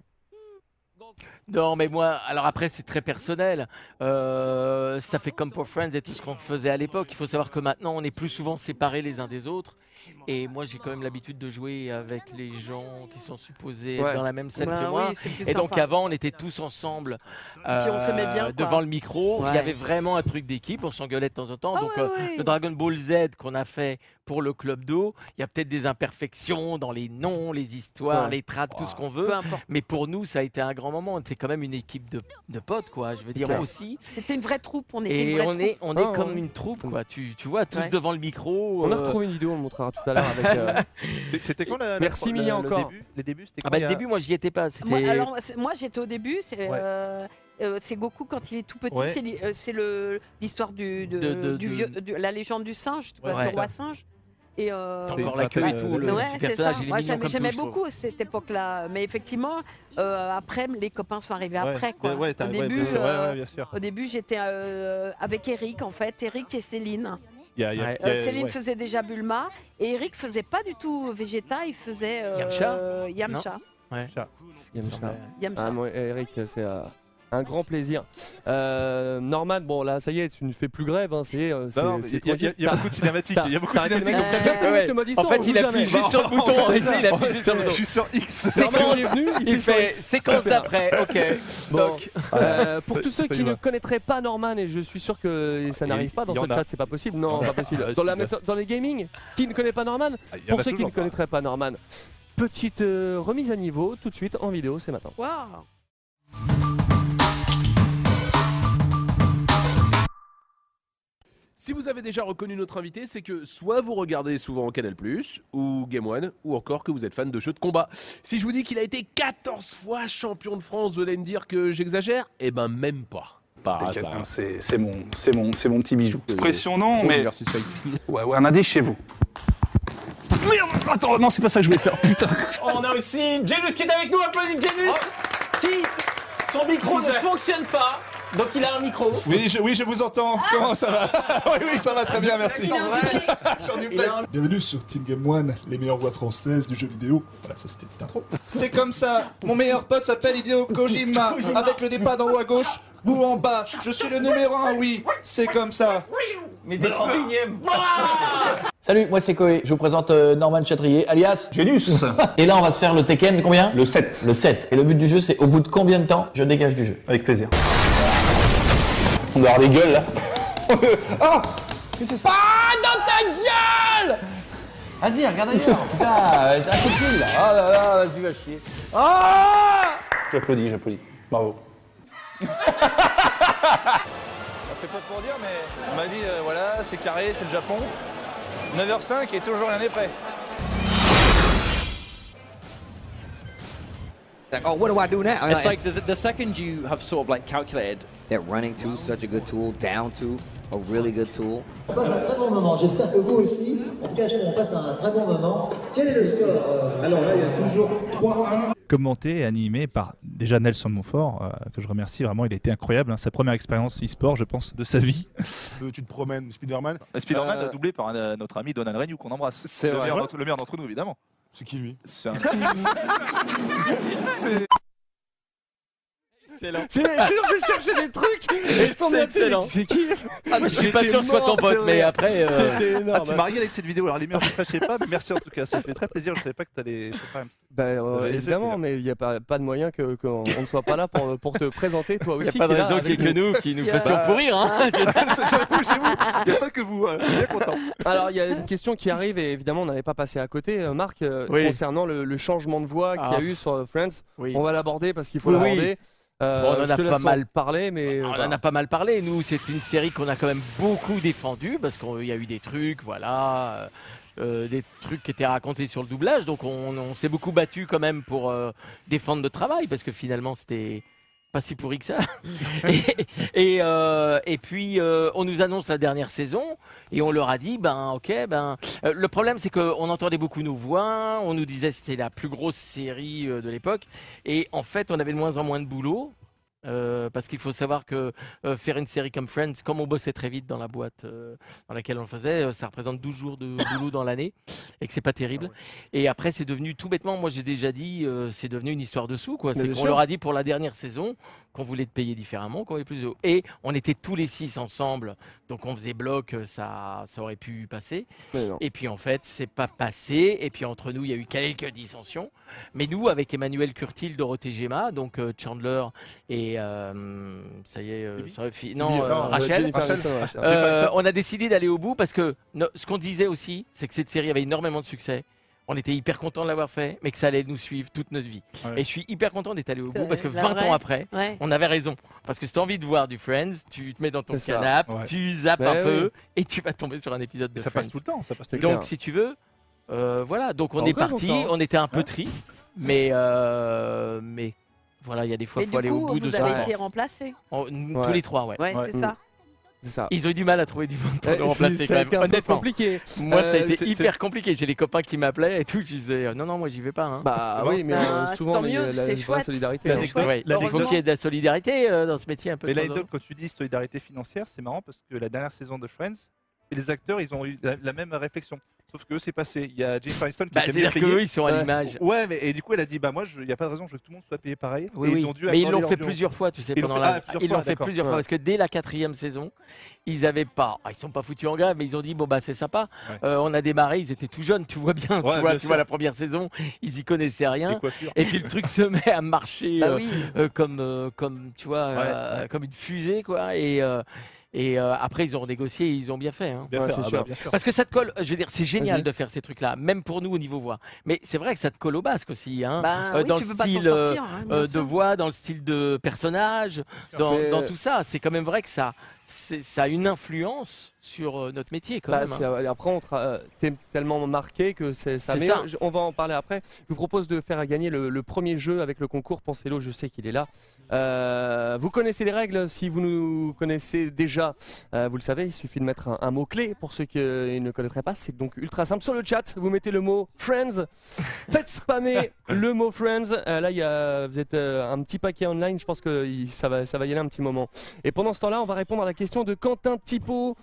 Non, mais moi, alors après, c'est très personnel. Euh, ça fait comme pour Friends et tout ce qu'on faisait à l'époque. Il faut savoir que maintenant, on est plus souvent séparés les uns des autres. Et moi, j'ai quand même l'habitude de jouer avec les gens qui sont supposés Ouais. être dans la même scène Bah que moi. oui, c'est plus Et donc sympa. avant, on était tous ensemble Puis on s'aimait bien, euh, quoi. devant le micro. Il y Ouais. avait vraiment un truc d'équipe. On s'engueulait de temps en temps. Ah donc ouais, euh, ouais. le Dragon Ball Z qu'on a fait pour le Club d'eau, il y a peut-être des imperfections dans les noms, les histoires, Ouais. les trades, tout ce qu'on veut. Peu importe. Mais pour nous, ça a été un grand moment. On était quand même une équipe de, de potes, quoi. Je veux dire clair. aussi. C'était une vraie troupe. On était une Et vraie on troupe. est, on est Ah, comme ouais. une troupe, quoi. Tu, tu vois, tous Ouais. devant le micro. On a euh, retrouvé une vidéo, on le montrera tout à l'heure avec. euh, C'est- C'était quand la, la- Merci, la- Mia, le encore. début Les débuts, c'était Ah quand bah, il y le a- début, moi, j'y étais pas. C'était. Moi, alors, c'est- moi, j'étais au début. C'est Ouais. euh, euh, c'est Goku quand il est tout petit. Ouais. C'est li- euh, c'est le l'histoire du, de, De- de- du de- vieux- de la légende du singe, tu vois, Ouais. le roi singe. Et euh, T'as C'était encore la une queue et bataille, tout. euh, Le ouais, petit c'est personnage, ça. il est Moi, mignon j'aimais comme j'aimais tout, je trouve. beaucoup cette époque-là. Mais effectivement, euh, après, les copains sont arrivés Ouais. après. Quoi. Ouais, t'as- au ouais, début, bien sûr, ouais, euh, ouais, bien sûr. Au début, j'étais euh, avec Eric, en fait, Eric et Céline. Il y a- il y a- Ouais. il y a- Euh, Céline ouais. faisait déjà Bulma et Eric faisait pas du tout Vegeta, il faisait euh, Yamcha Yamcha. Ouais. Yamcha. Yamcha. Ah, moi, Eric, c'est euh, un grand plaisir. Euh, Norman, bon là, ça y est, tu ne fais plus grève, hein, ça y est, euh, c'est Non, mais c'est il y a- il y a- il y a tranquille. beaucoup de cinématiques. T'as- Il y a beaucoup de t'as arrêté cinématiques. le mec. T'as bien fait Ouais. avec le mode En histoire, fait, on il bouge appuie jamais. juste sur le bouton. C'est tu sais, ça. Il appuie juste sur le Je bouton. suis sur X. Norman, il est venu, il, Il fait fait son X. séquence d'après. Ok. Bon, Donc, euh, pour tous ceux Ça y qui va. ne connaîtraient pas Norman, et je suis sûr que ça Il- n'arrive pas dans il y ce en a. chat, c'est pas possible. Non, Il y en a. pas possible. Ah, Dans, la si, méthode- dans les gaming, qui ne connaît pas Norman? Ah, il y en Pour a ceux qui ne toujours pas. connaîtraient pas Norman, petite euh, remise à niveau tout de suite en vidéo, c'est maintenant. Waouh. Si vous avez déjà reconnu notre invité, c'est que soit vous regardez souvent Canal plus, ou Game One, ou encore que vous êtes fan de jeux de combat. Si je vous dis qu'il a été quatorze fois champion de France, vous allez me dire que j'exagère? Eh ben même pas. Par T'inquiète, hasard. hein, c'est c'est mon, c'est mon, c'est mon petit bijou. Euh, Pression non, Frog mais versus Fight. ouais, ouais, un indice chez vous. Merde, attends, non, c'est pas ça que je voulais faire. Putain. On a aussi Janus qui est avec nous, applaudissez Janus, qui, son micro ne fonctionne pas, donc il a un micro. Oui, je, oui, je vous entends. Comment ça va? Oui, oui, ça va très bien, merci. J'en ai plein. Bienvenue sur Team Game One, les meilleures voix françaises du jeu vidéo. Voilà, ça c'était une petite intro. C'est comme ça. Mon meilleur pote s'appelle Hideo Kojima. Avec le départ d'en haut à gauche, bout en bas. Je suis le numéro un, oui. C'est comme ça. Mais dès le énième. Salut, moi c'est Koé, je vous présente euh, Norman Chatrier, alias Genus. Et là on va se faire le Tekken, combien? Le sept. Le sept. Et le but du jeu c'est au bout de combien de temps je dégage du jeu? Avec plaisir. On doit avoir des gueules là. Ah, qu'est-ce que c'est ça? Ah, dans ta gueule! Vas-y, regarde ailleurs, putain, euh, t'as un coup de fil là. Oh là là, vas-y, va chier. Ah! J'applaudis, j'applaudis. Bravo. C'est pas pour dire, mais on m'a dit, euh, voilà, c'est carré, c'est le Japon. neuf heures cinq et toujours rien n'est prêt. Like, oh, what do I do now? It's like the, the second you have sort of like calculated that running to such a good tool, down to a really good tool. On passe un très bon moment, j'espère que vous aussi. En tout cas, on passe un très bon moment. Quel est le score? Alors là, il y a toujours trois un. Commenté et animé par déjà Nelson Montfort, euh, que je remercie vraiment, il a été incroyable, hein, sa première expérience e-sport, je pense, de sa vie. Euh, tu te promènes, Spider-Man. Spider-Man Euh, doublé par un, euh, notre ami Donald Renew qu'on embrasse. C'est le vrai. meilleur d'entre- le meilleur d'entre nous, évidemment. C'est qui lui C'est un... Excellent. J'ai je cherchais des trucs et je tombe C'est là-dessus, excellent. mais C'est qui Ah, je suis pas sûr que ce soit ton pote, mais après. euh, C'était énorme. Ah, tu m'as régalé avec cette vidéo. Alors les murs, je ne sais pas, mais merci en tout cas. Ça fait très plaisir. Je ne savais pas que tu allais préparer un petit Bah, euh, Ça fait évidemment, plaisir. mais il n'y a pas, pas de moyen que- qu'on on ne soit pas là pour, pour te présenter toi Il n'y aussi. a pas de qui est là raison qu'il y ait avec que nous. nous qui nous Bah, fassions pourrir. Hein. J'avoue, chez vous, il n'y a pas que vous. hein. Je suis bien content. Alors, il y a une question qui arrive et évidemment, on n'allait pas passer à côté, euh, Marc, euh, Oui. concernant le, le changement de voix qu'il y Ah. a eu sur euh, Friends. Oui. On va l'aborder parce qu'il faut Oui, oui. l'aborder. Euh, Bon, on en je a te pas laisse mal- en parler, mais. On euh, en voilà. a pas mal parlé. Nous, c'est une série qu'on a quand même beaucoup défendue parce qu'il y a eu des trucs, voilà, euh, euh, des trucs qui étaient racontés sur le doublage. Donc, on, on s'est beaucoup battu quand même pour euh, défendre notre travail parce que finalement, c'était pas si pourri que ça. et, et, euh, et puis, euh, on nous annonce la dernière saison et on leur a dit, ben, ok, ben, euh, le problème, c'est qu'on entendait beaucoup nos voix. On nous disait que c'était la plus grosse série euh, de l'époque. Et en fait, on avait de moins en moins de boulot. Euh, parce qu'il faut savoir que euh, faire une série comme Friends, comme on bossait très vite dans la boîte euh, dans laquelle on le faisait, euh, ça représente douze jours de boulot dans l'année et que c'est pas terrible. Et après, c'est devenu tout bêtement, moi j'ai déjà dit, euh, c'est devenu une histoire de sous. Quoi. Mais C'est bien qu'on sûr. leur a dit pour la dernière saison qu'on voulait te payer différemment, qu'on voulait plus de... Et on était tous les six ensemble, donc on faisait bloc, euh, ça, ça aurait pu passer. Mais non. Et puis en fait, c'est pas passé. Et puis entre nous, il y a eu quelques dissensions. Mais nous, avec Emmanuel Curtil, Dorothée Gemma, donc euh, Chandler et euh, ça y est, euh, Sophie- non, Phoebe, euh, non, Rachel, Jennifer Aniston, Rachel. euh, on a décidé d'aller au bout parce que no- ce qu'on disait aussi, c'est que cette série avait énormément de succès. On était hyper content de l'avoir fait, mais que ça allait nous suivre toute notre vie. Ouais. Et je suis hyper content d'être allé au C'est bout parce que la vingt vraie. ans après, Ouais. on avait raison. Parce que si tu as envie de voir du Friends, tu te mets dans ton C'est ça. canapé, Ouais. tu zappes Mais un oui. peu et tu vas tomber sur un épisode de Ça Friends. passe tout le temps. Ça passe tout C'est le temps. Donc, clair. si tu veux, euh, voilà. Donc, on Encore est parti. longtemps. On était un peu Ouais. triste, mais euh, mais voilà, il y a des fois, Mais il du faut aller au coup, bout de vous ça. avez été remplacés. On- nous, Ouais. Tous les trois, ouais. Ouais, Ouais. c'est ça. C'est ça. Ils ont eu du mal à trouver du monde pour Euh, nous c'est- remplacer ça quand a même. été un peu Honnêtement, compliqué. moi, ça a Euh, été c'est- hyper compliqué. J'ai les copains qui m'appelaient et tout. Je disais, euh, non, non, moi, j'y vais pas. Hein. Bah Bon, oui, mais bah, euh, souvent, tant il y a mieux, la c'est vraie chouette. solidarité. C'est hein. l'anecdote- Ouais. Il faut l'anecdote- qu'il y ait de la solidarité euh, dans ce métier un peu. Mais de temps en l'anecdote, quand tu dis solidarité financière, c'est marrant parce que la dernière saison de Friends, et les acteurs, ils ont eu la, la même réflexion. Sauf que eux, c'est passé. Il y a Jennifer Aniston qui Bah, était mieux c'est-à-dire payée. qu'eux, ils sont à Ouais. l'image. Ouais, mais et du coup, elle a dit, bah moi, il n'y a pas de raison, je veux que tout le monde soit payé pareil. Oui, et oui. ils ont dû Mais ils accorder l'ont leur fait duo. plusieurs fois, tu sais, Ils l'ont pendant fait- la. ah, plusieurs ils l'ont fois, fait d'accord. plusieurs fois Ouais. parce que dès la quatrième saison, ils avaient pas. ah, Ils sont pas foutus en grève, mais ils ont dit bon bah c'est sympa. Ouais. Euh, on a démarré, ils étaient tout jeunes, tu vois bien. Ouais, tu vois, bien tu vois sûr. la première saison, ils y connaissaient Les rien. coiffures. Et puis le truc se met à marcher Bah euh, oui. euh, comme euh, comme tu vois euh, ouais. comme une fusée quoi. Et euh, et euh, après ils ont renégocié, et ils ont bien fait. Hein. Bien Ouais, fait, c'est ah bah, sûr. bien sûr. Parce que ça te colle, je veux dire, c'est génial Vas-y. de faire ces trucs-là, même pour nous au niveau voix. Mais c'est vrai que ça te colle au basque aussi, hein, Bah euh, oui, dans tu le peux pas t'en style sortir, hein, bien euh, de sûr. voix, dans le style de personnage, dans, Mais- dans tout ça. C'est quand même vrai que ça, c'est- ça a une influence sur euh, notre métier quand Bah, même. c'est- hein. euh, après, on tra- euh, t'es tellement marqué que c'est ça. C'est Mais ça. euh, je- on va en parler après. Je vous propose de faire gagner le, le premier jeu avec le concours Pensez-le, je sais qu'il est là. Euh, vous connaissez les règles. Si vous nous connaissez déjà, euh, vous le savez, il suffit de mettre un, un mot-clé. Pour ceux qui euh, ne connaîtraient pas, c'est donc ultra simple. Sur le chat, vous mettez le mot Friends. Faites spammer le mot Friends. Euh, là, il y a, vous êtes euh, un petit paquet online. Je pense que il- ça va, ça va y aller un petit moment. Et pendant ce temps-là, on va répondre à la question de Quentin Thibault.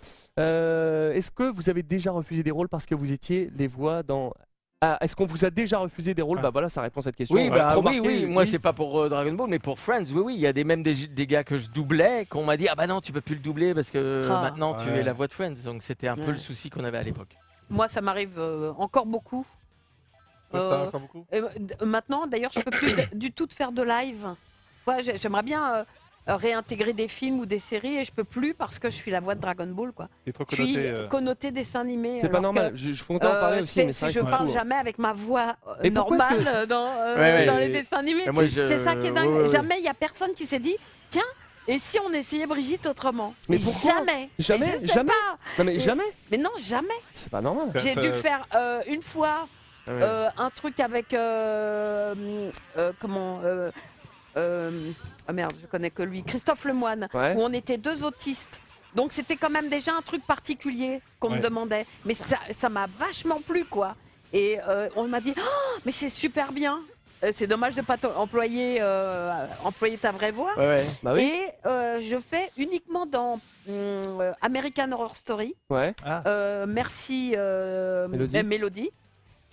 Euh, Est-ce que vous avez déjà refusé des rôles parce que vous étiez les voix dans... Ah, est-ce qu'on vous a déjà refusé des rôles? Bah voilà, ça répond à cette question. Oui, On va bah, trop oui, marquer, oui. Moi, c'est pas pour euh, Dragon Ball, mais pour Friends. Oui, oui. Il y a des, même des, des gars que je doublais, qu'on m'a dit ah bah non, tu peux plus le doubler parce que Ah. maintenant tu Ouais. es la voix de Friends. Donc c'était un peu Ouais. le souci qu'on avait à l'époque. Moi, ça m'arrive euh, encore beaucoup. Ouais, ça, Euh, encore beaucoup. et, euh, d- maintenant, d'ailleurs, je peux plus d- du tout de faire de live. Ouais, j'ai- j'aimerais bien euh, euh, réintégrer des films ou des séries et je peux plus parce que je suis la voix de Dragon Ball, quoi. T'es trop Je suis connoté. euh. connotée dessin animé. C'est pas alors normal. que, Je, je pourrais en euh, parler je aussi, fais- mais c'est vrai je que c'est parle fou, hein. jamais avec ma voix euh, Et pourquoi est-ce normale que- euh, dans, euh, Ouais, ouais. dans les dessins animés. Mais moi, je- C'est ça qui est dingue. ouais, ouais, ouais. Jamais il y a personne qui s'est dit tiens, et si on essayait Brigitte autrement? Mais pourquoi? Jamais. Jamais, Mais je sais jamais. pas. Non mais Mais- jamais. Mais non, jamais. C'est pas normal. J'ai Ça- dû faire euh, une fois Ouais. euh, un truc avec euh, euh, comment euh, euh, ah merde, je connais que lui, Christophe Lemoine, Ouais. où on était deux autistes. Donc c'était quand même déjà un truc particulier qu'on Ouais. me demandait. Mais ça, ça m'a vachement plu, quoi. Et euh, on m'a dit, oh, mais c'est super bien. Euh, c'est dommage de pas t- employer, euh, employer ta vraie voix. Ouais, ouais. Bah oui. Et euh, je fais uniquement dans hum, euh, American Horror Story. Ouais. Ah. Euh, merci euh, Mélodie. euh, Mélodie.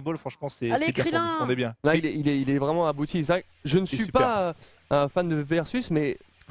Dragon Ball, franchement, c'est Allez, c'est bien pour Krillin. nous. On est bien. Là, il, est, il, est, il est vraiment abouti. C'est vrai que je ne suis super. pas euh, un fan de Versus, mais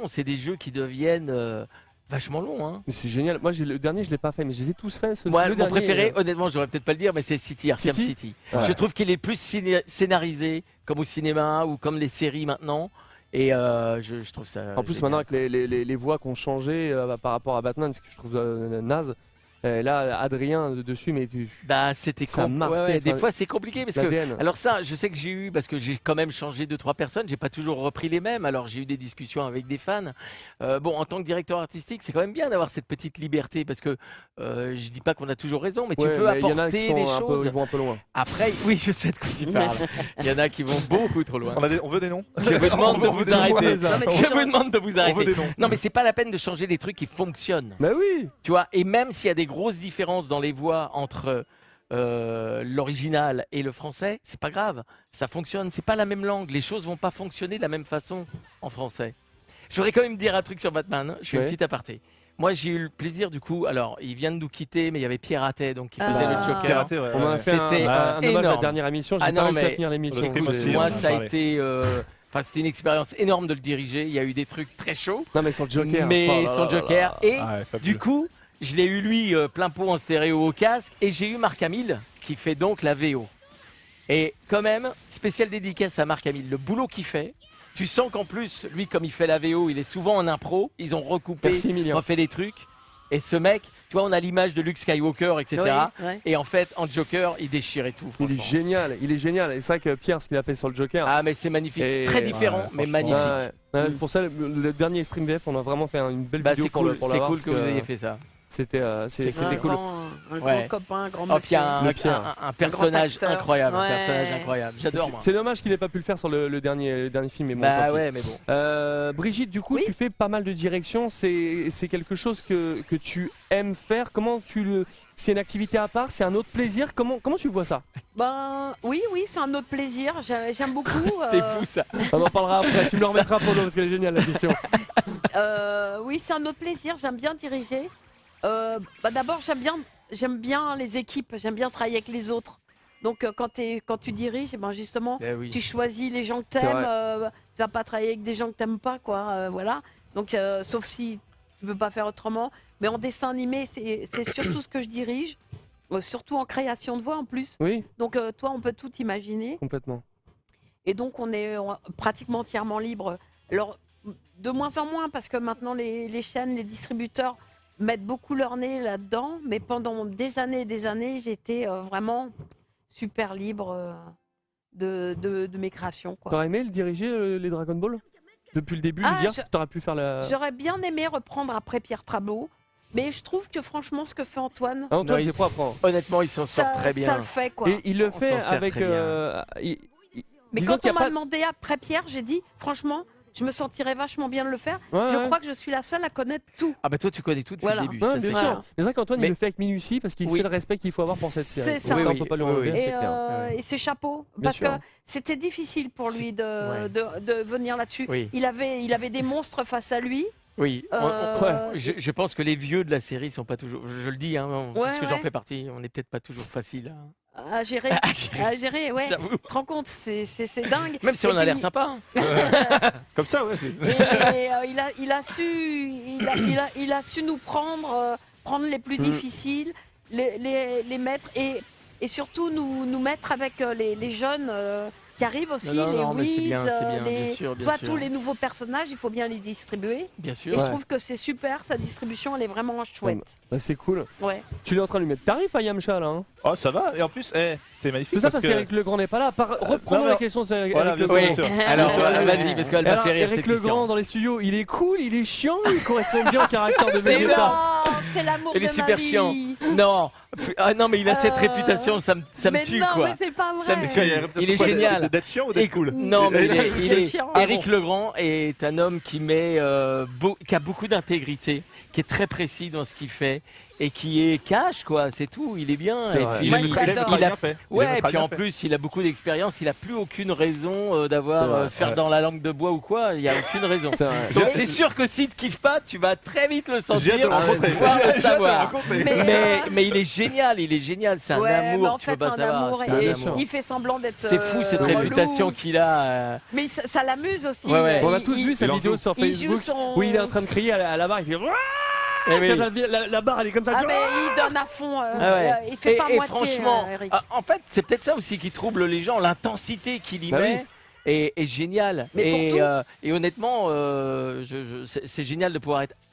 long. C'est des jeux qui deviennent euh, vachement longs. Hein. Mais c'est génial. Moi, j'ai le dernier, je l'ai pas fait, mais je les ai tous faits. Ce, Moi, le mon dernier, préféré, euh, honnêtement, je devrais peut-être pas le dire, mais c'est City, Arkham City City. Ouais. Je trouve qu'il est plus ciné- scénarisé, comme au cinéma ou comme les séries maintenant. Et euh, je, je trouve ça. En plus, génial. maintenant, avec les, les, les, les voix qui ont changé euh, par rapport à Batman, ce que je trouve euh, naze. Et là, Adrien de- dessus, mais tu. Bah, c'était Ça com- marquait, ouais, ouais, des enfin, fois, c'est compliqué parce que. l'A D N. Alors ça, je sais que j'ai eu parce que j'ai quand même changé deux trois personnes. J'ai pas toujours repris les mêmes. Alors j'ai eu des discussions avec des fans. Euh, bon, en tant que directeur artistique, c'est quand même bien d'avoir cette petite liberté parce que euh, je dis pas qu'on a toujours raison, mais Ouais, tu peux mais il y en a qui apporter sont des un peu- choses. ils vont un peu loin. Après, oui, je sais de quoi tu parles. Il y en a qui vont beaucoup trop loin. On, a des- on veut des noms. Je vous demande On de veut vous des noms. arrêter. Non, mais Je tu vous changes- demande de vous On veut arrêter. des noms. Non, mais c'est pas la peine de changer des trucs qui fonctionnent. Bah oui. Tu vois, et même s'il y a des grosses différences dans les voix entre euh, l'original et le français, c'est pas grave. Ça fonctionne. C'est pas la même langue. Les choses vont pas fonctionner de la même façon en français. Je voudrais quand même dire un truc sur Batman. Je fais Ouais. une petite aparté. Moi, j'ai eu le plaisir du coup. Alors, il vient de nous quitter, mais il y avait Pierre Attet, donc qui Ah. faisait le Joker. Pierre Attet, ouais, On a ouais. fait un- C'était un- un hommage à la énorme. dernière émission. J'ai Ah pas non, réussi à mais finir l'émission. écoute, Aussi, moi, on en ça a parlait. été. euh, Enfin, c'était une expérience énorme de le diriger. Il y a eu des trucs très chauds. Non, mais sur le Joker. Mais Oh là sur là le là Joker. là. Et Ah ouais, fabuleux. du coup, je l'ai eu lui euh, plein pot en stéréo au casque. Et j'ai eu Marc Hamill qui fait donc la V O. Et quand même, spécial dédicace à Marc Hamill. Le boulot qu'il fait. Tu sens qu'en plus, lui, comme il fait la V O, il est souvent en impro. Ils ont recoupé, Merci, Emilien. refait des trucs. Et ce mec, tu vois, on a l'image de Luke Skywalker, et cetera. Oui, ouais. Et en fait, en Joker, il déchirait tout. Il est génial, il est génial. Et c'est vrai que Pierre, ce qu'il a fait sur le Joker. Ah, mais c'est magnifique. C'est très différent, mais magnifique. Ouais, ouais. Pour ça, le, le dernier stream V F, on a vraiment fait une belle Bah, vidéo c'est pour, cool, le- pour c'est l'avoir, cool parce que vous ayez fait ça. C'était euh, c'est- C'est c'était cool. cool. Un grand Ouais. copain, un grand Oh, puis monsieur. un, Le Pierre. un- un personnage acteur. incroyable, un Ouais. personnage incroyable. J'adore C'est- moi. C'est dommage qu'il n'ait pas pu le faire sur le, le dernier, le dernier film. Mais bon, Bah tant pis. ouais, mais bon. Euh, Brigitte, du coup, tu fais pas mal de direction. C'est c'est quelque chose que, que tu aimes faire. Comment tu le. C'est une activité à part, c'est un autre plaisir. Comment, comment tu vois ça? Ben oui, oui, c'est un autre plaisir. J'ai- J'aime beaucoup. C'est euh, fou ça. On en parlera après. Tu me le remettras pour nous parce qu'elle est géniale la question. Euh, oui, c'est un autre plaisir. J'aime bien diriger. Euh, bah, D'abord, j'aime bien, j'aime bien les équipes. J'aime bien travailler avec les autres. Donc, euh, quand, t'es- quand tu diriges, eh ben, justement, Eh oui. tu choisis les gens que C'est t'aimes. vrai. Euh, tu vas pas travailler avec des gens que t'aimes pas, quoi. euh, voilà. Donc, euh, sauf si tu peux pas faire autrement. Mais en dessin animé, c'est c'est surtout ce que je dirige. Euh, surtout en création de voix en plus. Oui. Donc, euh, toi, on peut tout imaginer. Complètement. Et donc, on est euh, pratiquement entièrement libre. Alors, de moins en moins, parce que maintenant, les, les chaînes, les distributeurs mettent beaucoup leur nez là-dedans. Mais pendant des années et des années, j'étais euh, vraiment super libre euh, de, de, de mes créations. quoi. T'aurais aimé le diriger euh, les Dragon Ball depuis le début, Ah, lui dire je- que t'aurais pu faire la. J'aurais bien aimé reprendre après Pierre Trabot. Mais je trouve que franchement, ce que fait Antoine, Ah, Antoine, Non, c'est il- propre. hein. Honnêtement, il s'en ça, sort très bien. ça le fait. quoi. Et il le On fait s'en sert avec. très bien. euh, il- il- Mais disons quand qu'il y on a m'a pas- demandé après Pierre, j'ai dit, franchement, je me sentirais vachement bien de le faire. Ouais, je ouais. crois que je suis la seule à connaître tout. Ah bah toi, tu connais tout depuis Voilà. le début. Ouais, ça, bien c'est sûr. clair. Mais c'est vrai qu'Antoine Mais- il le fait avec minutie parce qu'il Oui. sait le respect qu'il faut avoir pour cette série. C'est Donc ça. ça, on Oui, peut pas lui oui, enlever, oui. c'est Et, clair. euh, et c'est chapeau. Bien Parce sûr. que c'était difficile pour lui de, Ouais. de, de venir là-dessus. Oui. Il, avait, il avait des monstres face à lui. Oui, on- on- Euh, je, je pense que les vieux de la série sont pas toujours. Je, je le dis, hein, parce que j'en ouais. fais partie. On n'est peut-être pas toujours facile. à- À gérer. À gérer. À gérer, ouais. J'avoue. Tu te rends compte, c'est c'est- c'est dingue. Même si Et on a l'air puis- sympa. hein. Comme ça, ouais. Et, et, euh, il, a, il, a su, il, a, il, a, il a su nous prendre, euh, prendre les plus Mm. difficiles, les, les, les mettre et, et surtout nous, nous mettre avec euh, les, les jeunes euh, qui arrivent aussi, Non, non, les non, mais c'est Wiz, bien, c'est euh, bien, bien les, sûr, bien toi, sûr. tous les nouveaux personnages, il faut bien les distribuer. Bien Et sûr. je Ouais. trouve que c'est super, sa distribution, elle est vraiment chouette. Bah, c'est cool. Ouais. Tu es en train de lui mettre tarif à Yamcha là. Hein. Oh, ça va. Et en plus, eh, c'est magnifique. Tout ça parce parce que- qu'Eric Legrand n'est pas là. Par... Reprenons non, la mais- question sur Eric Voilà, bien Legrand. sûr, bien sûr. Alors, Ouais. euh, vas-y, parce qu'elle m'a Alors, fait rire. Eric cette question. Legrand dans les studios, il est cool, il est chiant, il correspond bien au caractère de Mais Vegeta. non, c'est l'amour Il de est ma super vie. chiant. Non, ah non, mais il a cette Euh, réputation, ça me, ça me mais tue non, quoi. mais c'est pas Ça me vrai. tue. Il est génial. D'être chiant ou d'être cool Non, mais il est, il C'est est- chiant. Éric Ah bon. Legrand est un homme qui met, euh, beau- qui a beaucoup d'intégrité, qui est très précis dans ce qu'il fait et qui est cash quoi. C'est tout. Il est bien. C'est Et vrai. puis, Moi, il, j'adore. Il a il a- bien fait. Il a Ouais, très et puis bien en fait. plus, il a beaucoup d'expérience. Il a plus aucune raison euh, C'est d'avoir vrai, euh, faire ouais. dans la langue de bois ou quoi. Il y a aucune raison. C'est vrai. Donc J'ai- c'est sûr que si tu kiffes pas, tu vas très vite le sentir, J'ai hâte de le rencontrer. voire J'ai le hâte de le savoir. rencontrer. Mais, Mais, euh, mais il est génial, il est génial. C'est un ouais, mais amour, en tu fait, peux pas c'est un savoir. amour C'est un et amour. il fait semblant d'être. C'est fou cette euh, relou. réputation qu'il a. euh, Mais ça, ça l'amuse aussi. Ouais, ouais. Il- On a tous il- vu sa il en vidéo joue. sur il joue Facebook son- où il est en train de crier à la, à la barre, il fait Eh oui. la, la- la barre elle est comme ça. Ah, mais il donne à fond. euh, Ah ouais. euh, il fait et, pas et moitié. franchement, euh, Eric. ah, en fait, c'est peut-être ça aussi qui trouble les gens, l'intensité qu'il y Bah met. Est, est génial. Mais et, pour tout. euh, et honnêtement, euh, je- je- c'est c'est génial de pouvoir être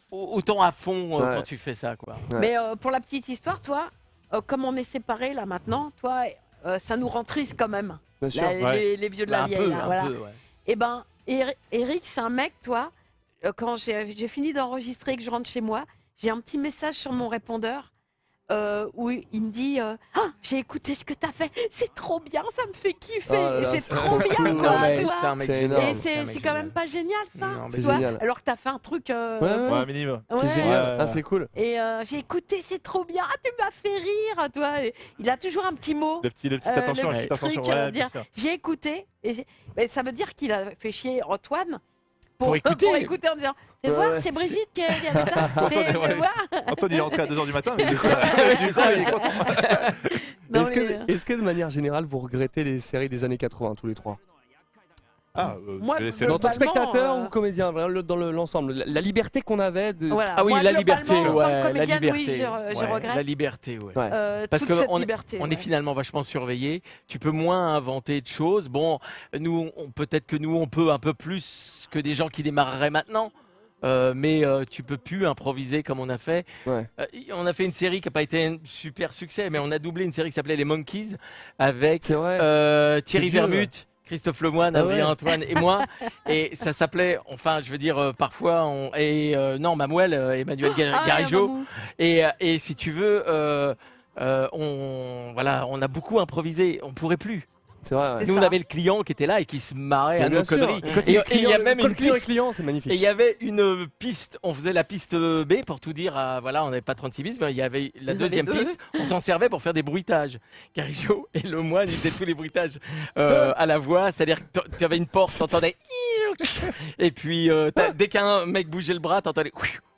autant à fond euh, Ouais. quand tu fais ça, quoi. Mais euh, pour la petite histoire, toi, euh, comme on est séparés là maintenant, toi, euh, ça nous rend triste quand même. Bien sûr, Là, ouais. les, les vieux de la Bah, un vieille. peu, là, un voilà. peu, ouais. Et ben, Eri- Eric, c'est un mec, toi. euh, quand j'ai j'ai fini d'enregistrer et que je rentre chez moi, j'ai un petit message sur mon répondeur. Euh, où il me dit euh, ah, j'ai écouté ce que t'as fait, c'est trop bien, ça me fait kiffer, Oh là et là, c'est c'est trop bien, cool. quoi, Non, mais tu vois. c'est un mec C'est génial. énorme. Et C'est un c'est mec c'est quand même génial. pas génial, ça, Non, mais tu c'est vois. génial. Alors que t'as fait un truc. euh, Ouais, ouais. Ouais, un minimum. C'est ouais. génial. Ouais, Ah, c'est cool. Et euh, j'ai écouté, c'est trop bien, ah, tu m'as fait rire, toi. Et il a toujours un petit mot. Le petit, le petit Euh, attention, le la petit petite attention. truc, euh, Ouais, bien dire, sûr. j'ai écouté, et j'ai- mais ça veut dire qu'il a fait chier Antoine pour, Pour écouter. pour écouter en disant fais Ouais, voir, ouais. c'est Brigitte qui a qui a fait ça. Antoine, Fais- fais ouais. voir. Antoine, il est rentré à deux heures du matin, mais c'est ça. Du coup, il est content. Non, Est-ce mais, que, euh, est-ce que de manière générale, vous regrettez les séries des années quatre-vingts, tous les trois? Ah, euh, Moi, je vais laisser- En tant que globalement, spectateur euh, ou comédien, vraiment, le- dans le- l'ensemble, la, la liberté qu'on avait de. Voilà. Ah oui, Moi, la liberté, globalement, en tant que ouais, la comédienne, liberté. oui, je, je Ouais, regrette. La liberté, ouais. Ouais. euh, Parce toute que cette on est- liberté. On ouais. est finalement vachement surveillé. Tu peux moins inventer de choses. Bon, nous, on- peut-être que nous, on peut un peu plus que des gens qui démarreraient maintenant. Euh, mais euh, tu peux plus improviser comme on a fait. Ouais. Euh, on a fait une série qui n'a pas été un super succès, mais on a doublé une série qui s'appelait Les Monkeys avec C'est vrai. euh, Thierry C'est vieux, Vermut, Christophe Lemoine, Ah Adrien ouais. Antoine et moi. Et ça s'appelait, enfin, je veux dire, euh, parfois, on, et euh, non, Mamouel, euh, Emmanuel Gar- Ah, Garigeau. Mamou. Et, euh, et si tu veux, euh, euh, on, voilà, on a beaucoup improvisé. On pourrait plus. C'est vrai. ouais. C'est Nous, on ça. avait le client qui était là et qui se marrait Mais à bien nos sûr. conneries. Quand Et il, et il y a même quand une le client est piste. client, c'est magnifique. Et il y avait une piste, on faisait la piste B pour tout dire, à- voilà, on n'avait pas trente-six bis, mais il y avait la Vous deuxième avez deux. piste, on s'en servait pour faire des bruitages. Garigeau et Lemoine, ils faisaient tous les bruitages euh, à la voix, c'est-à-dire que tu avais une porte, t'entendais et puis euh, t'as- dès qu'un mec bougeait le bras, t'entendais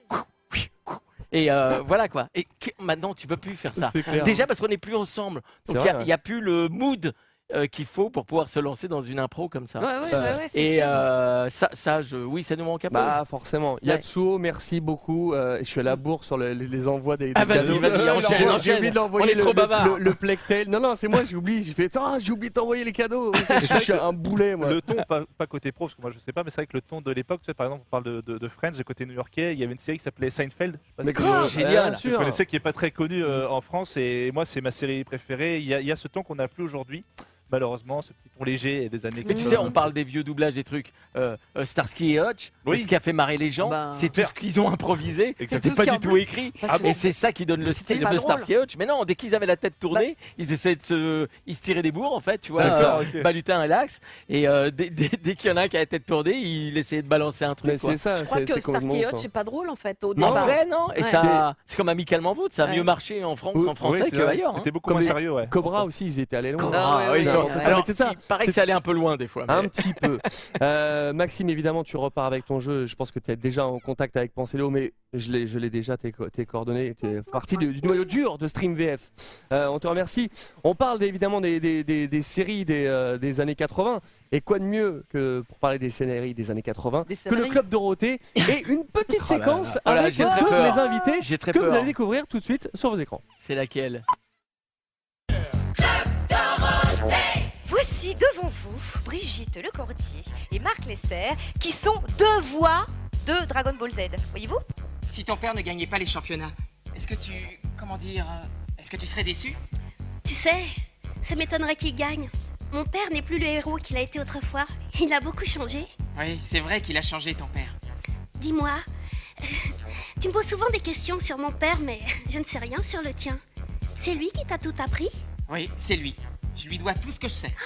et euh, voilà quoi. Et que- maintenant, tu peux plus faire ça. C'est clair. Déjà parce qu'on n'est plus ensemble. C'est Donc il vrai, ouais. n'y a, plus le mood euh, qu'il faut pour pouvoir se lancer dans une impro comme ça. Ouais, ouais, ouais, ouais, c'est Et sûr. euh, ça, ça je, oui, ça nous manque un peu. Bah forcément. Yatsuo, merci beaucoup. Euh, je suis à la bourre sur le- les, les envois des, des Ah, vas-y, cadeaux. vas-y, Euh, enchaîne, j'ai- enchaîne. J'ai oublié d'envoyer On est le, trop le- bavard. le, le Plectail. Non, non, c'est moi, j'ai oublié. J'ai fait, ah, j'ai oublié de t'envoyer les cadeaux. C'est- Je suis un boulet, moi. Le ton, pas, pas côté pro, parce que moi je sais pas, mais c'est vrai que le ton de l'époque, tu sais, par exemple, on parle de, de, de Friends, du côté new-yorkais, il y avait une série qui s'appelait Seinfeld. Je sais pas Mais si vous- grave, génial. bien Vous sûr. connaissez, qui est pas très connu euh, en France, et moi c'est ma série préférée. Il y a, il y a ce ton qu'on n'a plus aujourd'hui, malheureusement, ce petit ton léger des années Mais tu quatre-vingts. sais, on parle des vieux doublages, des trucs. Euh, euh, Starsky et Hutch, Oui. ce qui a fait marrer les gens, Bah. c'est tout ce qu'ils ont improvisé. Exactement. C'était Tout ce pas qui du en tout plus. écrit. Parce que Et c'est ça qui donne le c'était style pas de drôle. Starsky et Hutch. Mais non, dès qu'ils avaient la tête tournée, ils essaient de se, ils se tiraient des bourres en fait, tu vois. D'accord, euh, ok. Balutin et Lax. Et euh, dès, dès- dès qu'il y en a un qui a la tête tournée, il essayait de balancer un truc. Mais quoi. c'est ça, Je crois c'est que c'est complètement Starkey ouf, Hutch, hein. c'est pas drôle en fait au En départ. vrai, non. Et Ouais. ça, c'est comme Amicalement Vôtre, ça a Ouais. mieux marché en France, Oui, en français Oui, c'est vrai, qu'ailleurs. C'était hein. beaucoup Comme moins les- sérieux, ouais. Cobra aussi, ils étaient allés loin. Ah, ouais, oui, ouais, ça- ouais, ouais. Alors, c'est ça. il paraît que C'est- ça allait un peu loin des fois. mais- Un petit peu. Euh, Maxime, évidemment, tu repars avec ton jeu. Je pense que tu es déjà en contact avec Pensélo, mais je l'ai, je l'ai déjà, tes, co- tes coordonnées. Tu es partie du, du noyau dur de Stream V F. Euh, on te remercie. On parle évidemment des, des, des, des séries des, euh, des années quatre-vingts. Et quoi de mieux que pour parler des séries des années quatre-vingts Des que le séries. Club Dorothée et une petite Oh là là. séquence Oh là, avec j'ai très deux de peur. mes invités J'ai très que vous peur. allez découvrir tout de suite sur vos écrans. C'est laquelle? Voici devant vous Brigitte Lecordier et Marc Lesser qui sont deux voix de Dragon Ball Z. Voyez-vous? Si ton père ne gagnait pas les championnats, est-ce que tu... comment dire... euh, est-ce que tu serais déçu? Tu sais, ça m'étonnerait qu'il gagne. Mon père n'est plus le héros qu'il a été autrefois. Il a beaucoup changé. Oui, c'est vrai qu'il a changé, ton père. Dis-moi, tu me poses souvent des questions sur mon père, mais je ne sais rien sur le tien. C'est lui qui t'a tout appris? Oui, c'est lui. Je lui dois tout ce que je sais.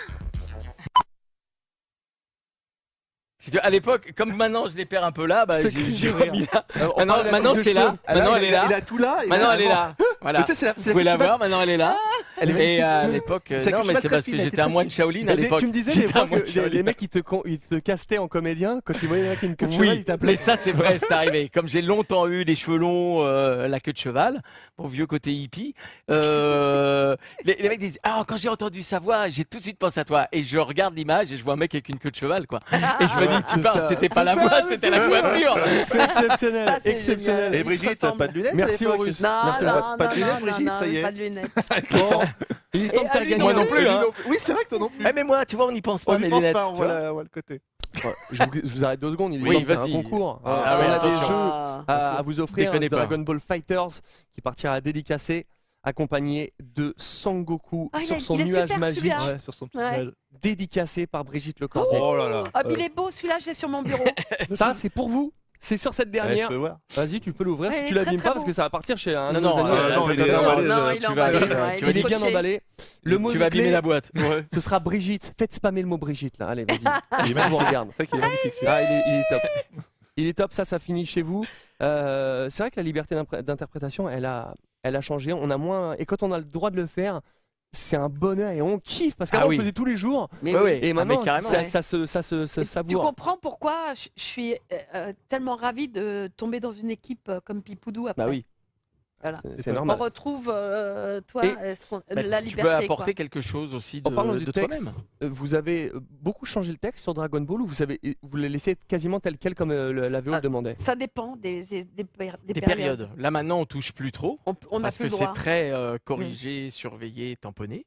Si tu- À l'époque, comme maintenant je les perds un peu là, bah, C'était j'ai crise j'ai de rire. remis là. Euh, on Maintenant, parle de la maintenant, coupe de c'est là. cheveux. Ah, là, Maintenant il elle est a- là. il a tout là, il a Maintenant elle est vraiment- là. Voilà. Mais tu sais, c'est la- Vous c'est la pouvez la coupe qui voir. Maintenant elle est là. Elle est Et magnifique. à l'époque, euh, C'est la non, coupe mais pas c'est très parce que fine, elle j'étais était un très moine fine. Shaolin à Mais l'époque. tu me disais J'étais des fois un moine que les, Shaolin. les mecs ils te, con- ils te castaient en comédien quand ils voyaient un mec avec une queue de cheval, Oui, ils mais t'appelaient. ça c'est vrai, c'est arrivé. Comme j'ai longtemps eu les cheveux longs, euh, la queue de cheval, mon vieux côté hippie, euh, les, les mecs disent ah quand j'ai entendu sa voix, j'ai tout de suite pensé à toi. Et je regarde l'image et je vois un mec avec une queue de cheval quoi. Et je me dis tu C'est parles, ça. c'était pas C'est la ça, voix, c'est c'était la ça. coiffure. C'est exceptionnel, Ça, c'est exceptionnel. génial. Et Brigitte, pas de lunettes? à Merci l'époque Horus. Non, Merci non, à pas- pas de non, lunettes, non, Brigitte, non, ça y est. pas de lunettes. Bon, Il est temps de Et faire à lui gagner. non Moi non plus, hein. Oui, c'est vrai que toi non plus. Eh, mais moi, tu vois, on n'y pense pas, On n'y mes pense lunettes. pas, on tu voit, vois. la- on voit le côté. Ouais, je, vous, je vous arrête deux secondes, il est Oui, temps de faire un vas-y. concours. Ah, Euh, ah oui, on a des attention. jeux à, à vous offrir. Déconnez pas. Dragon Ball Fighters qui partira dédicacé, accompagné de Sangoku Ah, il sur est- son il est nuage super, magique, celui-là. Ouais, sur son petit Ouais. nuage. dédicacé par Brigitte Lecordier. Oh là là. Ah, mais il est beau, celui-là, j'ai sur mon bureau. Ça, c'est pour vous. C'est sur cette Ouais, je dernière. peux voir. Vas-y, tu peux l'ouvrir Ouais, si il tu est l'abîmes très, très pas parce beau. que ça va partir chez un Non, de nos non, amis. euh, non, non, il c'est est pas emballé, normal. Non, euh, il est tu vas emballé, aller- ouais, tu Il vas est dire- bien scotché. emballé. Le mot Tu de vas abîmer clé, la boîte. Ouais. ce sera Brigitte. Faites spammer le mot Brigitte là. Allez, vas-y. Il est Je vous regarde. C'est vrai qu'il est magnifique. Ah, il est, il est top. Il est top, ça, ça finit chez vous. Euh, c'est vrai que la liberté d'impré- d'interprétation, elle a, elle a changé. On a moins, et quand on a le droit de le faire, c'est un bonheur et on kiffe parce qu'avant Ah oui. on le faisait tous les jours. Mais Ouais, oui. ouais. Et Ah, maintenant, mais carrément. ça, Ouais. ça se, ça se, se Et Tu savoure. comprends pourquoi je je suis euh, euh, tellement ravie de tomber dans une équipe euh, comme Pipoudou après. Bah oui, Voilà. c'est- c'est On normal. retrouve, euh, toi, Et- euh, ce qu'on- Bah, la tu liberté. peux apporter quoi. quelque chose aussi En de, parlant du de texte, toi-même. euh, vous avez euh, beaucoup changé le texte sur Dragon Ball ou vous, avez, vous le laissez quasiment tel quel comme euh, le- la V O le Ah, demandait? Ça dépend des, des, des péri- des Des périodes. périodes. Là maintenant, on touche plus trop On on n'a parce plus que le c'est droit. très euh, corrigé, surveillé, tamponné.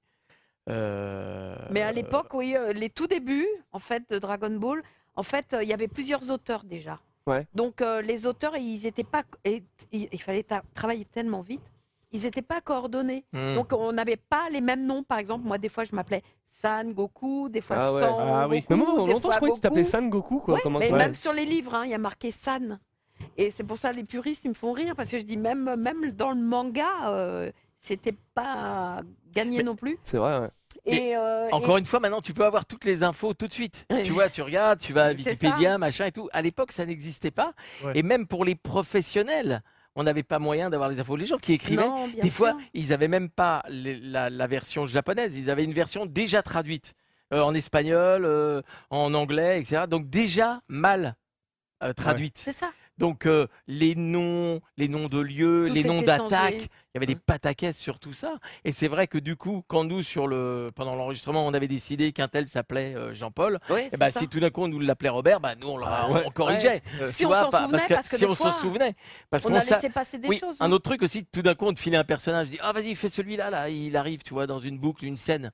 Euh, Mais à l'époque, oui, euh, les tout débuts, en fait, de Dragon Ball, en fait, euh, il y avait plusieurs auteurs déjà. Ouais. Donc euh, les auteurs, ils étaient pas, et- il il fallait ta- travailler tellement vite, ils n'étaient pas coordonnés. Hmm. Donc on n'avait pas les mêmes noms. Par exemple, moi, des fois, je m'appelais San Goku, des fois Ah ouais. San Ah oui. Goku, Mais moi, des longtemps, fois je croyais que tu t'appelais Goku. San Goku. Quoi. Ouais, Comment mais ouais. même sur les livres, hein, il y a marqué San. Et c'est pour ça les puristes, ils me font rire parce que je dis même, même dans le manga, euh, c'était pas gagné Mais- non plus. C'est vrai, ouais. Et, euh, Encore et- une fois, maintenant, tu peux avoir toutes les infos tout de suite. Ouais. Tu vois, tu regardes, tu vas à C'est Wikipédia, ça. machin et tout. À l'époque, ça n'existait pas. Ouais. Et même pour les professionnels, on n'avait pas moyen d'avoir les infos. Les gens qui écrivaient, Non, bien des fois, sûr. ils n'avaient même pas les- la, la version japonaise. Ils avaient une version déjà traduite euh, en espagnol, euh, en anglais, et cetera. Donc déjà mal euh, traduite. C'est ça. Donc euh, les noms, les noms de lieux, Tout les noms était d'attaques, changé. il y avait des pataquès sur tout ça. Et c'est vrai que du coup, quand nous sur le pendant l'enregistrement, on avait décidé qu'un tel s'appelait euh, Jean-Paul, Oui, et c'est bah, ça. si tout d'un coup on nous l'appelait Robert, bah nous on, le- Ah on- ouais. on corrigeait. Ouais. Tu Si on vois, s'en pas- souvenait, parce que si des on s'en fois, souvenait, parce On qu'on a sa- laissé passer des oui, choses. un hein. autre truc aussi, tout d'un coup on te filait un personnage, dit ah vas-y fais celui-là là, il arrive, tu vois, dans une boucle, une scène.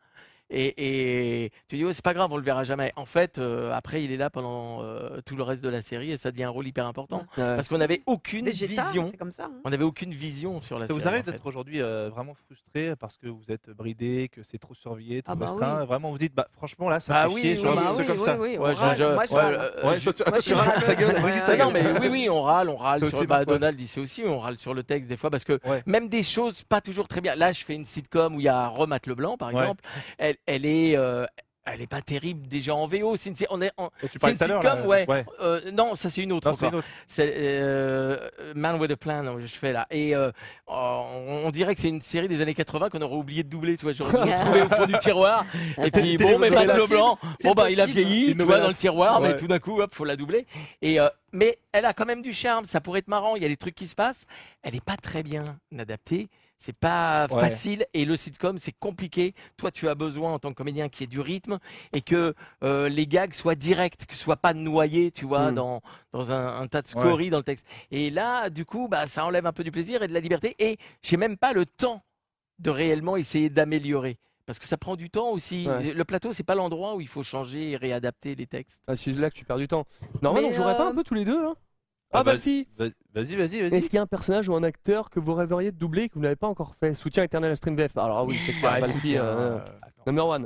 Et, et tu dis, oh, c'est pas grave, on le verra jamais. En fait, euh, après, il est là pendant euh, tout le reste de la série et ça devient un rôle hyper important. Ouais. Parce qu'on n'avait aucune Vegeta, vision. c'est comme ça. hein. On n'avait aucune vision sur la Ça vous série. arrive en fait. d'être aujourd'hui euh, vraiment frustré parce que vous êtes bridé, que c'est trop surveillé, trop Ah bah restreint. oui. Vraiment, vous dites, bah, franchement, là, ça Bah fait oui, chier. oui, j'aurais bah voulu que ce oui, soit comme ça. oui, oui, Ouais, on je- râle. je- Moi, je ouais, râle. euh, Ouais, je- toi, tu- Moi, toi, je tu râles, râle. ta gueule, Ouais. Brigitte, Euh, ta non, gueule. mais oui, oui, on râle, on râle Toi sur aussi, bah, parfois. Donald, il sait aussi, on râle sur le texte des fois parce que Ouais. même des choses pas toujours très bien. Là, je fais une sitcom où il y a Rome Leblanc, par Ouais. exemple. Elle, elle est, euh, elle est pas terrible déjà en V O. C'est une, sé- on est, en- Oh, tu c'est parlais une tout à l'heure, sitcom, là. ouais. Ouais. Euh, non, ça c'est une autre Non, c'est encore. une autre. C'est euh, Man with a Plan que je fais là. Et euh, on, on dirait que c'est une série des années quatre-vingts qu'on aurait oublié de doubler. Tu vois, j'aurais dû le trouver au fond du tiroir. Et puis bon, mais Matt Leblanc, bon bah il a vieilli, Une tu vois, dans le nouvelle tiroir, mais ouais. tout d'un coup, hop, faut la doubler. Et euh, mais elle a quand même du charme. Ça pourrait être marrant. Il y a des trucs qui se passent. Elle n'est pas très bien adaptée. C'est pas Ouais. facile et le sitcom c'est compliqué. Toi tu as besoin en tant que comédien qu'il y ait du rythme et que euh, les gags soient directs, que ce soit pas noyés, tu vois, Mm. dans, dans un, un tas de scories dans le texte. Et là du coup bah, ça enlève un peu du plaisir et de la liberté et j'ai même pas le temps de réellement essayer d'améliorer. Parce que ça prend du temps aussi. Ouais. Le plateau, c'est pas l'endroit où il faut changer et réadapter les textes. Ah, c'est là que tu perds du temps. Normalement, Mais, on jouerait pas euh, un peu tous les deux là Ah, Ah, vas-y, Valfi, Vas-y, vas-y, vas-y. est-ce qu'il y a un personnage ou un acteur que vous rêveriez de doubler et que vous n'avez pas encore fait? Soutien éternel à StreamDef. Alors ah oui, c'est clair, Ouais, Valfi, soutien, euh, euh, number one.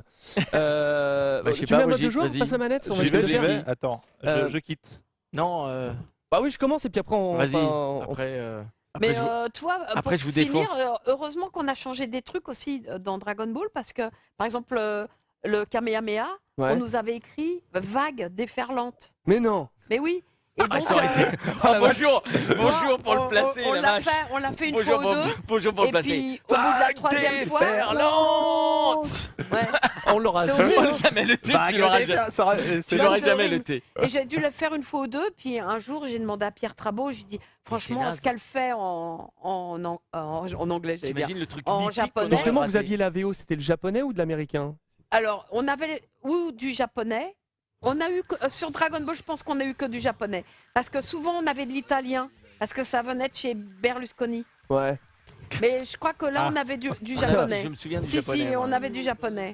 Euh, Bah, je sais tu pas, mets un mode de Brigitte, joueur, on vas-y. passe à manette, on va J'y essayer vais, de j'y faire. vais. Attends, je- Euh, je quitte. Non, euh, Bah oui, je commence et puis après on. vas-y. enfin, on- Après, euh, après, Mais je vous- euh, toi, après, pour je vous finir, défonce. euh, heureusement qu'on a changé des trucs aussi euh, dans Dragon Ball parce que, par exemple, euh, le Kamehameha, Ouais. on nous avait écrit vague déferlante. Mais non. Mais oui. Et Ah, donc, ça aurait euh, été- Ah, bonjour, bonjour pour on- le placer, on, on la l'a vache. fait, on l'a fait une Bonjour fois ou pour, deux. bonjour pour le Et placer. puis, au bout de la troisième fois, déferlante. ouais. On l'aura C'est jamais. horrible. On l'a jamais le thé, Vague tu l'auras défer- jamais. ça aurait- Tu c'est- l'aurais c'est jamais horrible. le thé. Et j'ai dû le faire une fois ou deux. Puis un jour, j'ai demandé à Pierre Trabot, je lui ai dit, franchement, naze. ce qu'elle fait en, en, en, en- en anglais, j'allais dire. T'imagines le truc En mythique japonais. qu'on Donc aurait justement, vous raté. aviez la V O, c'était le japonais ou de l'américain? Alors, on avait ou du japonais. On a eu que- euh, sur Dragon Ball, je pense qu'on a eu que du japonais, parce que souvent on avait de l'italien, parce que ça venait de chez Berlusconi. Ouais. Mais je crois que là, Ah. on avait du, du Ah, japonais. je me souviens du si, japonais, Si, moi. on avait du japonais.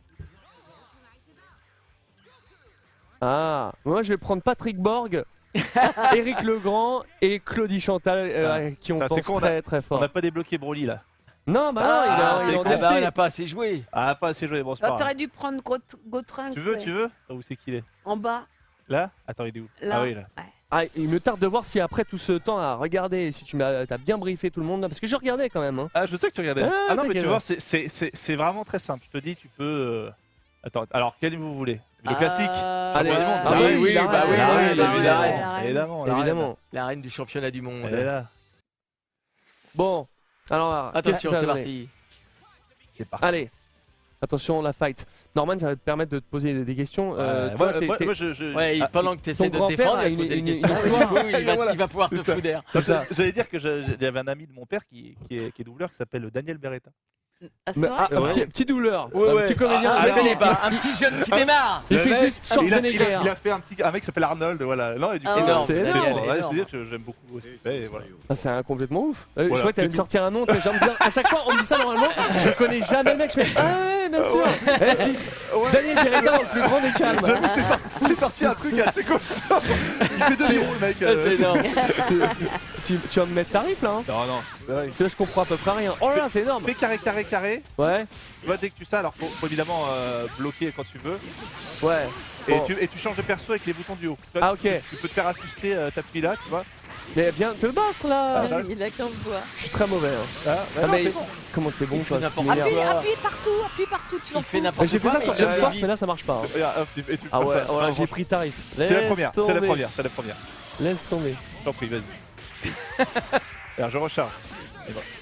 Ah, moi je vais prendre Patrick Borg, Éric Legrand et Claudie Chantal euh, Ah. qui ont Putain, c'est pensé con, on a- très très fort. On n'a pas débloqué Broly là. Non, bah non, Ah, il a, c'est il est en con. Ah bah, on D L C. n'a pas assez joué. Ah, pas assez joué, bon, c'est Ah, pas T'aurais grave. dû prendre Got- Gautrin. Tu veux, c'est- tu veux Ah, où c'est qu'il est En bas. Là Attends, il est où Là. Ah oui, là. Ouais. Ah, il me tarde de voir si après tout ce temps à regarder, si tu m'as t'as bien briefé tout le monde, là, parce que je regardais quand même. Hein. Ah, je sais que tu regardais. Ah, Ah, non, mais t'inquiète. tu vois, c'est- c'est c'est- c'est vraiment très simple. Je te dis, tu peux. euh, Attends, alors quel vous voulez Le Ah, classique Allez, Champion du monde. ah La oui, reine. oui, La bah reine, oui, la oui, reine, la reine, évidemment, la reine. évidemment, la reine. Évidemment. La reine du championnat du monde. Elle est là. Bon, alors Attention, qu'est-ce que ça c'est va donner parti. C'est parti. Allez, attention la fight. Norman, ça va te permettre de te poser des- des questions. Euh, Ouais, toi, moi- t'es- moi- t'es- moi, je- je- Ouais, il- Ah, pendant que tu essaies ton de te grand-père défendre, a il va te une- poser une- des une questions. histoire. Oui, il va, Voilà. il va pouvoir te C'est ça. fouder. Parce que J'allais dire que je- je- il y avait un ami de mon père qui, qui, est, qui est doubleur qui s'appelle Daniel Beretta. Ah, c'est Mais- vrai ah, un Ouais. petit, petit douleur, Ouais, un ouais. petit comédien. Ah, Ah, je le alors- connais pas. Un petit jeune qui démarre. Il Le fait mec, juste il a, il, Schwarzenegger. a, il a fait un, petit, un mec qui s'appelle Arnold, voilà. Non, et du coup, Ah, Énorme, c'est ouais, énorme, ouais, énorme. je veux dire que j'aime beaucoup ce qu'il fait, et voilà. Ah, c'est un complètement ouf. Euh, Voilà, je crois que t'allais c'est me sortir un nom. tu sais, j'aime bien. À chaque fois, on me dit ça normalement. Je connais jamais le mec. Je fais ah ouais, bien sûr. Eh, dis, Daniel Beretta dans le plus grand des calmes. J'avoue, j'ai sorti, j'ai sorti un truc assez costaud. Il fait deux euros, le mec. Ah, euh, c'est énorme. C'est- tu, tu vas me mettre tarif là hein. Non, non. Parce que là, je comprends à peu près rien. Oh là là, c'est énorme. Fais carré, carré, carré. Ouais, Tu vois, dès que tu sais, alors faut, faut évidemment euh, bloquer quand tu veux. ouais. Et, Bon. tu, et tu changes de perso avec les boutons du haut. Tu vois, Ah, ok. Tu, tu peux te faire assister, euh, t'appuies là, tu vois. Mais viens te battre là. Ah, Il a quinze doigts. Je suis très mauvais. Hein. Ah, Ah, non, mais c'est bon. comment t'es bon Il toi fait tu n'importe m'énerves. Appuie, Voilà. appuie partout, appuie partout. Tu t'en Il fait fous. n'importe J'ai fait quoi. ça sur mais Jump il va Force, vite. mais là ça marche pas. Hein. Regarde, hop, et tu peux Ah faire ouais, ça. voilà, Non, j'ai pris tarif. C'est la Laisse première, c'est la tomber. première, c'est la première. Laisse tomber. Je t'en prie, vas-y. Alors je recharge. Et bon.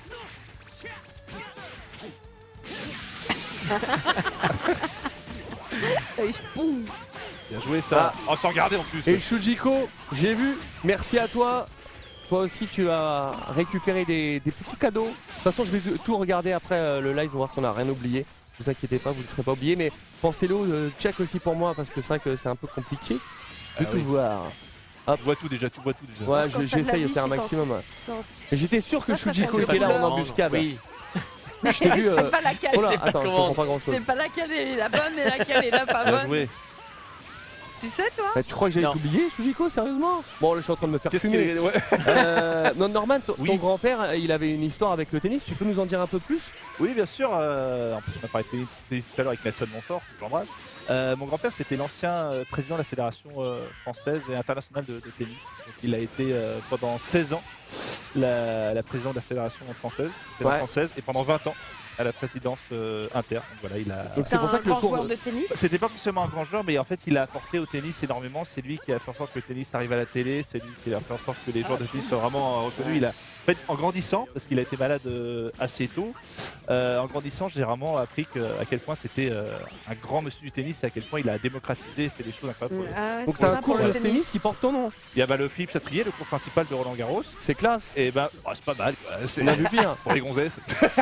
Et je- boum. Bien joué ça. Ah. Oh, sans regarder en plus. Et Shujiko, j'ai vu, merci à toi. Toi aussi, tu as récupéré des, des petits cadeaux. De toute façon, je vais tout regarder après euh, le live, voir si on n'a rien oublié. Ne vous inquiétez pas, vous ne serez pas oubliés. Mais pensez-le, euh, check aussi pour moi, parce que c'est vrai que c'est un peu compliqué de Ah tout oui. voir. Tu vois tout déjà, tu vois tout déjà. Ouais, Quand je- t'as de la j'essaye de vie, faire un c'est quand- maximum. ouais. quand- Mais j'étais sûr que Ça, ça Shujiko fait était là peur. en embuscade. Oui. Je t'ai vu. Je sais euh, pas laquelle. Oh là, c'est pas attends, je comment. comprends pas grand chose. C'est pas laquelle est la bonne et laquelle est la pas Bien bonne. joué. Tu sais, toi tu crois que j'allais Non. t'oublier, Shujiko, sérieusement? Bon, là, je suis en train de me faire Qu'est-ce fumer. qu'il est. Ouais. Euh, non, Norman, ton, Oui. ton grand-père, il avait une histoire avec le tennis. Tu peux nous en dire un peu plus? Oui, bien sûr. euh, en plus, on a parlé de tennis- tennis tout à l'heure avec Nelson Montfort, que j'embrasse. Euh, mon grand-père, c'était l'ancien euh, président de la Fédération euh, française et internationale de, de tennis. Donc, il a été euh, pendant seize ans la, la présidente de la Fédération française, Ouais. française et pendant vingt ans à la présidence euh, inter. Donc, voilà, il a. Donc c'est pour ça que le grand cours. joueur de tennis. C'était pas forcément un grand joueur, mais en fait, il a apporté au tennis énormément. C'est lui qui a fait en sorte que le tennis arrive à la télé. C'est lui qui a fait en sorte que les joueurs de tennis soient vraiment euh, reconnus. Il a, en fait, en grandissant, parce qu'il a été malade euh, assez tôt, euh, en grandissant, j'ai vraiment appris que, à quel point c'était euh, un grand monsieur du tennis et à quel point il a démocratisé, fait des choses incroyables. pour- Ah ouais, Donc c'est t'as ça un pour cours le de tennis qui porte ton nom. Il y a bah, le Philippe Chatrier, le cours principal de Roland Garros. C'est classe. Et ben, oh, c'est pas mal. Quoi. C'est On a vu pire. pour les gonzesses.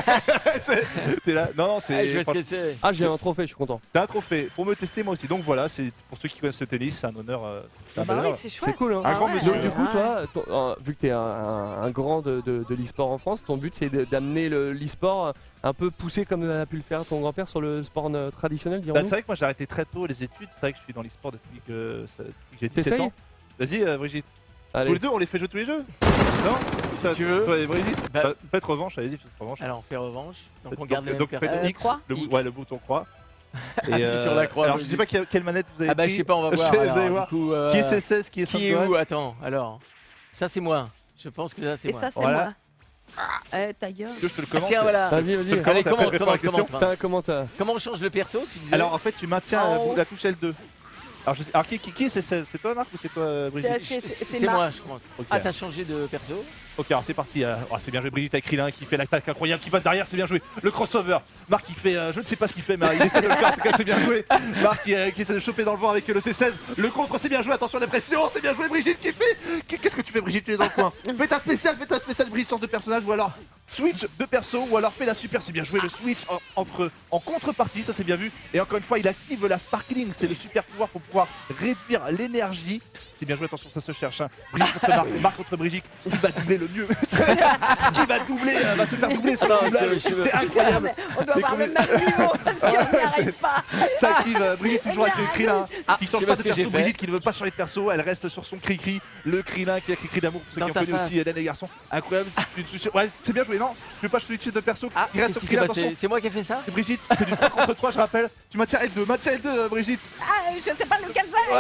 C'est- T'es là. Non, non, c'est. Ah, je vois ce que c'est. Ah, j'ai un trophée, je suis content. T'as un trophée pour me tester moi aussi. Donc voilà, c'est pour ceux qui connaissent le tennis, c'est un honneur. euh, c'est un Bah honneur. oui, c'est chouette. C'est cool, hein. Un Ah grand ouais. monsieur. Donc du coup, Ah toi, ton- euh, vu que tu es un, un- un grand de, de, de l'e-sport en France, ton but c'est de- d'amener le- l'e-sport un peu poussé comme a pu le faire ton grand-père sur le sport euh, traditionnel, Bah, dirons-nous. c'est vrai que moi j'ai arrêté très tôt les études. C'est vrai que je suis dans l'e-sport depuis que, ça- depuis que j'ai dix-sept T'essayes ans. Vas-y, euh, Brigitte. Tous Allez. les deux, on les fait jouer tous les jeux. Non Ça, tu veux. Toi et Brigitte. Bah- Bah, faites revanche, allez-y, faites revanche. Alors on fait revanche. Donc on Donc, garde les mêmes donc faites personnes. X, Euh, croix le, bou- X. ouais, le bouton croix. Appuie sur la croix, Alors je Brigitte. sais pas quelle, quelle manette vous avez Ah bah pris. je sais pas, on va voir. Je sais, alors, vous allez du voir. coup, euh, Qui est C seize, qui est Qui est Saint-Joël où Attends, alors. Ça c'est moi. Je pense que là c'est Et moi. ça, c'est Voilà. moi. Eh, ta gueule. Tu veux que je te le Ah, commente. tiens voilà. Vas-y, Je te vas-y. le Allez, commente, après, commente, je réponds à la commente, question. commente. T'as un commentaire. Comment on change le perso tu disais Alors en fait, tu maintiens En la, haut. la touche L deux. Alors, je sais- alors qui, qui, qui est C seize? C'est toi Marc ou c'est toi euh, Brigitte? C'est- c'est- c'est C'est Marc. moi je pense. Ok. Ah t'as changé de perso. Ok, alors c'est parti. euh, oh, c'est bien joué, Brigitte avec Krillin qui fait l'attaque incroyable, qui passe derrière, c'est bien joué. Le crossover. Marc qui fait, euh, je ne sais pas ce qu'il fait, mais il essaie de le faire. En tout cas, c'est bien joué. Marc qui, euh, qui essaie de choper dans le vent avec euh, le C seize. Le contre, c'est bien joué. Attention à la pression, c'est bien joué. Brigitte qui fait. Qu'est- Qu'est-ce que tu fais, Brigitte? Tu es dans le coin. Fais ta spéciale, fais ta spéciale, Brigitte, sort de personnage ou alors. switch de perso ou alors fait la super, c'est bien joué le switch en, entre, en contrepartie, ça c'est bien vu. Et encore une fois, il active la sparkling, c'est le super pouvoir pour pouvoir réduire l'énergie. C'est bien joué, attention, ça se cherche. Hein. Brigitte contre Marc, Marc contre Brigitte, qui va doubler le mieux qui va doubler, euh, va se faire doubler, c'est c'est incroyable. On doit avoir le même niveau parce qu'on n'y arrive pas. Ça active euh, Brigitte toujours avec le Krillin Ah, qui je change sais pas pas de ce que j'ai perso. fait. Brigitte qui ne veut pas changer de perso, elle reste sur son cri-cri. Le Krillin qui a cri-cri d'amour pour ceux Dans qui ont ta connu face. aussi Hélène et les garçons. Incroyable, c'est une- une- ouais, c'est bien joué, non? Tu veux pas switcher de perso Ah, qui reste qu'est-ce sur qui s'est Krillin, passé? attention. C'est moi qui ai fait ça? C'est Brigitte, c'est du trois contre trois, je rappelle. Tu maintiens L deux, maintiens L deux, euh, Brigitte. Ah, je sais pas lequel c'est.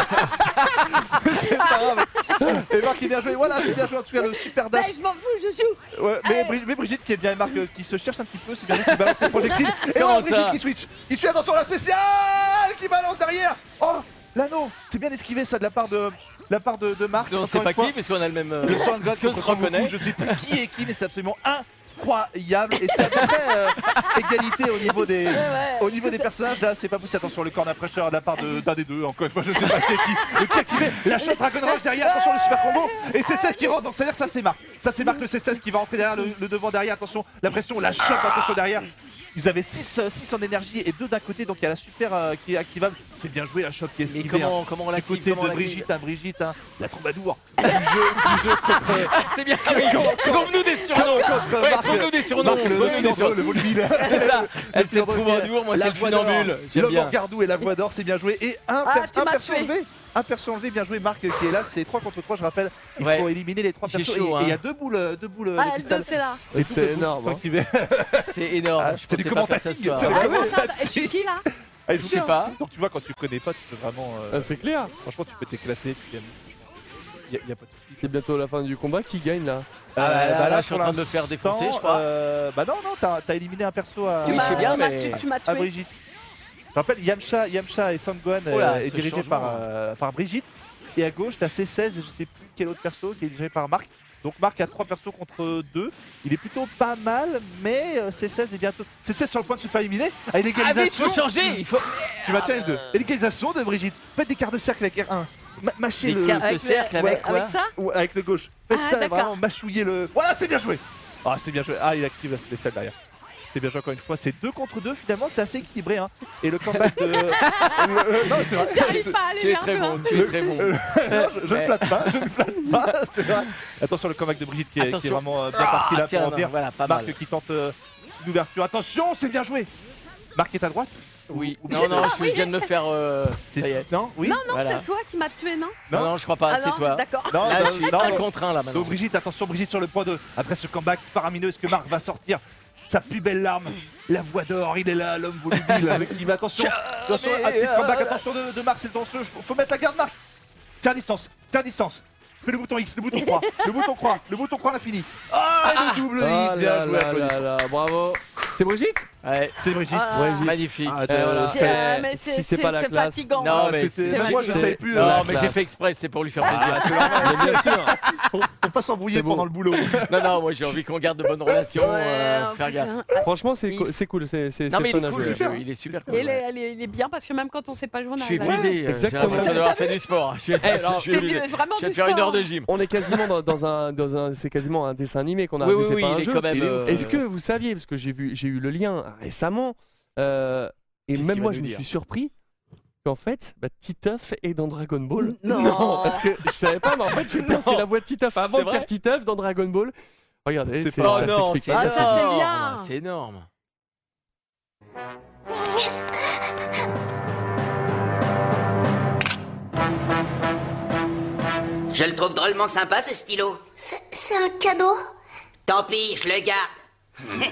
Ouais. C'est pas grave. Et Marc qui est bien joué, voilà, c'est bien joué en tout cas le super dash. Ben, je m'en fous, je joue. Ouais, mais, Bri- mais Brigitte qui est bien et Marc euh, qui se cherche un petit peu, c'est bien lui qui balance ses projectiles. Et Comment voilà Brigitte ça qui switch. Il suit, attention la spéciale qui balance derrière. Oh, l'anneau. C'est bien esquivé ça de la part de, de la part de, de Marc. On encore sait une pas fois. qui, parce qu'on a le même. euh, Le Swan God parce qu'on contre se Son Goku, reconnaît. je ne sais plus qui est qui, mais c'est absolument incroyable. Et c'est à peu près euh, égalité au niveau des, ouais. au niveau des personnages. Là, c'est pas possible. Attention, le corner pressure de la part de- d'un des deux. Encore une fois, je ne sais pas qui est qui. Le qui activé, la shot Dragon Rush derrière. Attention, le super combo. Et C seize qui rentre. Donc, c'est-à-dire que ça, c'est Marc. Ça, c'est Marc le C seize qui va rentrer derrière le, le devant derrière. Attention, la pression, la shot. Attention derrière. Ils avaient six en énergie et deux d'un côté, donc il y a la super euh, qui est activable. C'est bien joué la shot qui est Mais esquivée. comment, hein. comment on Du l'active? côté Comment on de l'active Brigitte, hein, Brigitte, hein, la troubadour du jeu, du jeu contre. C'est bien, oui. Trouve-nous des surnoms. Contre Ouais, Marc, trouve-nous des surnoms. Marc, le trouve-nous des funambule, surnoms. le volubile. C'est ça. Elle, c'est le funambule, troubadour, moi, la c'est le voix d'or, funambule. J'aime Le bien. Morgardou et la voix d'or, c'est bien joué. Et un, Ah, per- tu un m'as perso tué. enlevé. Un perso enlevé, bien joué. Marc qui est là, c'est trois contre trois, je rappelle. Il Ouais. faut éliminer les trois J'ai persos. chaud, et et il y a hein. deux boules, deux boules Ah, de L cristal. deux, c'est là. Et C'est toutes les boules énorme, sont hein. activées. C'est énorme. Ah, Je c'est du pensais pas faire ça commentating. ce soir. C'est du Ah, commentating. attends, attends, je suis qui là? Ah, je Je sais pas. Donc tu vois, quand tu connais pas, tu peux vraiment. euh, Ah, c'est clair. Franchement, tu peux t'éclater. Tu gagnes. Y a, y a pas de souci. C'est bientôt la fin du combat. Qui gagne là? Ah, bah, là, bah là, je suis en pour train de me faire l'instant, défoncer, je crois. euh, bah non, non, t'as t'as éliminé un perso à, Oui, je sais bien, tu m'as- mais- tu- tu m'as à tué. Brigitte. Je rappelle, Yamcha, Yamcha et Sangwan Oh là, euh, est ce dirigé changement. par, euh, par Brigitte. Et à gauche, t'as C seize et je sais plus quel autre perso qui est dirigé par Marc. Donc Marc a trois persos contre deux. Il est plutôt pas mal, mais euh, C seize est bientôt. C seize sur le point de se faire éliminer. À Ah, mais il l'égalisation. faut changer. Il faut. Tu maintiens L deux. Égalisation de Brigitte. Faites des quarts de cercle avec R un. Ma- mâchez Des le. cartes de Avec le- cercle avec quoi? Avec ça? Ou avec le gauche. Faites Ah, ça, d'accord. vraiment mâchouiller le. Voilà, c'est bien joué. Ah, c'est bien joué. Ah, il active la spéciale derrière. C'est bien joué encore une fois. C'est deux contre deux. Finalement, c'est assez équilibré. Hein. Et le comeback de. Euh, non, c'est vrai. J'arrive pas à aller Tu es vers très toi. bon. Tu es très bon. Euh, non, je, je ne Ouais. flatte pas, je ne flatte pas, c'est vrai. Attention le comeback de Brigitte qui est, qui est Attention. vraiment euh, bien Ah, parti là tiens, pour en non, venir. voilà, pas Marc mal. qui tente euh, une ouverture. Attention, c'est bien joué. Marc est à droite. Oui. Ou- Non, non, Ah, je oui. viens de me faire. euh, C'est- Ça y est. Non, oui. Non, non, Voilà. c'est toi qui m'as tué, non? Non, non, je crois pas. Ah C'est non, toi. d'accord. Non, Là, non, je suis non. un contre un là maintenant. Donc Brigitte, attention Brigitte sur le point deux. Après ce comeback faramineux, est-ce que Marc va sortir sa plus belle larme? La voix d'or, il est là, l'homme volubile avec qui va. Attention, attention, un petit comeback, attention de, de Marc, c'est attention, faut, faut mettre la garde Marc. Tiens à distance, tiens à distance. Fais le bouton X, le bouton croix, le bouton croix, le bouton croix l'infini. Ah, et le double Oh hit, bien là joué, là applaudissements. là là, bravo. C'est Brigitte? Ouais. C'est Brigitte. Ah. Brigitte. Magnifique. Ah, Eh, voilà. C'est- euh, Eh, mais si c'est c'est pas la c'est classe. fatigant. Non, Ah, mais c'était- c'est- même moi je c'est- savais plus. Non, euh, Non, la mais j'ai classe. fait exprès, c'est pour lui faire plaisir. Ah, c'est normal, Mais bien sûr. faut, faut pas s'embrouiller C'est bon. pendant le boulot. Non, non, moi j'ai envie qu'on garde de bonnes relations. euh, Ouais, Faire gaffe. putain. Franchement, c'est Oui. co- c'est cool. C'est c'est- Non, c'est mais il fun est à cool jouer. ce jeu. Il est super cool. Et il ouais. est, elle est- il est bien parce que même quand on sait pas jouer, on Je arrive suis à- brisé. euh, J'ai exactement. l'impression d'avoir fait du sport. Je suis Eh, alors, je suis C'est brisé. du- vraiment Je viens du de faire une sport, heure de hein. gym. On est quasiment dans, dans un, dans un, c'est quasiment un dessin animé qu'on a Oui, vu, oui, c'est oui, pas un il est jeu. quand même, Et- euh, Est-ce que vous saviez, parce que j'ai vu, j'ai eu le lien récemment, euh, et Qu'est-ce même qu'il moi va je nous me dire suis surpris qu'en fait, bah, Titeuf est dans Dragon Ball. Non. parce que je savais pas, mais en fait j'ai placé la voix de Titeuf avant C'est de faire vrai Titeuf dans Dragon Ball. Regardez, C'est c'est- pas- ça Oh non, s'explique c'est pas. Ah, ça, c'est énorme. bien. C'est énorme. Je le trouve drôlement sympa ce stylo. C'est c'est un cadeau. Tant pis, je le garde.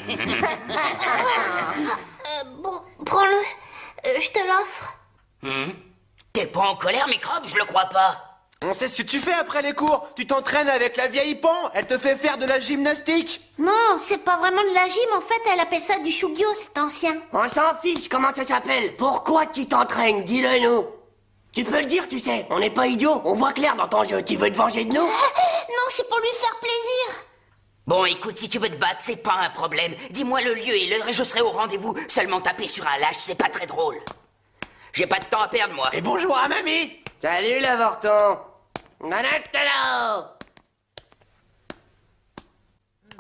Euh, bon, prends-le. Euh, je te l'offre. Hmm. T'es pas en colère, microbe? Je le crois pas. On sait ce que tu fais après les cours. Tu t'entraînes avec la vieille Pan. Elle te fait faire de la gymnastique. Non, c'est pas vraiment de la gym. En fait, elle appelle ça du shugyo, c'est ancien. On s'en fiche, comment ça s'appelle? Pourquoi tu t'entraînes? Dis-le nous. Tu peux le dire, tu sais. On n'est pas idiots, on voit clair dans ton jeu. Tu veux te venger de nous? Non, c'est pour lui faire plaisir. Bon, écoute, si tu veux te battre, c'est pas un problème. Dis-moi le lieu et l'heure et je serai au rendez-vous. Seulement taper sur un lâche, c'est pas très drôle. J'ai pas de temps à perdre, moi. Et bonjour à mamie. Salut, l'avorton. Manette là.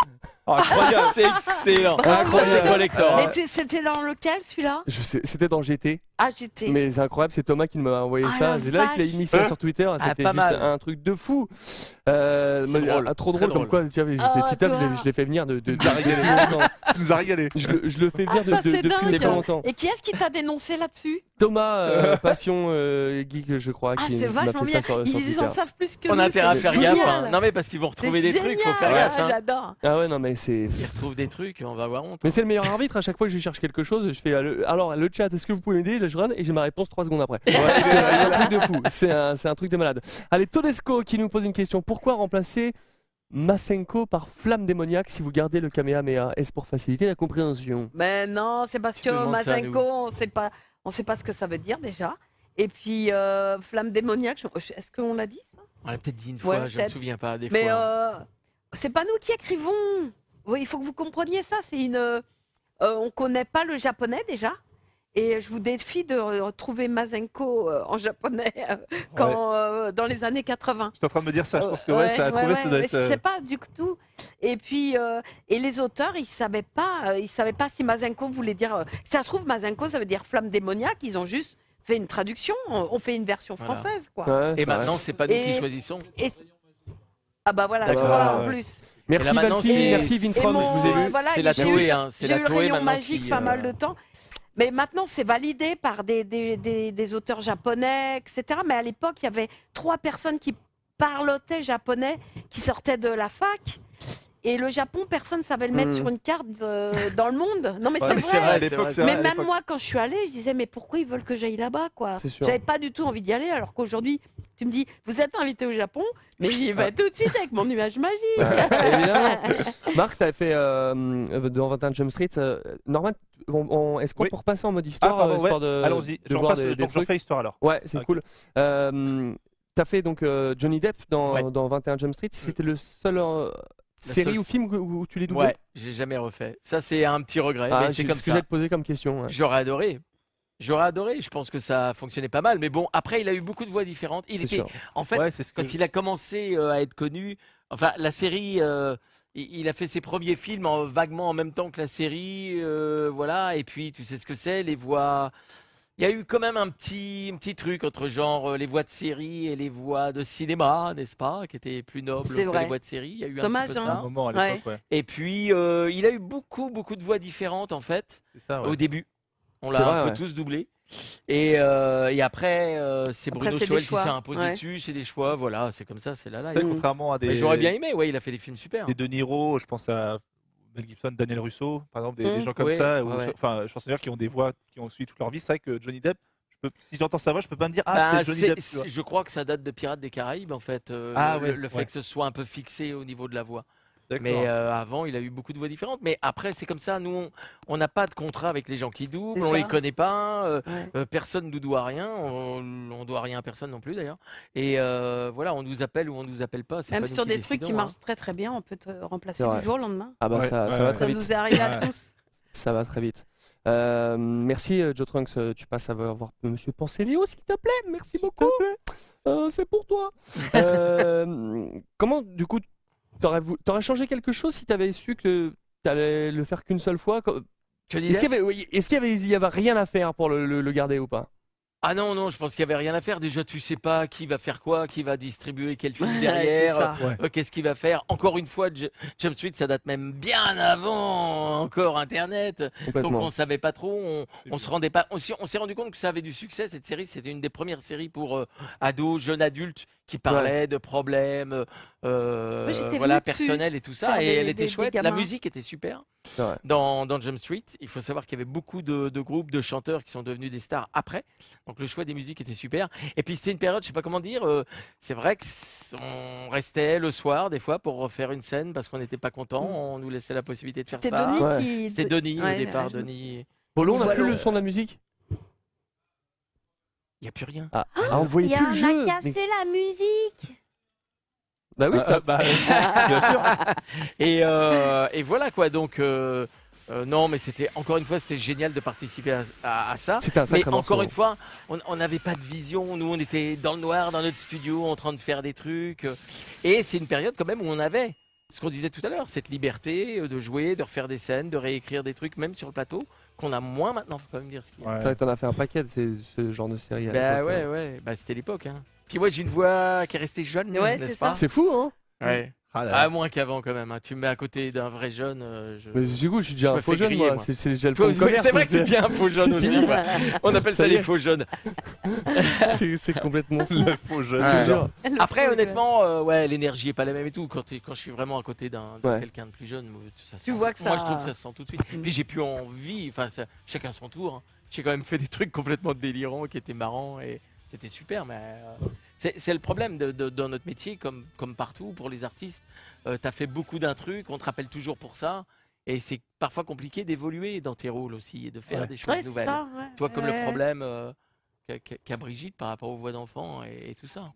Oh, incroyable. C'est excellent. Bravo. Incroyable. Collector. Mais tu- c'était dans lequel celui-là? Je sais, c'était dans G T. Ah, j'étais. Mais c'est incroyable, c'est Thomas qui m'a envoyé Ah, ça. la C'est là qu'il a mis ça vache. sur Twitter. Ah, C'était pas juste mal. un truc de fou. Euh, C'est mais, drôle, ah, trop très drôle, comme drôle. quoi, tu vois, j'étais Ah, Titeuf, je toi. l'ai- je l'ai fait venir de. de, de- Tu nous as régalé. longtemps. Tu nous as régalé. Je, le- je le fais venir Ah, de, ça, de- c'est depuis dingue. très longtemps. Et qui est-ce qui t'a dénoncé là-dessus? Thomas, euh, Passion euh, Geek, je crois, Ah, qui c'est m'a vachement fait ça bien. sur, sur Ils Twitter. en savent plus que On nous. a intérêt à c'est faire génial. gaffe. hein. Non, mais parce qu'ils vont retrouver C'est des trucs, faut faire génial. gaffe. hein. J'adore. Ah ouais, non, mais c'est. Ils retrouvent des trucs, on va avoir honte. Mais c'est le meilleur arbitre. À chaque fois que je cherche quelque chose, je fais euh, le- alors le chat, est-ce que vous pouvez m'aider? Là, je run et j'ai ma réponse trois secondes après. C'est un truc de fou. C'est un, c'est un truc de malade. Allez, Todesco qui nous pose une question. Pourquoi remplacer Masenko par Flamme démoniaque si vous gardez le Kamehameha? Est-ce pour faciliter la compréhension? Mais non, c'est parce Tu peux que demander ça à Mazenko, on sait pas, on sait pas ce que ça veut dire déjà. Et puis euh, flamme démoniaque, je- est-ce qu'on l'a dit ça? On l'a peut-être dit une Ouais, fois, je me peut-être. souviens pas des Mais fois. euh, c'est pas nous qui écrivons. Oui, il faut que vous compreniez ça. C'est une, euh, on connaît pas le japonais déjà. Et je vous défie de retrouver Mazenko euh, en japonais euh, quand, euh, dans les années quatre-vingts. Je suis en train de me dire ça. Je pense que ouais, ça a trouvé, ça doit mais être. je euh, sais pas du tout. Et puis, euh, et les auteurs, ils savaient pas, euh, ils savaient pas si Mazenko voulait dire. euh, ça se trouve, Mazenko, ça veut dire flamme démoniaque. Ils ont juste fait une traduction. On on fait une version Voilà. française, quoi. Ouais, Et c'est maintenant, vrai. c'est pas nous Et- qui choisissons. Et- ah bah voilà, D'accord. tu vois, en Ouais. plus. Merci Et là, maintenant, Valfi, c'est- merci Et Vinstrom, mon- je vous ai vu. voilà, C'est la j'ai Toei, eu- hein, c'est J'ai la eu le Toei rayon maintenant magique qui, pas mal euh, de temps. Mais maintenant, c'est validé par des, des, des, des auteurs japonais, et cetera. Mais à l'époque, il y avait trois personnes qui parlotaient japonais, qui sortaient de la fac. Et le Japon, personne ne savait le mettre Mm. sur une carte euh, dans le monde. Non, mais Ouais, c'est mais vrai. c'est vrai, à l'époque, c'est vrai, Mais à même l'époque. moi, quand je suis allée, je disais, mais pourquoi ils veulent que j'aille là-bas, quoi? C'est sûr. J'avais pas du tout envie d'y aller, alors qu'aujourd'hui, tu me dis, vous êtes invité au Japon, mais j'y Ah. vais tout de suite avec mon nuage magique. Évidemment. Marc, tu as fait euh, dans vingt et un Jump Street. Euh, Norman, on- on- est-ce qu'on Oui. peut repasser en mode Ah, histoire pardon, euh, histoire ouais. de, Allons-y. de Je voir repasse, des, des donc j'en trucs fais histoire alors. Ouais, c'est Ok. cool. Euh, tu as fait donc euh, Johnny Depp dans, Ouais. dans vingt et un Jump Street. C'était le seul euh, La série seule- ou film où, où tu les doublais? Ouais, j'ai jamais refait. Ça, c'est un petit regret. Ah, mais c'est c'est comme ce que ça. j'allais te poser comme question. ouais. J'aurais adoré. J'aurais adoré. Je pense que ça fonctionnait pas mal. Mais bon, après, il a eu beaucoup de voix différentes. Il C'est était, sûr. en fait, Ouais, c'est ce que quand il a commencé euh, à être connu, enfin, la série, euh, il, il a fait ses premiers films en, vaguement en même temps que la série, euh, voilà. Et puis, tu sais ce que c'est, les voix. Il y a eu quand même un petit, un petit truc entre genre euh, les voix de série et les voix de cinéma, n'est-ce pas, qui étaient plus nobles C'est que vrai. les voix de série. Il y a eu Dommage, un petit peu de hein. ça. Un moment à Ouais. l'époque, ouais. Et puis, euh, il a eu beaucoup, beaucoup de voix différentes, en fait, C'est ça, ouais. au début. On C'est l'a vrai, un peu ouais. tous doublé. Et, euh, et après, euh, c'est Après, Bruno c'est des Choel qui choix. s'est imposé Ouais. dessus, c'est des choix, voilà, c'est comme ça, c'est la Tu sais, live. contrairement à des. Mais j'aurais bien aimé, ouais, il a fait des films super. Des De Niro, je pense à Mel Gibson, Daniel Russo, par exemple, des, des Mm. gens comme Ouais, ça, ou ouais, ouais. enfin, Schwarzenegger qui ont des voix qui ont suivi toute leur vie. C'est vrai que Johnny Depp, je peux, si j'entends sa voix, je peux pas me dire ah Bah, c'est Johnny c'est- Depp. tu c'est- vois. je crois que ça date de Pirates des Caraïbes, en fait, euh, Ah le, ouais, le fait ouais. que ce soit un peu fixé au niveau de la voix. D'accord. Mais euh, avant, il a eu beaucoup de voix différentes. Mais après, c'est comme ça. Nous, on- on n'a pas de contrat avec les gens qui doublent. C'est On ça. les connaît pas. euh, Ouais. euh, personne nous doit rien. On, on doit rien à personne non plus d'ailleurs. Et euh, voilà, on nous appelle ou on nous appelle pas. c'est Même pas nous sur qui des trucs qui décidons, hein. marchent très très bien, on peut te remplacer C'est vrai. du jour au lendemain. Ah bah Ouais, ça, ça ouais, va ouais. très Ça vite. nous est arrivé à Ouais. tous. Ça va très vite. Euh, merci euh, Joe Trunks, euh, tu passes à voir Monsieur Pancelléo s'il te plaît, merci beaucoup. Euh, c'est pour toi. Euh, comment du coup t'aurais vou- t'aurais changé quelque chose si t'avais su que t'allais le faire qu'une seule fois? co- Johnny Est-ce qu'il y Depp avait, oui, est-ce qu'il y avait, il y avait rien à faire pour le, le- le garder ou pas? Ah non, non, je pense qu'il n'y avait rien à faire. Déjà, tu sais pas qui va faire quoi, qui va distribuer quel film Ouais, derrière, c'est ça. Ouais. euh, qu'est-ce qu'il va faire. Encore une fois, J- Jump Street, ça date même bien avant encore Internet. Donc Complètement. on savait pas trop, on, on se rendait pas. On, s'y- on s'est rendu compte que ça avait du succès. Cette série, c'était une des premières séries pour euh, ados, jeunes adultes qui parlaient de problèmes, euh, Moi, j'étais voilà, venue dessus, personnels et tout ça. faire Et des- elle des- était des chouette. La gamins. musique était super. C'est vrai. Dans, dans Jump Street, il faut savoir qu'il y avait beaucoup de, de groupes, de chanteurs qui sont devenus des stars après. Donc le choix des musiques était super. Et puis c'était une période, je sais pas comment dire, euh, c'est vrai qu'on restait le soir des fois pour refaire une scène parce qu'on n'était pas content. On nous laissait la possibilité de faire C'était ça. Denis Ouais. qui. C'était Denis Ouais, au départ, ouais, je me Denis. Polo, on n'a Voilà. plus le son de la musique. Il n'y a plus rien. Ah, ah, on voyait Il y a plus le jeu. on a cassé Mais- la musique. Bah oui, Ah, c'était ah, bah, bien sûr. Et, euh, et voilà quoi. Donc euh, euh, non, mais c'était encore une fois, c'était génial de participer à, à- à ça. C'était un Mais sacré encore morceau. une fois, on on n'avait pas de vision. Nous, on était dans le noir, dans notre studio, en train de faire des trucs. Et c'est une période quand même où on avait ce qu'on disait tout à l'heure, cette liberté euh, de jouer, de refaire des scènes, de réécrire des trucs, même sur le plateau, qu'on a moins maintenant, faut quand même dire ce qu'il y a. C'est vrai que t'en as fait un paquet de ces- ce genre de série. à Bah l'époque, ouais, hein. ouais, bah c'était l'époque. Hein. Puis moi j'ai une voix qui est restée jeune, Ouais, n'est-ce c'est pas ça. C'est fou, hein? Ouais. Ah là Ah, là. moins qu'avant quand même. Hein. Tu me mets à côté d'un vrai jeune. euh, je... Mais du coup, je suis déjà Je un me faux fais jeune, griller, moi. moi. C'est c'est déjà le Toi, fond de oui, commerce. c'est vrai que c'est bien un faux jeune C'est aussi. fini. quoi. On appelle ça, Ça y les est. faux jeunes. C'est c'est complètement fou. Le faux jeune. Je te Ouais. jure. Le Après, faux, honnêtement, euh, ouais, l'énergie est pas la même et tout. Quand, t'es- quand je suis vraiment à côté d'un de Ouais. quelqu'un de plus jeune, moi, ça se Tu sent. vois que Moi, ça- je trouve que ça se sent tout de suite. Puis j'ai plus envie. Enfin, ça- chacun son tour. hein. J'ai quand même fait des trucs complètement délirants qui étaient marrants et c'était super. Mais euh, c'est c'est le problème de, de- dans notre métier, comme, comme partout pour les artistes. Euh, T'as fait beaucoup d'un truc, on te rappelle toujours pour ça. Et c'est parfois compliqué d'évoluer dans tes rôles aussi et de faire Ouais. des choses Ouais, c'est nouvelles. ça, ouais. Toi, comme Ouais. le problème euh, qu'a qu'a- qu'a Brigitte par rapport aux voix d'enfants et, et tout ça.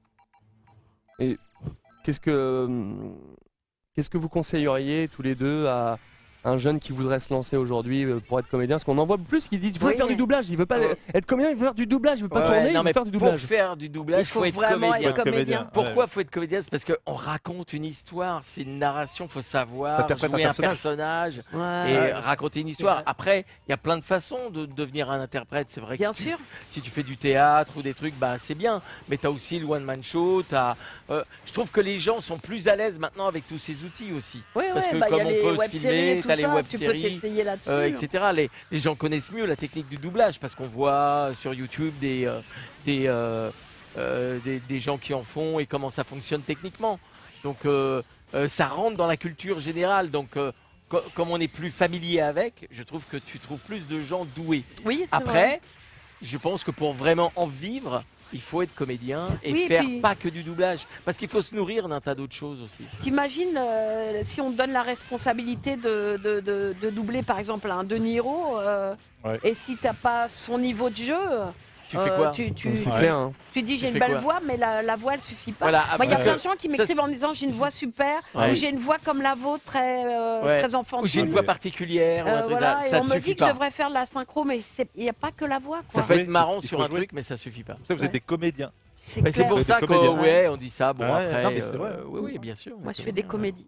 Qu'est-ce que, hum, qu'est-ce que vous conseilleriez tous les deux à un jeune qui voudrait se lancer aujourd'hui euh, pour être comédien? Parce qu'on en voit plus qui dit je veux Oui. faire du doublage, il veut pas Ouais. être comédien, il veut faire du doublage, il veut pas Ouais, tourner, ouais, il non, veut mais faire du pour doublage. faire du doublage, Il faut faut être vraiment comédien. être comédien. Pourquoi faut être comédien? C'est parce qu'on raconte une histoire, c'est une narration, faut savoir T'interprètes un jouer un personnage. personnage Ouais. et Ouais. raconter une histoire. Après, il y a plein de façons de devenir un interprète. C'est vrai que Bien si, tu, sûr. si tu fais du théâtre ou des trucs, bah c'est bien. Mais tu as aussi le one man show. T'as, euh, je trouve que les gens sont plus à l'aise maintenant avec tous ces outils aussi. Ouais, Parce ouais, que bah, y comme a on les peut se web-séries filmer, et tout t'as les ça, web tu peux séries, t'essayer là-dessus. euh, et cetera. Les, les gens connaissent mieux la technique du doublage parce qu'on voit sur YouTube des, euh, des, euh, euh, des, des gens qui en font et comment ça fonctionne techniquement. Donc euh, euh, ça rentre dans la culture générale. Donc euh, co- comme on est plus familier avec, je trouve que tu trouves plus de gens doués. Oui, c'est Après, vrai. je pense que pour vraiment en vivre, il faut être comédien et Oui, et faire puis- pas que du doublage. Parce qu'il faut se nourrir d'un tas d'autres choses aussi. T'imagines euh, si on te donne la responsabilité de, de, de- de doubler par exemple un De Niro euh, Ouais. et si t'as pas son niveau de jeu, Tu fais euh, quoi tu, tu, C'est tu- clair, hein. tu dis Tu j'ai une fais belle quoi voix mais la, la voix elle suffit pas. Voilà, Moi il y a parce plein que de gens qui ça, m'écrivent c'est- en disant j'ai une voix super Ouais. ou j'ai une voix comme la vôtre très, euh, Ouais. très enfantine. Ou j'ai une voix particulière, ou un Euh, truc voilà, là, et ça on me suffit dit que pas. je devrais faire de la synchro mais c'est- il n'y a pas que la voix. Ça Quoi. peut jouer, être marrant il sur faut un jouer. truc, mais ça suffit pas. Ça, vous êtes des comédiens. C'est Mais c'est clair. pour Vous ça êtes que des comédiens. ouais, on dit ça. Bon Ouais, après, non, mais c'est vrai. euh, oui, oui, bien sûr. Moi je fais des comédies.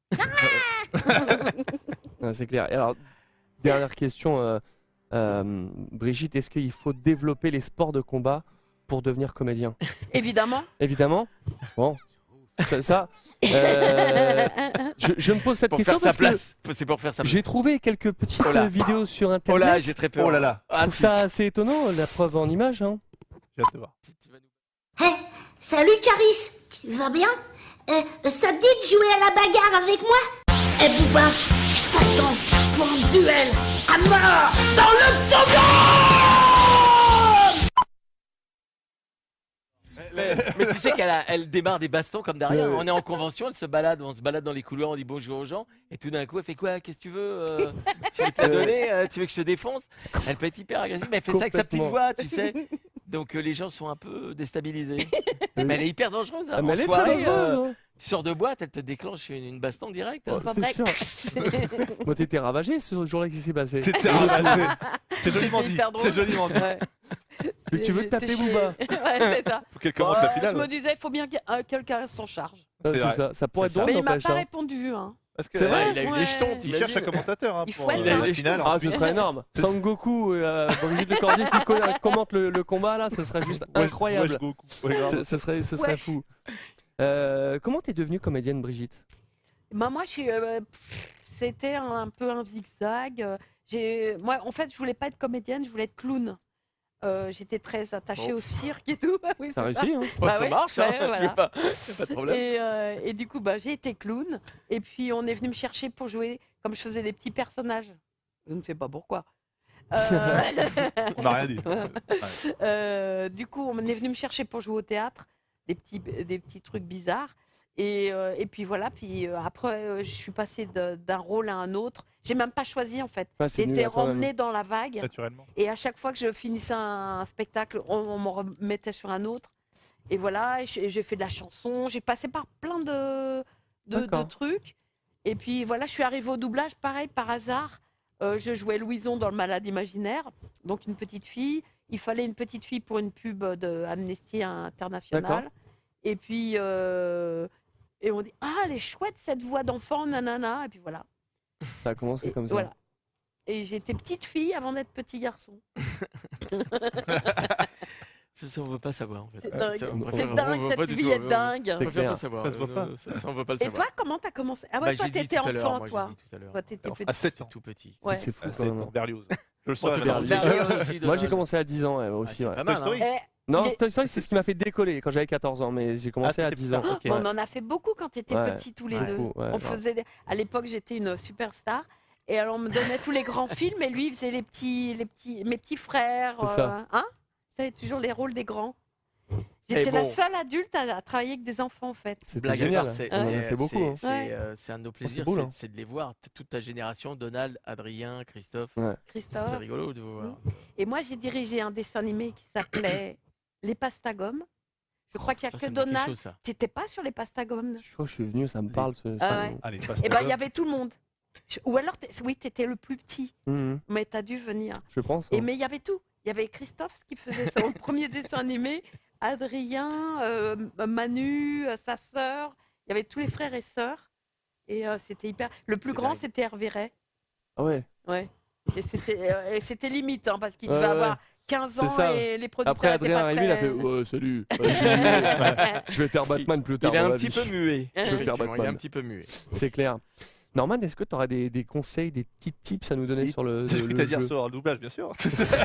Ouais, c'est clair. Et alors, dernière question, euh, euh, Brigitte, est-ce qu'il faut développer les sports de combat pour devenir comédien? Évidemment. Évidemment. Bon, ça, ça, euh, je, je me pose cette Pour question faire sa parce place. C'est pour faire sa que place. j'ai trouvé quelques petites Oh là. euh, vidéos sur Oh internet. là, j'ai très peur. Oh là là. Je trouve ça assez étonnant, la preuve en image. Hein. J'ai hâte de voir. Hé, salut Caris, tu vas bien? Euh, ça te dit de jouer à la bagarre avec moi? Eh Bouba, je t'attends pour un duel à mort dans l'octogone! Mais, mais tu sais qu'elle a- elle démarre des bastons comme derrière. Ouais, ouais. On est en convention, elle se balade, on se balade dans les couloirs, on dit bonjour aux gens, et tout d'un coup, elle fait quoi? Qu'est-ce que tu veux? euh, Tu veux te donner? euh, Tu veux que je te défonce? Elle peut être hyper agressive, mais elle fait ça avec sa petite Complètement. voix, tu sais. Donc euh, les gens sont un peu déstabilisés. mais elle est hyper dangereuse. Hein, Ah, mais en elle est soirée, très dangereuse, euh, hein. tu sors de boîte, elle te déclenche une, une baston directe. hein. Oh, c'est sûr. Moi, t'étais ravagé ce jour-là qui s'est passé. T'étais ravagé. C'est joliment C'était dit. hyper drôle. C'est joliment dit. Ouais. Tu- tu veux te taper T'es chier. Booba? Ouais, c'est ça. Faut qu'elle commente la Ouais, finale. Je me disais, il faut bien que euh, quelqu'un s'en charge. Ah, C'est c'est vrai. ça. Ça pourrait être C'est ça. drôle, Mais il m'a n'empêche. pas hein. répondu. Hein. Parce que C'est vrai, il a eu Ouais. les jetons. il t'imagines cherche un commentateur hein, Il pour fouette, euh, hein. la finale. Ah, ce serait énorme. C'est- Son Goku, euh, Brigitte Lecordier qui co- commente le, le combat là, ce serait juste Wesh- incroyable. wesh Goku. Ouais, grave. Ce, ce serait, ce serait Ouais. fou. Euh, comment t'es devenue comédienne, Brigitte? Bah, moi, je suis. euh, pff, C'était un, un peu un zigzag. euh, J'ai, moi, en fait, je voulais pas être comédienne, je voulais être clown. Euh, J'étais très attachée Bon. au cirque et tout. Oui, T'as c'est ça. réussi, hein? Oh, Bah ça ouais, marche, ouais, hein, tu voilà. veux pas, y a pas de problème. Et, euh, et du coup, bah, j'ai été clown. Et puis, on est venu me chercher pour jouer, comme je faisais des petits personnages. Je ne sais pas pourquoi. Euh, On n'a rien dit. Euh, du coup, on est venu me chercher pour jouer au théâtre, des petits, des petits trucs bizarres. Et, euh, et puis voilà, puis euh, après, euh, je suis passée de- d'un rôle à un autre. J'ai même pas choisi en fait. Ouais, c'est J'ai venu été à toi-même. emmenée dans la vague. Naturellement. Et à chaque fois que je finissais un, un spectacle, on, on me remettait sur un autre. Et voilà, et j'ai j'ai fait de la chanson, j'ai passé par plein de, de, de D'accord. trucs. Et puis voilà, je suis arrivée au doublage, pareil, par hasard. Euh, je jouais Louison dans Le Malade Imaginaire, donc une petite fille. Il fallait une petite fille pour une pub de Amnesty International. D'accord. Et puis, euh, Et on dit, ah, elle est chouette cette voix d'enfant, nanana. Et puis voilà. Ça a commencé comme ça. Voilà. Et j'étais petite fille avant d'être petit garçon. Ça, ça, on veut pas savoir en fait. C'est dingue, Ça, on c'est préfère- dingue, on veut cette pas du vie tout, est on- dingue. On préfère pas savoir. Ça se voit pas. Euh, Ça, ça, on veut pas le Et savoir. toi, comment t'as commencé? Ah Bah, ouais, toi, j'ai dit t'étais tout à l'heure, enfant, moi, j'ai toi. dit tout à l'heure. Toi, t'étais Alors, petit. À sept ans. Tout petit. Ouais. C'est fou Ah, quand c'est même. pour Berlioz. Je le Moi, saurais tout maintenant. Berlioz aussi, Moi, j'ai Donald. commencé à dix ans ouais, aussi. c'est ouais. pas mal, Toy Story. Eh, Non, il est- Toy Story, c'est ce qui m'a fait décoller quand j'avais quatorze ans, mais j'ai commencé Ah, à t'étais dix plus ans. tard, ok. Oh, on en a fait beaucoup quand t'étais Ouais. petits tous les Ouais. deux. Beaucoup, ouais, on grave. faisait des- À l'époque, j'étais une superstar. Et alors, on me donnait tous les grands films et lui, il faisait les petits, les petits, mes petits frères. C'est ça. euh, hein J'avais toujours les rôles des grands. Et J'étais la bon. seule adulte à, à travailler avec des enfants, en fait. C'était Blague à génial. part, c'est- On en a c'est- fait beaucoup. c'est- hein. C'est Ouais. euh, c'est un de nos plaisirs, beau, c'est là. c'est de les voir, t- toute ta génération, Donald, Adrien, Christophe. Ouais. Christophe. C'est rigolo de vous voir. Et moi, j'ai dirigé un dessin animé qui s'appelait Les Pastagommes. Je crois qu'il n'y a ça, que ça me dit quelque Donald. chose, ça. T'étais pas sur les Pastagommes? Je crois que je suis venu, ça me parle. Ce, Ah ça. ouais. Allez, Et ben, il y avait tout le monde. Je- Ou alors, t'es- oui, t'étais le plus petit, Mhm, mais t'as dû venir. Je pense. Et hein. mais il y avait tout. Il y avait Christophe qui faisait son premier dessin animé, Adrien, euh, Manu, euh, sa sœur. Il y avait tous les frères et sœurs. Et euh, c'était hyper. Le plus C'est grand, dingue. c'était Hervé Ray. Ah ouais. Ouais. Et c'était euh, et c'était limite, hein, parce qu'il Ouais, devait ouais. avoir quinze ans C'est ça. et les producteurs Après, étaient Adrien pas arrivé, il a très- fait ouais, salut. Ouais, je, vais muer. Je vais faire Batman plus tard. Il est dans un la petit vie. peu muet. Je vais faire Effectivement, Batman. Il est un petit peu muet. C'est clair. Norman, est-ce que tu aurais des, des conseils, des petits tips à nous donner sur le, J'ai le, cru que le t'allais dire jeu sur le doublage, bien sûr.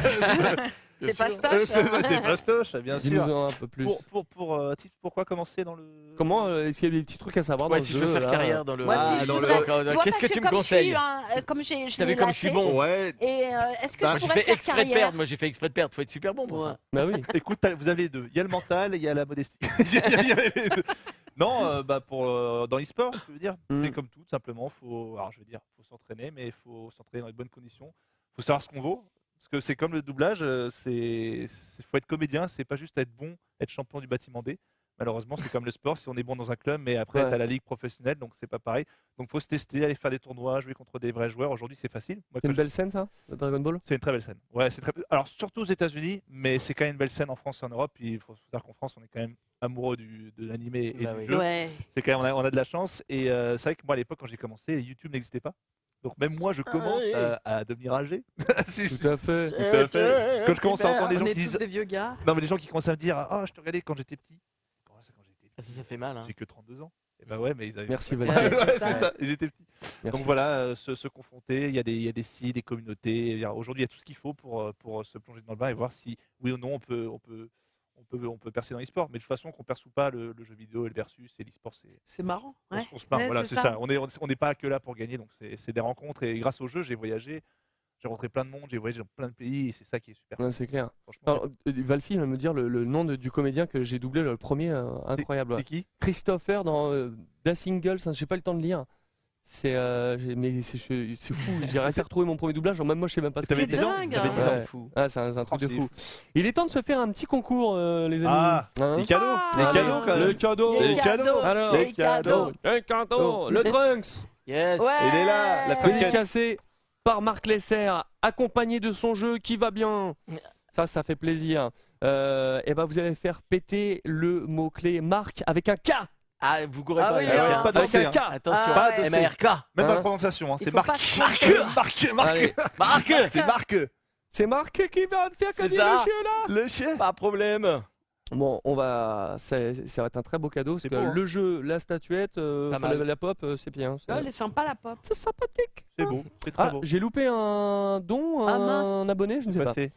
C'est pas Euh, Stoche. C'est c'est Fastoche, bien Dis-nous sûr. en un peu plus. Pour, pour, pour, euh, titre, pourquoi commencer dans le. Comment euh, est-ce qu'il y a des petits trucs à savoir Ouais, dans si le je veux jeu faire là carrière dans le. Moi, Ah, si, je dans le- voudrais- D'accord, Toi, Qu'est-ce que parce tu me comme je suis conseilles un- euh, Comme j'ai, je T'as l'ai vu comme je suis lâché, bon Ouais. Et euh, est-ce que Bah, je Moi, j'ai pourrais fait faire exprès de carrière perdre. Moi, j'ai fait exprès de perdre. Faut être super bon pour Ouais. ça. Bah oui. Écoute, t'as- vous avez les deux. Il y a le mental et il y a la modestie. Il y a- il y a les deux. Non, euh, bah pour, euh, dans l'e-sport, je veux dire, Mm. c'est comme tout, simplement. Faut, alors, je veux dire, faut s'entraîner, mais il faut s'entraîner dans les bonnes conditions. Faut savoir ce qu'on vaut. Parce que c'est comme le doublage, euh, c'est c'est- faut être comédien, c'est pas juste être bon, être champion du bâtiment D. Malheureusement, c'est comme le sport, si on est bon dans un club, mais après, Ouais. tu as la ligue professionnelle, donc c'est pas pareil. Donc faut se tester, aller faire des tournois, jouer contre des vrais joueurs. Aujourd'hui, c'est facile. Moi, C'est quand une belle scène ça, de Dragon Ball. c'est une très belle scène. Ouais, c'est très. Alors surtout aux États-Unis, mais c'est quand même une belle scène en France et en Europe. Puis il faut savoir qu'en France, on est quand même amoureux du, de l'animé et Bah du oui. jeu. Ouais. C'est quand même on a, on a de la chance. Et euh, c'est vrai que moi à l'époque quand j'ai commencé, YouTube n'existait pas. Donc même moi, je commence oui. à, à devenir âgé. Si, Tout à fait. tout à fait. Quand je commence à entendre les On gens est qui tous disent, des vieux gars. non mais les gens qui commencent à me dire, ah je te regardais quand j'étais petit. Comment ça, quand j'étais Ah, Ça, ça fait mal. Hein. J'ai que trente-deux ans. Et bah ouais, mais ils avaient. Merci, Ouais, Valérie. ouais, Ouais, c'est ça. Ils étaient petits. Merci. Donc voilà, euh, se, se confronter, il y, a des, il y a des sites, des communautés. Il y a- Aujourd'hui, il y a tout ce qu'il faut pour, euh, pour se plonger dans le bain et voir si, oui ou non, on peut, on peut, on peut, on peut percer dans l'e-sport. Mais de toute façon, qu'on ne perçoit pas le, le jeu vidéo et le versus et l'e-sport, c'est. C'est marrant. On, Ouais. se- on se marre, Ouais, voilà, c'est c'est ça. ça. On n'est on n'est pas que là pour gagner, donc c'est c'est des rencontres. Et grâce au jeu, j'ai voyagé, j'ai rencontré plein de monde, j'ai voyagé dans plein de pays et c'est ça qui est super. Ouais, c'est clair. Franchement, Alors, euh, Valfi vient de me dire le, le nom de- du comédien que j'ai doublé le premier, euh, incroyable. c'est qui Christopher dans euh, Da Singles, hein, j'ai pas eu le temps de lire. C'est euh, j'ai- mais c'est je- c'est fou, j'ai réussi à retrouver mon premier doublage, genre, même moi je sais même pas ce que T'avais c'est. dix ans dingue, T'avais hein. dix ans. Ouais. C'est fou. Ah, c'est un, c'est un truc Oh, de c'est fou. Il est temps de se faire un petit concours, euh, les amis. Ah, Hein les cadeaux, les Ah, cadeaux quand même. Les cadeaux. Les Les cadeaux. cadeaux. Alors, Les cadeaux. Les cadeaux. Le Trunks. Yes. Ouais. Il est là, la trinquette. Dédicacé par Marc Lesser, accompagné de son jeu qui va bien. Ça, ça fait plaisir. Euh, et ben, vous allez faire péter le mot-clé Marc avec un K. Ah, vous courez Ah pas. oui, avec ouais, un- pas de Avec C, un hein. K. Attention. Ah ouais. M A R K. Même dans Hein la prononciation, hein, Il c'est faut Marc. pas se Marc, tromper. Marc, Marc. Allez. Marc. C'est Marc. C'est Marc qui va faire C'est cadeau ça. le chien là. Le chien. Pas de problème. Bon, on va, ça, ça va être un très beau cadeau parce C'est que beau, hein. le jeu, la statuette, euh, Pas enfin, mal. la, la pop, euh, c'est bien. C'est Oh, elle est sympa la pop. c'est sympathique. C'est beau, c'est très Ah, beau. j'ai loupé un don, Ah, un abonné, je ne sais pas. Passé.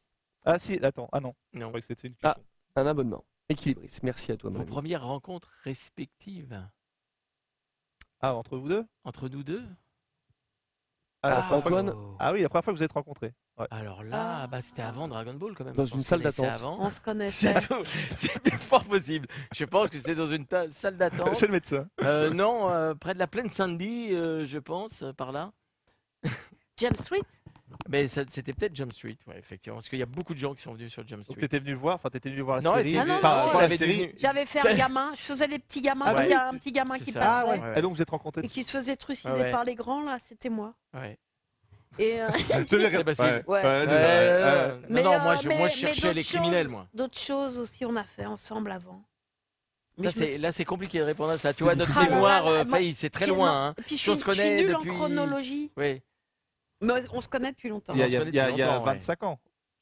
Ah si, attends, ah non. Je Non. croyais que c'était une Ah. cuisson. Un abonnement. Équilibriste. Merci à toi, mon Vos ami. premières rencontres respectives Ah, entre vous deux entre nous deux. ah, la Ah, première fois que- Antoine, Ah oui, la première fois que vous êtes rencontrés. Ouais. Alors là, Ah. bah, c'était avant Dragon Ball quand même. Dans On une se salle connaissait d'attente. avant. On se connaissait. C'est tout- c'est fort possible. Je pense que c'était dans une ta- salle d'attente. Chez le médecin. Euh, non, euh, près de la plaine Sandy, euh, je pense, euh, par là. Jump Street. Mais ça- c'était peut-être Jump Street, ouais, effectivement. Parce qu'il y a beaucoup de gens qui sont venus sur Jump Donc Street. t'étais venu voir, enfin t'étais venu voir la Non, série. elle était Ah non, venue- Enfin, non, pas elle la avait série. devenu- J'avais fait un gamin. Je faisais les petits gamins. Ah il y a ouais. un petit gamin C'est qui ça. passait. Ah ouais. Ouais. Ah donc vous êtes rencontrés. Et qui se faisait trucider Ouais, ouais. par les grands, là, c'était moi. Ouais. Et euh, Je l'ai C'est regardé. possible. Ouais. Ouais, Ouais, ouais, ouais. non, non, Mais, moi, euh, je, mais- moi, mais je cherchais d'autres les criminels, choses- moi. D'autres choses aussi, on a fait ensemble avant. Mais Ça, je me c'est- suis- Là, c'est compliqué de répondre à ça. Tu vois, notre Ah là là, mémoire, euh, moi, Faye, c'est très puis non, loin. Hein. et puis je Si on suis- se je suis connaît nulle en depuis. chronologie. Oui. Mais on se connaît depuis longtemps. Il y a, On il se y a- connaît il y a- depuis il y a longtemps, ouais. vingt-cinq ans.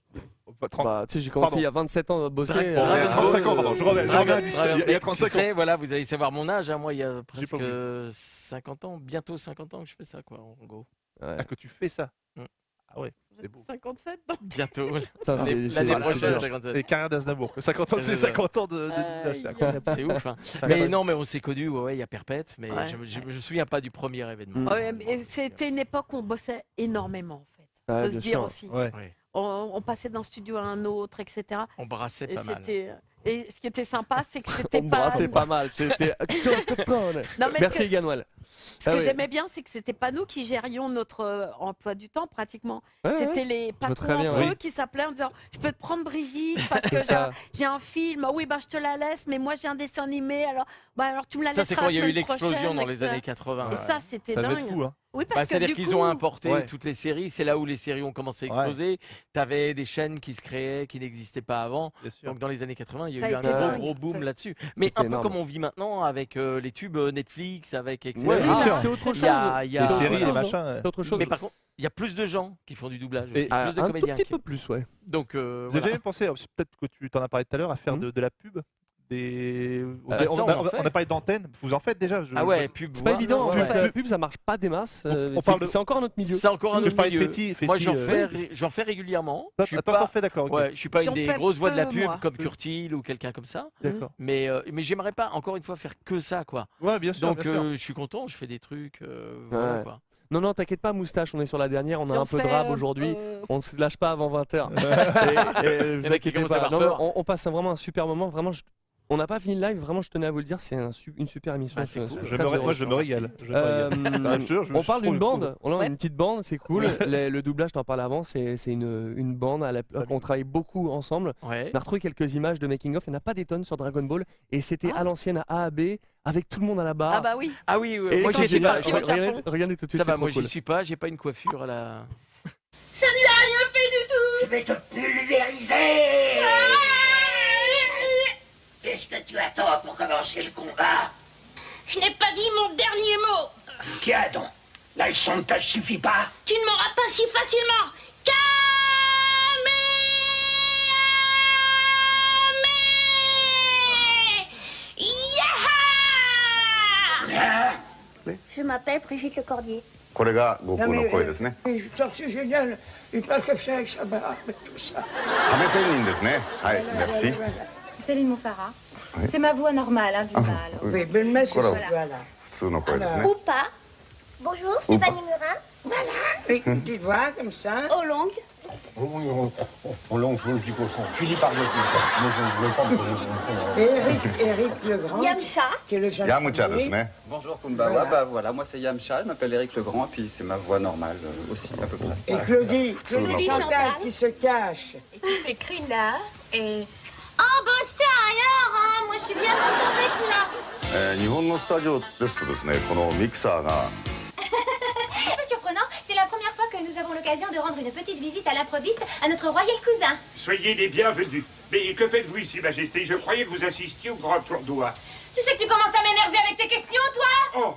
Bah, tu sais, j'ai commencé Pardon. il y a vingt-sept ans à bosser. Dragon euh, Ball, il y a trente-cinq ans, pardon, je reviens- je Dragon- reviens à dix, Dragon- il y a- il y a mais trente-cinq tu sais, ans. voilà, vous allez savoir mon âge. Hein. Moi, il y a J'ai pas presque cinquante ans, bientôt cinquante ans que je fais ça, quoi, en gros. Ah, que tu fais ça. Mm. Ah ouais, c'est beau. cinquante-sept donc. Bientôt. Putain, c'est- L'année c'est- prochaine, c'est- cinquante-sept. Et carrière d'Aznavour. cinquante ans, c'est cinquante ans de. de- de- c'est incroyable. C'est ouf. Hein. C'est Mais incroyable. non, mais on s'est connus, ouais, ouais, il y a Perpète, mais Ouais. je, je, je me souviens pas du premier événement. Ouais, mais c'était une époque où on bossait énormément en fait. Ouais, Faut se bien dire sûr. aussi. Ouais. Ouais. On, on passait d'un studio à un autre, et cetera. On brassait Et pas mal. c'était- Et ce qui était sympa, c'est que c'était On pas. brassait pas mal. C'était. Non, mais Merci que- Ganwal. Ce que j'aimais bien, c'est que c'était pas nous qui gérions notre euh, emploi du temps pratiquement. Ouais, ouais. C'était les vois patrons très bien, entre oui. eux qui s'appelaient en disant je peux te prendre Brigitte parce que C'est ça. j'ai- j'ai un film. Ah oui, bah je te la laisse, mais moi j'ai un dessin animé. Alors, bah alors tu me la Ça, laisseras c'est quand il y a eu la semaine l'explosion prochaine, dans les et que ça- années quatre-vingts. Et ça, c'était Ça devait dingue. être fou, hein. Oui, Bah, parce que C'est-à-dire du qu'ils coup, ont importé Ouais. toutes les séries. C'est là où les séries ont commencé à Ouais. exploser. Tu avais des chaînes qui se créaient, qui n'existaient pas avant. Bien sûr. Donc dans les années quatre-vingts, il y Ça a a eu un été gros, dingue. gros boom Ça- là-dessus. Mais C'était un peu énorme. comme on vit maintenant avec euh, les tubes euh, Netflix, avec et cetera. Ouais, bien Ah, sûr. c'est autre Il y a- chose. il y a- Les C'est autre séries, les chose, hein. machins. ouais. C'est autre chose. Mais par contre, il y a plus de gens qui font du doublage Et aussi, Ah, plus de un tout comédiens. petit qui- peu plus, ouais. Donc euh, Vous avez voilà. jamais pensé, alors, peut-être que tu t'en as parlé tout à l'heure, à faire Mhm. de, de la pub des... Bah, on, ça, a, on en on a- fait. on a parlé d'antenne, vous en faites déjà je- Ah ouais, pub. C'est pas ouais, évident. ouais, hein, ouais. La pub, ça marche pas des masses. euh, on c'est- parle de- C'est encore un autre milieu. C'est encore un Je autre parlais de milieu. Fetty, Moi, Fetty, j'en euh, fais, ouais. ré- j'en fais régulièrement. Toi, Je suis toi, pas, t'en fais, d'accord. ok. ouais, je suis pas J'en une des fais grosses voix de la peu, pub moi. comme Curtil ou quelqu'un comme ça. D'accord. Mais, euh, mais j'aimerais pas, encore une fois, faire que ça, quoi. Ouais, bien sûr. Donc bien sûr. euh, je suis content, je fais des trucs. euh, voilà, Ouais. quoi. Non, non, t'inquiète pas, moustache, on est sur la dernière, on a J'en un peu de fais, rab euh, aujourd'hui. euh, On ne se lâche pas avant vingt heures. et, et, Il y en vous a qui inquiétez commencent à pas. avoir Non, peur. non, on, on passe vraiment un super moment. Vraiment, je- on n'a pas fini le live. Vraiment, je tenais à vous le dire, c'est un su- une super émission. Ah, c'est je- cool. je suis Je très me ré- heureux. moi, je me régale. Je me Euh, régale. Ah, je te jure, je me on suis parle trop- d'une bande, on a Ouais. une petite bande, c'est cool. Le, le doublage, t'en parlais avant, c'est c'est une, une bande à la- qu'on travaille beaucoup ensemble. Ouais. On a retrouvé quelques images de making of, il n'y en a pas des tonnes sur Dragon Ball, et c'était Ah. à l'ancienne à A à B, avec tout le monde à la barre. Ah bah oui. Ah oui, ouais, Et moi ça, j'y j'ai étais pas- pas. parti je- au Japon. regardez, regardez tout de suite, Ça c'est va, trop moi cool. j'y suis pas, j'ai pas une coiffure à la. Ça ne lui a rien fait du tout. Je vais te pulvériser. Qu'est-ce que tu attends pour commencer le combat? Je n'ai pas dit mon dernier mot. Tiens donc, la leçon ne te suffit pas. Tu ne m'auras pas si facilement. Kamehameha. Je m'appelle Brigitte Lecordier. これが悟空の声ですね。 Ça c'est génial. Il passe comme ça avec sa barbe et tout ça. 亀仙人ですね。はい、merci。 Céline Montfarrat. Oui. C'est ma voix normale, hein, du mal. Oui, mais le mec, c'est Voilà. ça. Voilà. 普通の声ですね。 Ou pas. Bonjour, Stéphanie Murin. Voilà. Avec une petite voix comme ça. Au longue. On lance le petit cochon. Philippe Argotti. Moi, je ne veux pas me poser Et Eric, Eric Legrand. Yamcha. Qui est le jeune. Yamcha ですね。 Bonjour Kumbawa, Voilà. bah voilà, moi c'est Yamcha, je m'appelle Éric Legrand, et puis c'est ma voix normale euh, aussi à peu près. Et Claudie, Claudie Claudie Chantal Chantal. qui se cache. Et tu fais Krina et... Oh bah ça alors, hein. Moi je suis bien contente d'être là. えー日本のスタジオですとですね、このミキサーが Pas surprenant, c'est la première fois que nous avons l'occasion de rendre une petite visite à l'improviste à notre royal cousin. Soyez les bienvenus. Mais que faites-vous ici, Majesté? Je croyais que vous assistiez au grand tour d'oie. Tu sais que tu commences à m'énerver avec tes questions, toi? Oh!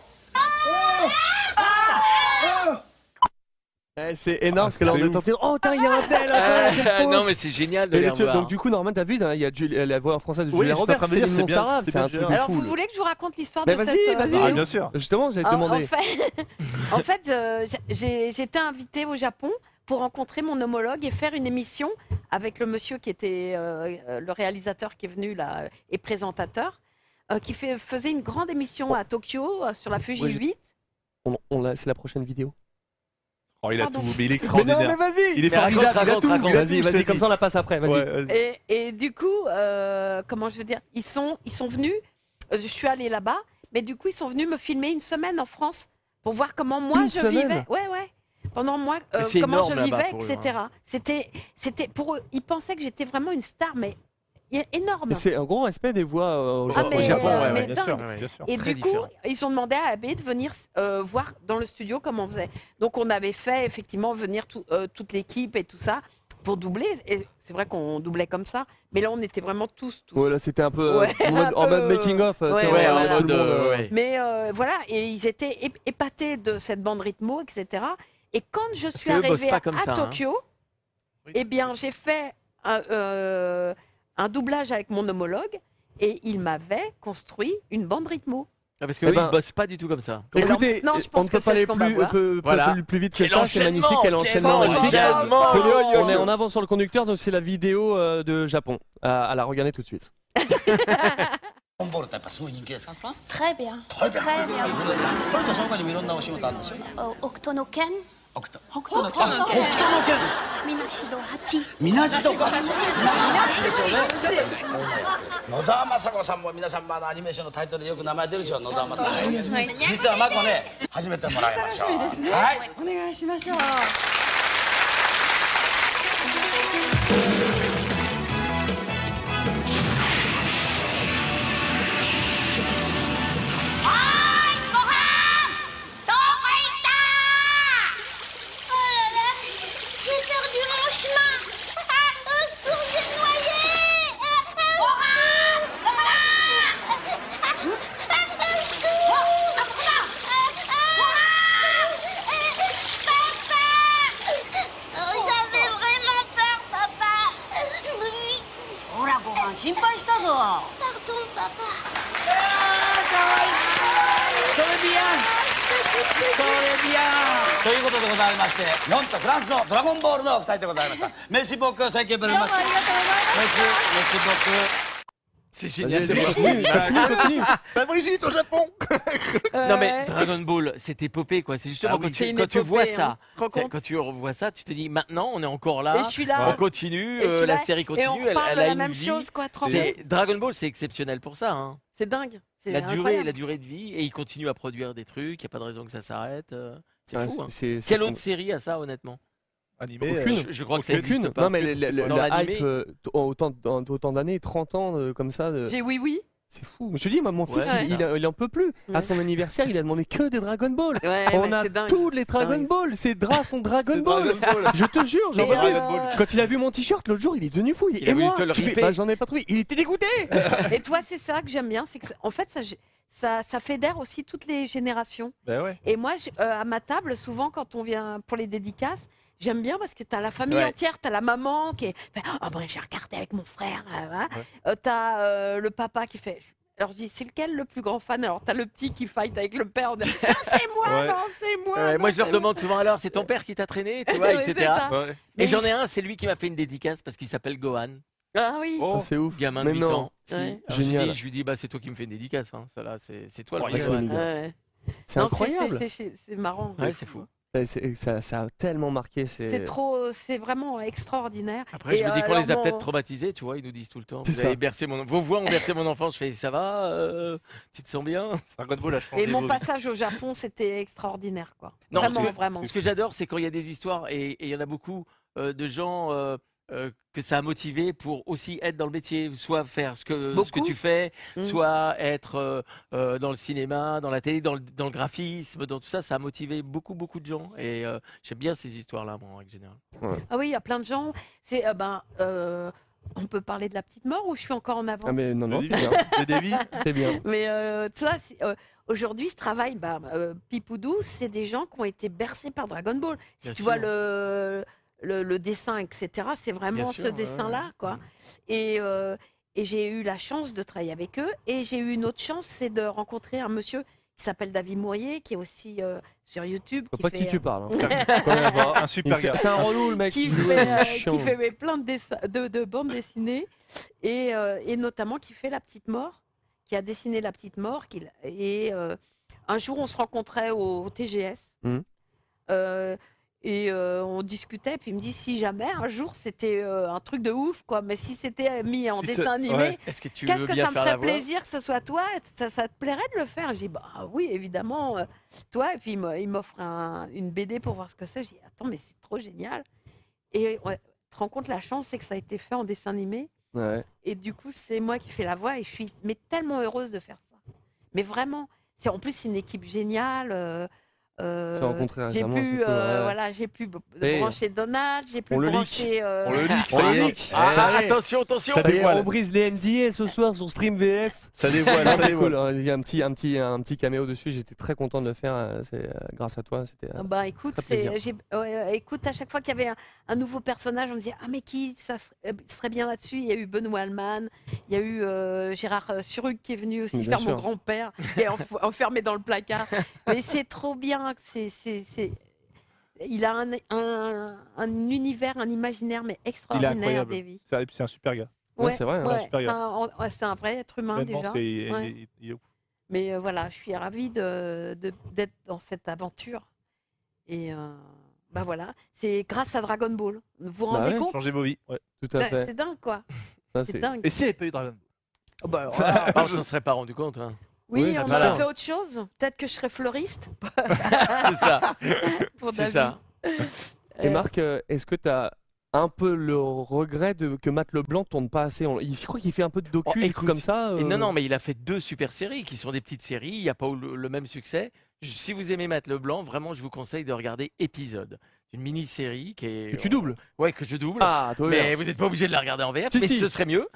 Eh, c'est énorme parce que là on c'est est ouf. tenté. Oh, putain, il y a un tel, Ah, attends, quelle non fausse. mais c'est génial de Et les les tueurs- revoir. Donc du coup, Norman, t'as vu, il y a Julie- la voix en français de Oui, Julia je suis en Roberts, train de me dire, Céline c'est bien- Montserrat, c'est c'est un bien truc géré. de Alors fou. vous le- voulez que je vous raconte l'histoire Mais de vas-y, cette... vas-y. Ah, bien sûr. Justement, j'allais te En- En demander. fait, en fait euh, j'ai- j'étais invitée au Japon pour rencontrer mon homologue et faire une émission avec le monsieur qui était euh, euh, le réalisateur qui est venu là euh, et présentateur, euh, qui fait, faisait une grande émission à Tokyo euh, sur la Fuji Ouais, je- huit. On, on l'a- c'est la prochaine vidéo. Oh, il a Pardon. tout, mais il est Mais extraordinaire. non, mais vas-y. Il est Mais raconte, formidable, il a raconte, tout. raconte. il a Vas-y, tout, je te vas-y, dis. comme ça on la passe après. Vas-y. Ouais, vas-y. Et, et du coup, euh, comment je veux dire, ils sont, ils sont venus. euh, je suis allée là-bas, mais du coup, ils sont venus me filmer une semaine en France pour voir comment moi Une je semaine vivais. Ouais, ouais. Pendant moi, euh, Mais c'est comment je énorme là-bas vivais, pour eux, et cetera. C'était, c'était pour eux. Ils pensaient que j'étais vraiment une star, mais i- énorme. Et c'est un gros respect des voix euh, au, Ah, Ja- mais, au Japon. euh, ouais, mais ouais. bien sûr, dingue. bien sûr. Et Très du coup, différent. ils ont demandé à Abbé de venir euh, voir dans le studio comment on faisait. Donc, on avait fait effectivement venir tout- euh, toute l'équipe et tout ça pour doubler. Et c'est vrai qu'on doublait comme ça, mais là on était vraiment tous. tous. Ouais, là c'était un peu Ouais, en mode, un en peu, mode making of. ouais, tu sais, ouais, on voilà. met tout le monde, euh, ouais. Mais euh, voilà, et ils étaient ép- épatés de cette bande rythmo, et cetera. Et quand je suis qu'eux bossent arrivée pas à, comme à ça, hein. Tokyo, eh bien j'ai fait un, euh, un doublage avec mon homologue et il m'avait construit une bande rythmo. Ah, parce que Eh eux, ben, ils bossent pas du tout comme ça. Écoutez, maintenant, je on pense ne peut que pas c'est aller ce qu'on va plus, voir. peu- peu- Voilà. plus, plus vite que Quel ça, c'est magnifique, quel enchaînement quel magnifique. enchaînement. On est en avance sur le conducteur, donc c'est la vidéo euh, de Japon. À, à la regarder tout de suite. Très bien. Très bien. Très bien. Octonoken. Octonoken. Minahido Hachi. 野沢雅子さんも皆さんまだアニメーションのタイトルでよく名前出るでしょ野沢雅子実はマコね始めてもらいましょうはいお願いしましょう。 J'ai perdu mon chemin. Au secours, j'ai noyé. Au J'avais vraiment peur, papa. Oui. ほらご飯心配したぞ。 Pardon, papa. トレビアントレビアンということでございまして日本とフランスのドラゴンボールのふたりでございましたメシボック最近ベルマッチメシメシボック C'est génial. Vas-y, c'est continue, bon. continue, continue. Bah, Brigitte au Japon. Non mais Dragon Ball, c'est épopée quoi. C'est justement Ah oui, quand, c'est tu, une quand tu vois épopée, ça, hein. Tu te rends compte quand tu revois ça, tu te dis maintenant on est encore là, Et je suis là. on continue, Et je euh, suis la là. série Et continue, on elle, reparle elle de a la une même vie. chose, quoi, trop C'est- bien. Dragon Ball c'est exceptionnel pour ça. Hein. C'est dingue. C'est La durée, incroyable. la durée de vie et il continue à produire des trucs, il y a pas de raison que ça s'arrête. euh, C'est Ouais, fou. Hein. c'est- c'est Quelle con- autre série a ça honnêtement? Animé, Aucune. euh, Je, je crois que ça Aucune. existe pas. Non mais le, le- le- Dans la l'animé. hype euh, t- autant, dans- autant d'années, trente ans euh, comme ça. de- J'ai oui, oui. C'est fou. Je te dis, moi, mon fils, Ouais, il, ça. il, il en peut plus. À Ouais. son anniversaire, il a demandé que des Dragon Ball. Ouais, On mais a c'est dingue. tous les Dragon Dingue. Ball. Ses draps sont Dragon C'est Ball. Dragon Ball. Je te jure, j'en Mais peux plus. euh, Quand il a vu mon t-shirt l'autre jour, il est devenu fou. Il dit, Il a et voulu moi te le Je fais, ripper. bah, j'en ai pas trouvé. Il était dégoûté. Et toi, c'est ça que j'aime bien, c'est que en fait, ça, ça, ça fédère aussi toutes les générations. Bah ouais. Et moi, je- euh, à ma table, souvent, quand on vient pour les dédicaces, j'aime bien parce que tu as la famille Ouais. entière, tu as la maman qui est fait, oh, bon, j'ai regardé avec mon frère. euh, voilà. Ouais. Euh, tu as le papa qui fait. Alors je dis, c'est lequel le plus grand fan? Alors tu as le petit qui fight avec le père. On dit, non, c'est moi, Ouais. non, c'est moi. Ouais, non, moi je leur c'est demande souvent alors c'est ton père qui t'a traîné, tu vois, Ouais, c'est et cetera. ça. Ouais. Et Mais j'en il- ai un, c'est lui qui m'a fait une dédicace parce qu'il s'appelle Gohan, Ah oui. Oh. Oh, c'est ouf. gamin de Mais huit non. ans. Si. Ouais. Alors, je lui Génial. dis- Je lui dis bah c'est toi qui me fais une dédicace, hein. Ça là c'est c'est toi le Ouais, vrai c'est Gohan. mignon. Ouais. C'est Non, incroyable. c'est- c'est- C'est marrant. Ouais, c'est fou. Ouais, c'est- Ça, ça a tellement marqué. C'est C'est trop, c'est vraiment extraordinaire. Après, Et, je me dis euh, qu'on les a alors, peut-être mon- traumatisés, tu vois, ils nous disent tout le temps. C'est Vous ça. avez bercé mon... Vos voix ont bercé mon enfance. Je fais, ça va euh, Tu te sens bien? Dragon Ball a changé Et mon vos vies. passage au Japon, c'était extraordinaire, quoi. Non, vraiment, ce que, vraiment. Ce que j'adore, c'est quand il y a des histoires, et et il y en a beaucoup euh, de gens euh, euh, que ça a motivé pour aussi être dans le métier, soit faire ce que, ce que Beaucoup. tu fais, Mm. soit être euh, euh, dans le cinéma, dans la télé, dans le, dans le graphisme, dans tout ça. Ça a motivé beaucoup, beaucoup de gens. Et euh, j'aime bien ces histoires-là, moi, en règle générale. Ah oui, il y a plein de gens. C'est, euh, ben, euh, on peut parler de la petite mort ou je suis encore en avance? Ah, mais non, non, Le c'est bien. Le Davy. C'est bien. Mais euh, tu vois, c'est, euh, aujourd'hui, je travaille. Bah, euh, Pipoudou, c'est des gens qui ont été bercés par Dragon Ball. Si Bien tu sûr. vois le, le, le dessin, et cetera, c'est vraiment Bien ce sûr, ouais, dessin-là, quoi. Et, euh, et j'ai eu la chance de travailler avec eux. Et j'ai eu une autre chance, c'est de rencontrer un monsieur qui s'appelle David Mourier, qui est aussi euh, sur YouTube. Faut qui pas de fait, qui tu euh, parles. Hein. Quand même pas. Un super C'est gars. c'est un relou le mec. qui joue, fait, il est euh, chiant. qui fait mais plein de, dessins, de, de bandes dessinées et, euh, et notamment qui fait La Petite Mort, qui a dessiné La Petite Mort. Qu'il- et euh, un jour, on se rencontrait au, au T G S Mhm. euh, et euh, on discutait. Puis il me dit si jamais un jour c'était euh, un truc de ouf, quoi, mais si c'était mis en Si dessin c'est- animé. ouais. Est-ce que tu Qu'est-ce veux que bien ça me faire la ferait voix? plaisir que ce soit toi? Ça, ça te plairait de le faire? J'ai dit bah oui, évidemment, euh, toi. Et puis il m'a- il m'offre un- une B D pour voir ce que c'est. J'ai dit attends, mais c'est trop génial. Et ouais, tu te rends compte, la chance, c'est que ça a été fait en dessin animé. Ouais. Et du coup, c'est moi qui fais la voix et je suis mais tellement heureuse de faire ça. Mais vraiment, c'est en plus c'est une équipe géniale. euh, Euh, Tu as rencontré j'ai récemment, pu, c'est cool, euh, ouais. voilà, j'ai pu b- Et- brancher Donald, j'ai pu On le leak. brancher. euh, On le leak, Ah, ça y est. leak. Ah, Ah, ça y est. attention, attention. Ça Ça y est, dévoile. on brise les N D A ce soir sur Stream V F. Ça dévoile, Ah, ça c'est dévoile. cool. hein. Il y a un petit, un petit, un petit caméo dessus. J'étais très content de le faire. euh, C'est euh, grâce à toi. C'était. euh, Ah bah écoute, très c'est- plaisir. j'ai- ouais, euh, écoute, à chaque fois qu'il y avait un, un nouveau personnage, on me disait ah mais qui ça serait, euh, serait bien là-dessus. Il y a eu Benoît Alman, il y a eu euh, Gérard euh, Suruc qui est venu aussi Bien faire sûr. mon grand-père, qui est enf- enfermé dans le placard. Mais c'est trop bien, c'est, c'est, c'est- il a un, un, un univers, un imaginaire mais Il est extraordinaire, incroyable. Davy. C'est c'est un super gars. Ouais, c'est vrai, hein. C'est un ouais, super c'est gars. un, ouais, c'est un vrai être humain Honnêtement, déjà. c'est- il- Ouais. il- il est ouf. Mais euh, voilà, je suis ravie de, de- d'être dans cette aventure. Et euh, bah voilà, c'est grâce à Dragon Ball. Vous vous Bah rendez ouais, compte? changer vos vies. Ouais. Tout à Bah, fait. C'est dingue quoi. Ça, c'est c'est- dingue. Et s'il n'y avait pas eu Dragon Ball Oh, bah, alors Ça- là, Ah, on s'en serait pas rendu compte. hein. oui, Oui, on voilà. aurait fait autre chose. Peut-être que je serais fleuriste. C'est ça. Pour C'est David. ça. Et Euh, Marc, euh, est-ce que tu as un peu le regret de que Matt Leblanc tourne pas assez en... Il je crois qu'il fait un peu de docu, Oh, des trucs écoute, comme ça. et euh, non, non, mais il a fait deux super séries qui sont des petites séries. Il n'y a pas eu le, le même succès. Je- Si vous aimez Matt Leblanc, vraiment, je vous conseille de regarder Épisode. C'est une mini-série qui est. Que tu doubles. Ouais, que je double. Ah, toi, mais bien. vous n'êtes pas obligé de la regarder en V F, Si, mais si. ce serait mieux.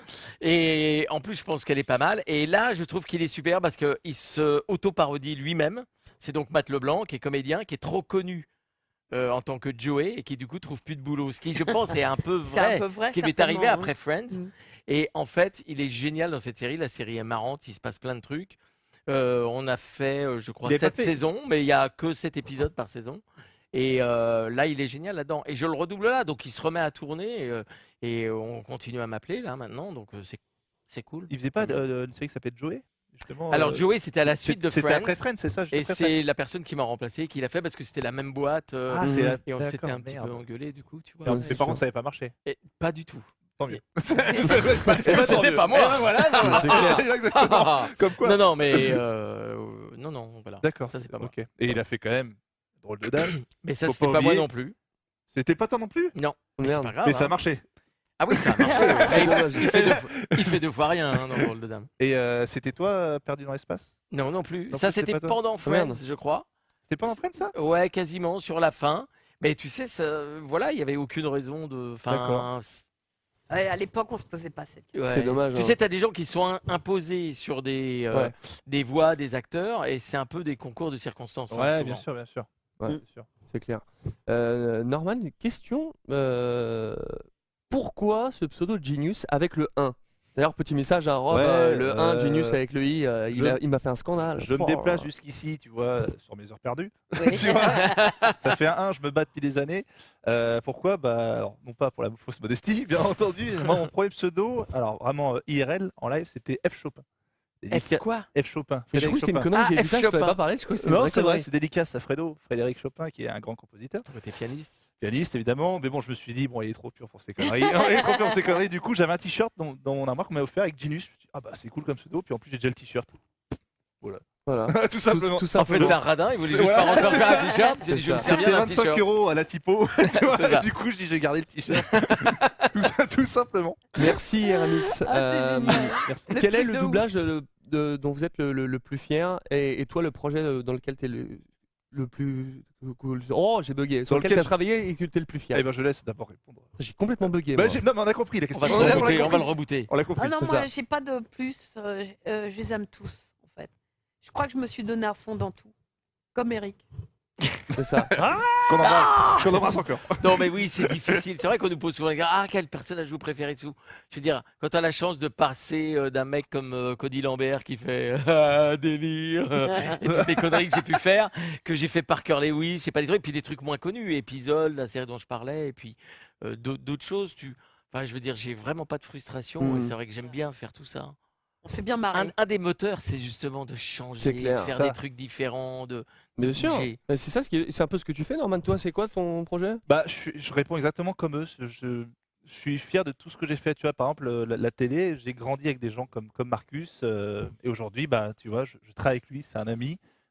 Et en plus, je pense qu'elle est pas mal. Et là, je trouve qu'il est super parce qu'il se auto-parodie lui-même. C'est donc Matt Leblanc, qui est comédien, qui est trop connu. euh, en tant que Joey et qui du coup trouve plus de boulot, ce qui je pense est un peu C'est un vrai, peu vrai, ce qui lui est arrivé certainement, après oui. Friends. Mm. Et en fait, il est génial dans cette série. La série est marrante, il se passe plein de trucs. Euh, on a fait, euh, je crois, Il est pas sept fait. saisons, mais il y a que sept épisodes par saison. Et euh, là, il est génial là-dedans. Et je le redouble là, donc il se remet à tourner. euh, et on continue à m'appeler là maintenant, donc euh, c'est c'est cool. Il faisait pas de- de- une série qui s'appelle Joey justement, Alors euh, Joey, c'était à la c'est- suite de C'était Friends. après Friends, c'est ça juste Et après c'est Friends. la personne qui m'a remplacé qui l'a fait parce que c'était la même boîte. euh, Ah, c'est la- et on d'accord, s'était un petit merde. peu engueulé du coup, tu vois. Donc, Ouais. ses parents, ça n'avait pas marché. Et pas du tout. Tant mieux. Parce C'est que pas tant c'était mieux. pas moi. Eh ben voilà, non, C'est clair. exactement. Comme quoi. Non, non, mais euh, non, non, voilà. D'accord. Ça c'est pas moi. Ok. Et il a fait quand même drôle de d'âge. Mais ça Faut c'était pas moi oublier. non plus. C'était pas toi non plus. Non. Mais c'est Merde. pas grave. Mais ça a hein. marché. Ah oui, ça a marché. ouais. C'est il, dommage. il fait deux fois, il fait deux fois rien hein, dans le rôle de dame. Et euh, c'était toi euh, perdu dans l'espace. Non, non plus. Non ça plus, c'était c'était pas toi. pendant Oh, merde. Friends, je crois. C'était pas en Friends ça. Ouais, quasiment sur la fin. Mais tu sais, ça, voilà, il y avait aucune raison de. Enfin, D'accord. Ouais, à l'époque, on se posait pas cette question. ouais. C'est dommage, Tu hein. sais, tu as des gens qui sont im- imposés sur des, euh, Ouais. des voix, des acteurs, et c'est un peu des concours de circonstances. hein, Ouais, souvent. bien sûr, bien sûr. Ouais. Bien sûr. C'est clair. Euh, Norman, une question. euh, pourquoi ce pseudo Genius avec le un? D'ailleurs, petit message à Rob, Ouais, euh, le un, euh, Genius avec le i, euh, il je- a- il m'a fait un scandale. Je me Oh. déplace jusqu'ici, tu vois, sur mes heures perdues. Oui. Tu vois, ça fait un 1, je me bats depuis des années. Euh, pourquoi bah, alors, non pas pour la fausse modestie, bien entendu. Moi, mon premier pseudo, alors vraiment euh, I R L, en live, c'était F Chopin. F Dédica- quoi F Chopin. Mais je Frédéric crois que c'est une Chopin. connerie, Ah, j'ai vu F ça, je ne Chopin. pas parler, je crois que c'était une Non, vraie c'est vrai, connerie. c'est dédicace à Fredo, Frédéric Chopin, qui est un grand compositeur. Toi, t'es pianiste. Pianiste, évidemment, mais bon, je me suis dit, bon, il est trop pur pour ces conneries. il est trop pur pour ces conneries. Du coup, j'avais un t-shirt dans, dans mon armoire qu'on m'a offert avec Genius. Je me suis dit, ah bah, c'est cool comme pseudo. Puis en plus, j'ai déjà le t-shirt. Voilà. Voilà. Tout simplement. Tout, tout En fait, simplement. c'est un radin, il voulait C'est- juste pas voilà, rentrer c'est faire ça. un t-shirt. Il s'est C'est dit, je vais me ça. servir C'était d'un vingt-cinq t-shirt. euros à la typo. tu vois, C'est ça. du coup, je dis, j'ai gardé le t-shirt. tout, ça, tout simplement. Merci R M X. Ah, c'est Euh, génial. Merci. Le quel est truc le de doublage de- de- dont vous êtes le, le- le plus fier et, et toi, le projet euh, dans lequel tu es le, le plus. Oh, j'ai bugué. Sur Dans lequel lequel tu as je- travaillé et que tu es le plus fier. Eh ben, je laisse d'abord répondre. J'ai complètement bugué. Bah, moi. j'ai- non, mais on a compris la On question. va le On l'a- on l'a rebooter, on va compris. le rebooter. On l'a compris. Ah non, c'est moi, ça. j'ai pas de plus. euh, j- euh, je les aime tous, en fait. Je crois que je me suis donné à fond dans tout. Comme Eric. C'est ça. Qu'on embrasse, qu'on embrasse encore. Non, mais oui, c'est difficile. C'est vrai qu'on nous pose souvent la question, ah, quel personnage vous préférez dessous? Je veux dire, quand tu as la chance de passer euh, d'un mec comme euh, Cody Lambert qui fait ah, délire euh, et toutes les conneries que j'ai pu faire, que j'ai fait Parker Lewis, c'est pas des trucs, puis des trucs moins connus, Épisode, la série dont je parlais, et puis euh, d'autres d'autres choses. Tu... Enfin, je veux dire, j'ai vraiment pas de frustration, Mm. et c'est vrai que j'aime bien faire tout ça. On s'est bien marré. Un, un des moteurs, c'est justement de changer, C'est clair, de faire ça. des trucs différents, de, de Bien sûr. bouger. Bah, C'est ça, ce qui est- c'est un peu ce que tu fais, Norman. Toi, c'est quoi ton projet? Bah, je, suis- je réponds exactement comme eux. Je, je- je suis fier de tout ce que j'ai fait. Tu vois, par exemple, la, la télé, j'ai grandi avec des gens comme, comme Marcus. euh, et aujourd'hui, bah, tu vois, je, je travaille avec lui, c'est un ami.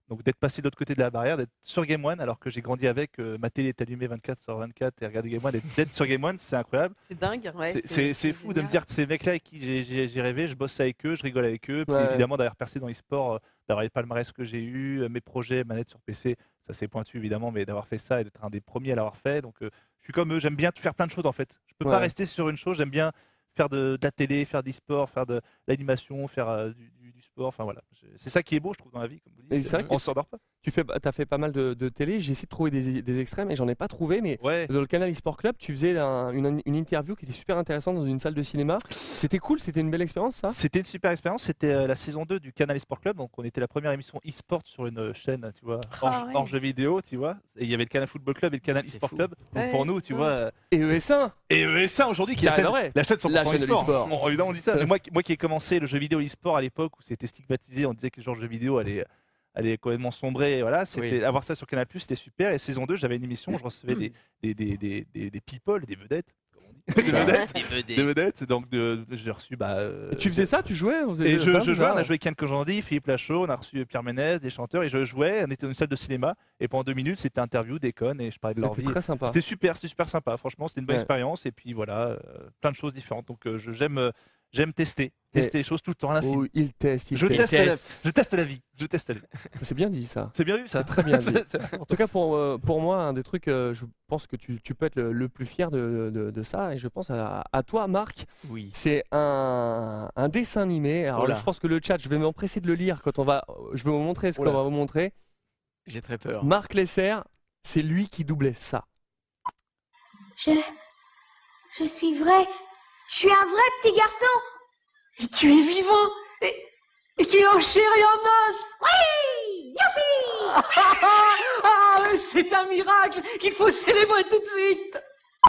Donc d'être passé de l'autre côté de la barrière, d'être sur Game One, alors que j'ai grandi avec, euh, ma télé est allumée vingt-quatre sur vingt-quatre et regarder Game One, et d'être sur Game One, c'est incroyable. C'est dingue, ouais. C'est- c'est- C'est c'est c'est fou de me génial. dire que ces mecs-là avec qui j'ai- j'ai j'ai rêvé, je bosse avec eux, je rigole avec eux. Puis Ouais. évidemment d'avoir percé dans l'e-sport, euh, d'avoir les palmarès que j'ai eu, euh, mes projets, manettes sur P C, ça c'est pointu évidemment, mais d'avoir fait ça et d'être un des premiers à l'avoir fait. Donc euh, je suis comme eux, j'aime bien faire plein de choses en fait. Je peux Ouais. pas rester sur une chose, j'aime bien faire de, de la télé, faire de l'e-sport, faire de l'animation, faire euh, du, du- du sport. Enfin voilà, Je- c'est ça qui est beau, je trouve, dans la vie. Comme vous Et dites, c'est vrai on que s'endort pas. Tu fais, as fait pas mal de, de télé. J'ai essayé de trouver des, des extraits, mais j'en ai pas trouvé. Mais Ouais. dans le canal eSport Club, tu faisais un- une, une interview qui était super intéressante dans une salle de cinéma. C'était cool, c'était une belle expérience, ça. C'était une super expérience. C'était euh, la saison deux du Canal eSport Club. Donc, on était la première émission e-sport sur une euh, chaîne, tu vois, hors, Ah ouais. hors jeux vidéo, tu vois. Et il y avait le Canal Football Club et le Canal eSport fou. Club. Donc, Ouais. pour nous, tu Ouais. vois. euh, Et E S un. Et E S un aujourd'hui, qui est la Carrément chaîne, vrai. la chaîne cent pour cent La chaîne de e-sport. l'e-sport. Bon, évidemment, on dit ça. Mais moi, qui- moi qui ai commencé le jeu vidéo e-sport à l'époque où c'était stigmatisé, on disait que le genre de jeu vidéo allait, allait complètement sombrer. Et voilà, c'était Oui. avoir ça sur Canal+, c'était super. Et saison deux, j'avais une émission où je recevais des, des, des, des, des, des people, des vedettes. comme on dit. Des vedettes. Des vedettes. Des vedettes. Donc, de- j'ai reçu. Bah, euh, Tu faisais ça, tu jouais on faisait et ça, je, ça, je jouais, ça on a joué Ken Kojandi, Philippe Lachaud, on a reçu Pierre Ménez, des chanteurs, et je jouais, on était dans une salle de cinéma, et pendant deux minutes, c'était interview, déconne, et je parlais de leur C'était vie. très sympa. C'était super, c'était super sympa, franchement, c'était une bonne Ouais. expérience, et puis voilà, euh, plein de choses différentes. Donc euh, je- j'aime euh, j'aime tester, tester les choses tout le temps, à l'infini. Oh, il teste, il Je teste. teste, la, je teste la vie, je teste la vie. C'est bien dit ça. C'est bien vu ça. C'est très bien dit. C'est- c'est En tout cas, pour, euh, pour moi, un des trucs, euh, je pense que tu, tu peux être le, le plus fier de, de- de ça. Et je pense à, à toi, Marc. Oui. C'est un, un dessin animé. Alors, Oh là. je pense que le chat, je vais m'empresser de le lire quand on va. Je vais vous montrer ce Oh qu'on là. va vous montrer. J'ai très peur. Marc Lesser, c'est lui qui doublait ça. Je. Je suis vrai. Je suis un vrai petit garçon. Et tu es vivant. Et, et tu es en chair et en os. Oui. Youpi. Ah, mais c'est un miracle qu'il faut célébrer tout de suite.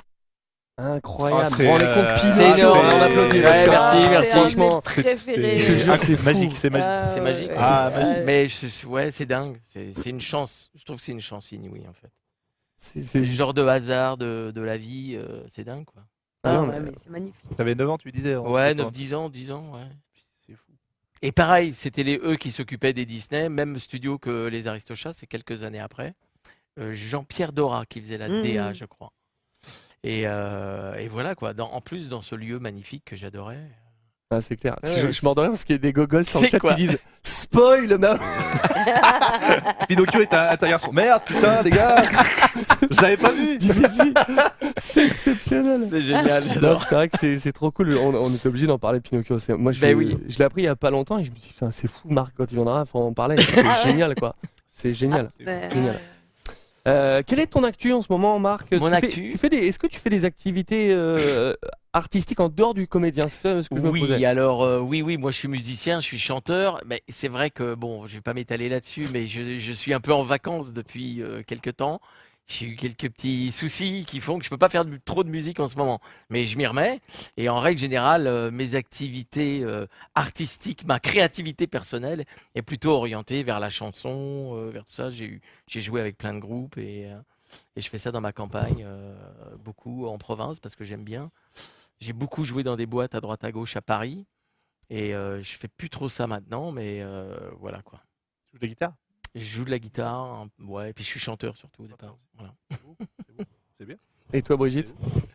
Incroyable. Ah, c'est, Bon, on est euh, compilés, c'est énorme. énorme. On applaudit. Ouais, parce que- merci, Ah, merci. Franchement, C'est un de mes préférés. je te jure, C'est c'est magique, fou. c'est magique. Euh, C'est magique. ouais, Ah, ouais. magique. Mais je- ouais, c'est dingue. C'est c'est une chance. Je trouve que c'est une chance inouïe en fait. C'est C'est c'est le juste- genre de hasard de, de la vie. euh, c'est dingue quoi. Ah non, Ouais, mais- mais c'est magnifique. T'avais neuf ans, tu disais. en- Ouais, en- neuf dix ans, dix ans, ouais. C'est fou. Et pareil, c'était les eux qui s'occupaient des Disney, même studio que les Aristochats, c'est quelques années après. Euh, Jean-Pierre Dora qui faisait la Mhm. D A, je crois. Et, euh, et voilà quoi. Dans- en plus, dans ce lieu magnifique que j'adorais. Ah, c'est clair. Ouais, je ouais, je m'en donne parce qu'il y a des gogoles sur le C'est chat quoi qui disent spoil, mais Pinocchio est un, est un garçon. Merde, putain, les gars. Je l'avais pas vu. difficile. C'est exceptionnel. C'est génial, Non, j'adore. c'est vrai que c'est c'est trop cool. On, on était obligé d'en parler de Pinocchio. C'est- Moi, je, Ben oui. je l'ai appris il y a pas longtemps et je me suis dit, putain, c'est fou, Marc, quand il viendra, faut en parler. C'est génial, quoi. C'est génial. Ben, Génial. Euh, quel est ton actu en ce moment, Marc? Mon Tu fais- actu tu fais des, Est-ce que tu fais des activités euh, artistiques en dehors du comédien? C'est ça ce que je me Oui, posais. alors euh, oui, oui, moi je suis musicien, je suis chanteur, mais c'est vrai que bon, je vais pas m'étaler là-dessus, mais je, je suis un peu en vacances depuis euh, quelques temps. J'ai eu quelques petits soucis qui font que je peux pas faire de- trop de musique en ce moment, mais je m'y remets. Et en règle générale, euh, mes activités euh, artistiques, ma créativité personnelle est plutôt orientée vers la chanson, euh, vers tout ça. J'ai eu, j'ai joué avec plein de groupes et euh, et je fais ça dans ma campagne, euh, beaucoup en province parce que j'aime bien. J'ai beaucoup joué dans des boîtes à droite à gauche à Paris et euh, je fais plus trop ça maintenant, mais euh, voilà quoi. Tu joues de la guitare. Je joue de la guitare, hein, ouais, et puis je suis chanteur surtout au départ. Voilà. C'est bien. Et toi, Brigitte?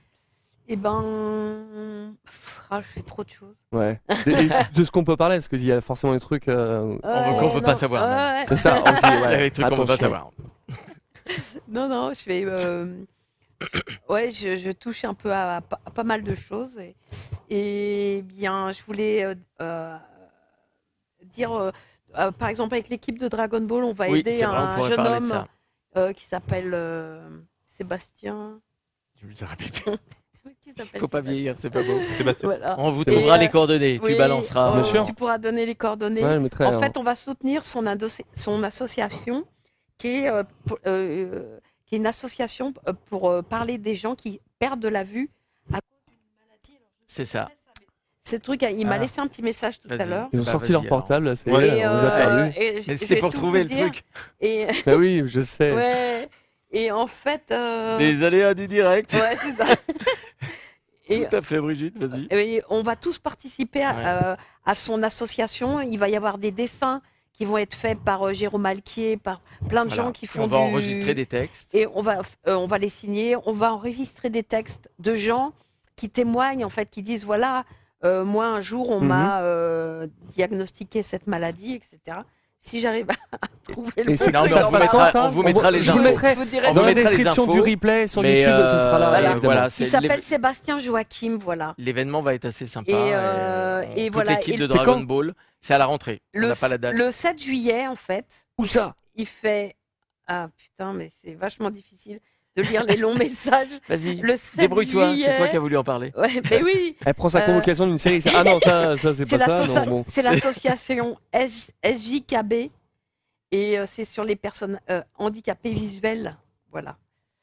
Eh ben, pff, ah, je fais trop de choses. Ouais. Et- et de ce qu'on peut parler, parce qu'il y a forcément des trucs. euh, On veut qu'on veut non, pas savoir. ouais, même. ouais. C'est ça aussi, ouais. Il y a des trucs qu'on veut pas Attention. savoir. Non, non, je fais. euh, Ouais, je, je touche un peu à, pa- à pas mal de choses. Et, et bien, je voulais euh, euh, dire, euh, euh, par exemple, avec l'équipe de Dragon Ball, on va Oui, aider c'est vrai, on un pourrait jeune parler de homme ça. euh, qui s'appelle euh, Sébastien. Je me dirais plus. Qui s'appelle Faut pas Sébastien. vieillir, c'est pas beau. Sébastien. Voilà. On vous Et, trouvera euh, les coordonnées, tu oui, balanceras. euh, Bien sûr. Tu pourras donner les coordonnées. Ouais, je mettrai, en hein. fait, on va soutenir son, adosse- son association, qui est, euh, pour- euh, qui est une association euh, pour euh, parler des gens qui perdent de la vue. à- C'est ça. Ce truc, il m'a Ah. laissé un petit message tout à Vas-y. l'heure. Ils ont Bah, sorti leur vas-y, alors. portable, ça y Ouais. est, Et, on vous a euh, perdu. et je- Mais je c'était vais pour tout trouver vous le dire. truc. Et, Bah oui, je sais. ouais, et en fait. euh, Les aléas du direct. Ouais, c'est ça. Et, Tout à fait, Brigitte, vas-y. et on va tous participer à, Ouais. euh, à son association. Il va y avoir des dessins qui vont être faits par euh, Jérôme Alquier, par plein de Voilà. gens qui Et font on va du- enregistrer des textes. Et on va, euh, on va les signer, on va enregistrer des textes de gens qui témoignent, en fait, qui disent, voilà, euh, moi, un jour, on Mhm. m'a euh, diagnostiqué cette maladie, et cetera. Si j'arrive à trouver le Et c'est bon ça truc, se on passe va- quand ça on vous mettra les Je vous infos. mettrai Je vous dirai dans tout. la mettra les description du infos, replay sur mais, YouTube, euh, ce sera là. voilà, évidemment. voilà, Il c'est s'appelle l'év- Sébastien Joachim, voilà. L'événement va être assez sympa. Et, et, euh, on- et toute voilà, l'équipe et de le- Dragon C'est quand Ball, c'est à la rentrée. On Le, n'a pas la date. le sept juillet, en fait, Où ça il fait... Ah putain, mais c'est vachement difficile de lire les longs messages. Vas-y, Le sept débrouille-toi, c'est toi juillet- qui as voulu en parler. Ouais, mais oui. Elle prend sa Euh, convocation d'une série. ça- Ah non, ça, ça c'est C'est pas ça. l'associa- Non, bon. c'est l'association S- SJKB et euh, c'est sur les personnes euh, handicapées visuelles. Voilà.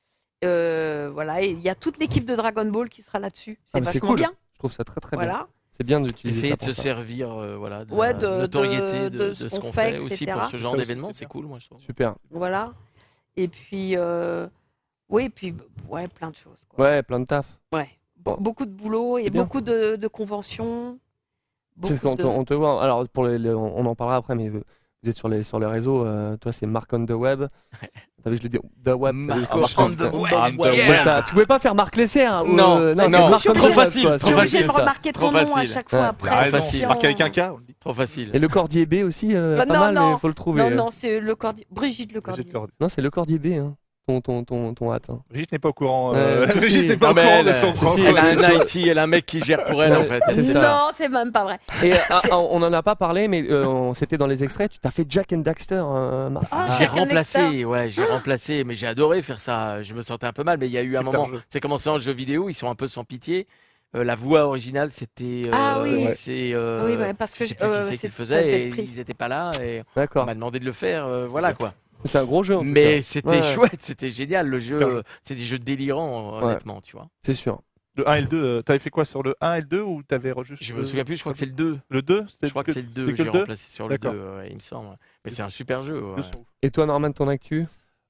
Euh, voilà. Et il y a toute l'équipe de Dragon Ball qui sera là-dessus. Ah, C'est mais c'est vachement cool. bien. Je trouve ça très très bien. Voilà. C'est bien d'utiliser Essayer ça de pour se ça. servir euh, voilà, de Ouais, la de- notoriété de- de, de de ce ce qu'on qu'on fait, fait, aussi et cetera. pour ce genre Ça aussi, d'événement. c'est C'est cool, moi je trouve. Super. Voilà. Et puis, euh, oui, puis, ouais, plein de choses. quoi. Ouais, plein de taf. Ouais. Bon. Beaucoup de boulot et C'est bien. beaucoup de, de conventions. C'est beaucoup quand de- on, on te voit. Alors, pour les, les- on on en parlera après, mais vous vous êtes sur les, sur les réseaux. euh, toi, c'est Marc on the web. T'as vu, je le dis. The web. Marc t'as vu, c'est on Marc the on- web, Ah, yeah. ouais, ça. Tu pouvais pas faire Marc Lesser. hein, ou, Non, euh, non, c'est non, Marc on the trop web, facile, quoi, trop c'est- Je suis obligée facile, de ça. remarquer Trop ton nom à facile. chaque fois Ouais. après. Il a raison. c'est chiant. Marqué avec un K, on le dit. Trop facile. Et le Cordier B aussi, euh, Bah, pas non, mal, non. mais il faut le trouver. Non, hein. non, c'est le Cordier. Brigitte Le Cordier. Brigitte Cordier. Non, c'est le Cordier B, hein, ton, ton, ton, ton hâte. hein. Brigitte n'est pas au courant. Ouais, euh, si, Brigitte si. n'est pas Non, au mais courant elle, de son si, propre. si, elle a un I T, elle a un mec qui gère pour elle en fait. C'est ça. Non, c'est même pas vrai. Et euh, ah, ah, on n'en a pas parlé, mais euh, on- c'était dans les extraits. Tu t'as fait Jack and Daxter, euh, Marc. Ah, J'ai Jack and remplacé, Dexter. ouais, j'ai remplacé, mais j'ai adoré faire ça. Je me sentais un peu mal, mais il y a eu un Super moment. jeu. C'est commencé en jeu vidéo, ils sont un peu sans pitié. Euh, la voix originale, c'était. euh, Ah oui. c'est. euh, Oui, ouais, parce que je sais je- plus qui euh, c'est qui c'est- le ça faisait devait et être pris. ils étaient pas là et on D'accord. m'a demandé de le faire. euh, voilà quoi. C'est un gros jeu. En tout Mais cas. c'était Ouais, chouette, c'était génial. Le jeu, Super jeu. euh, c'est des jeux délirants, Ouais. honnêtement, tu vois. C'est sûr. Le un et le deux, euh, t'avais fait quoi sur le un et le deux ou t'avais re- juste. Je me euh, souviens plus, je crois que c'est le deux. Le deux Je crois que c'est le deux, c'était que j'ai le deux remplacé sur le deux, D'accord. ouais, il me semble. Mais c'est un super jeu. ouais. Deux sont ouf. Et toi, Norman, ton actu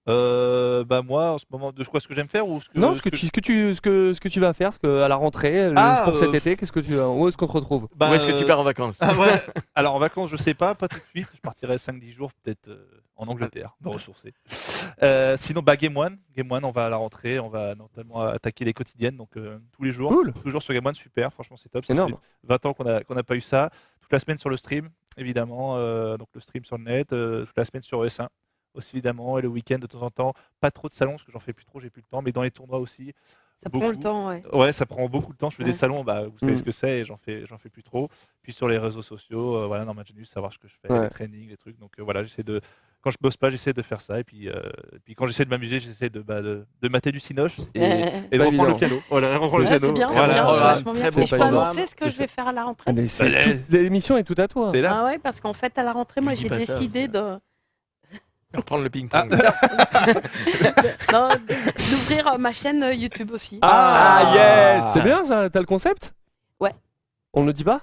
Euh, bah moi en ce moment de quoi ce que j'aime faire ou ce que Non, ce que, tu, ce, que tu, ce, que, ce que tu vas faire, ce que, à la rentrée, le- Ah, pour cet euh, été, qu'est-ce que tu, où est-ce qu'on te retrouve Bah, Où est-ce que tu euh, pars en vacances ah ouais. Alors en vacances je sais pas, pas tout de suite. Je partirai cinq dix jours peut-être euh, en Angleterre, me ressourcer. Euh, sinon bah Game One, Game One on va à la rentrée, on va notamment attaquer les quotidiennes donc euh, tous les jours. Cool. Toujours sur Game One, super, franchement c'est top. Ça Énorme. fait vingt ans qu'on a qu'on n'a pas eu ça. Toute la semaine sur le stream évidemment, euh, donc le stream sur le net, euh, toute la semaine sur E S un aussi évidemment et le week-end de temps en temps. Pas trop de salons parce que j'en fais plus trop, j'ai plus le temps, mais dans les tournois aussi. Ça prend le temps, ouais. Ouais, ça prend beaucoup de temps. Je fais Ouais. des salons, bah, vous savez Mm. ce que c'est, et j'en fais, j'en fais plus trop. Puis sur les réseaux sociaux, euh, voilà, Norman Genius, savoir ce que je fais, Ouais. les trainings, les trucs. Donc euh, voilà, j'essaie de, quand je bosse pas, j'essaie de faire ça. Et puis, euh, et puis quand j'essaie de m'amuser, j'essaie de, bah, de, de mater du Cinoche et, et de Pas reprendre le évident. piano. Voilà, reprendre le Ouais, piano. c'est bien, Voilà. c'est bien, Voilà. vachement bien. Très Et beau je peux programme. annoncer ce que je vais faire à la rentrée. Ah, mais c'est Allez. toute- L'émission est tout à toi. C'est là. Ah ouais, parce qu'en fait, à la rentrée, moi, Dis j'ai pas ça, décidé de, Reprendre le ping-pong. non, d'ouvrir euh, ma chaîne euh, YouTube aussi. Ah, yes. C'est bien ça, t'as le concept Ouais. On ne le dit pas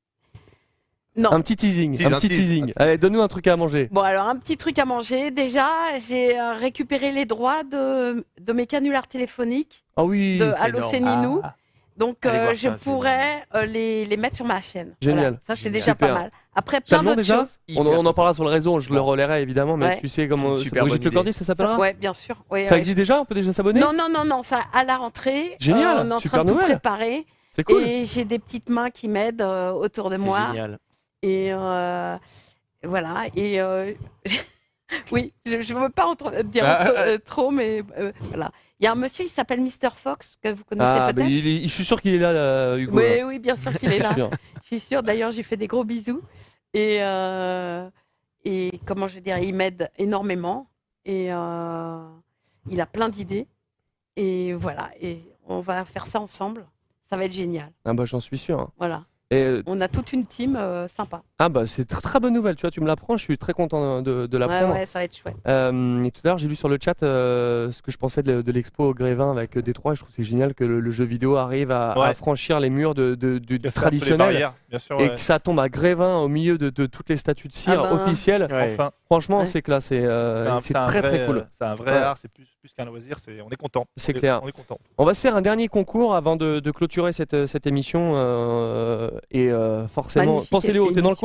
Non. Un petit teasing, Tease, un un petit tease, teasing. un tease. Allez, donne-nous un truc à manger. Bon, alors, un petit truc à manger. Déjà, j'ai euh, récupéré les droits de, de mes canulars téléphoniques Ah oui. de Allo énorme. c'est Ninou. Ah. Donc, Allez euh, voir je ça, c'est pourrais euh, les, les mettre sur ma chaîne. Génial. Voilà. Ça, c'est Génial. déjà Super. pas mal. Après, T'as plein le nom d'autres déjà choses. on, on en parlera sur le réseau, je le Ouais. relayerai évidemment, mais Ouais. tu sais comment. C'est une super Brigitte bonne Le Cordier, idée. ça s'appellera Ouais, bien sûr. Ouais, Ça ouais. existe déjà, on peut déjà s'abonner Non, non, non, non, ça à la rentrée. Génial, euh, on est en super train de tout nouvelle. préparer. C'est cool. Et j'ai des petites mains qui m'aident euh, autour de C'est moi. génial. Et euh, voilà. Et euh, oui, je ne veux pas en trop- dire Ah, trop, ah, euh, trop, mais euh, voilà. Il y a un monsieur, il s'appelle mister Fox, que vous connaissez Ah, mais peut-être. il est- je suis sûr qu'il est là, là, Hugo. Oui, là. oui, bien sûr qu'il est Je là. suis sûr. Je suis sûre. D'ailleurs, j'ai fait des gros bisous. Et, euh, et comment je veux dire, il m'aide énormément. Et euh, il a plein d'idées. Et voilà. Et on va faire ça ensemble. Ça va être génial. Ah bah j'en suis sûr. Voilà. Et, euh, On a toute une team euh, sympa. ah bah c'est très très bonne nouvelle, tu vois, tu me l'apprends, je suis très content de, de Ouais, l'apprendre. ouais, ça va être chouette. Euh, et tout à l'heure, j'ai lu sur le chat euh, ce que je pensais de, de l'expo au Grévin avec Détroit. Je trouve que c'est génial que le, le jeu vidéo arrive à, Ouais. à franchir les murs de, de- du- du Casser un peu les traditionnel barrières, bien sûr, et ouais. que ça tombe à Grévin au milieu de, de toutes les statues de cire Ah ben. officielles. Ouais. Enfin, Franchement, Ouais. c'est classe et euh, c'est un- c'est c'est un très vrai, très cool. euh, C'est un vrai Ouais. art, c'est plus, plus qu'un loisir, c'est, on est content. C'est On est- clair. On est content. On va se faire un dernier concours avant de, de clôturer cette, cette émission. euh, et euh, forcément, Magnifique pensez Léo, t'es dans le émission.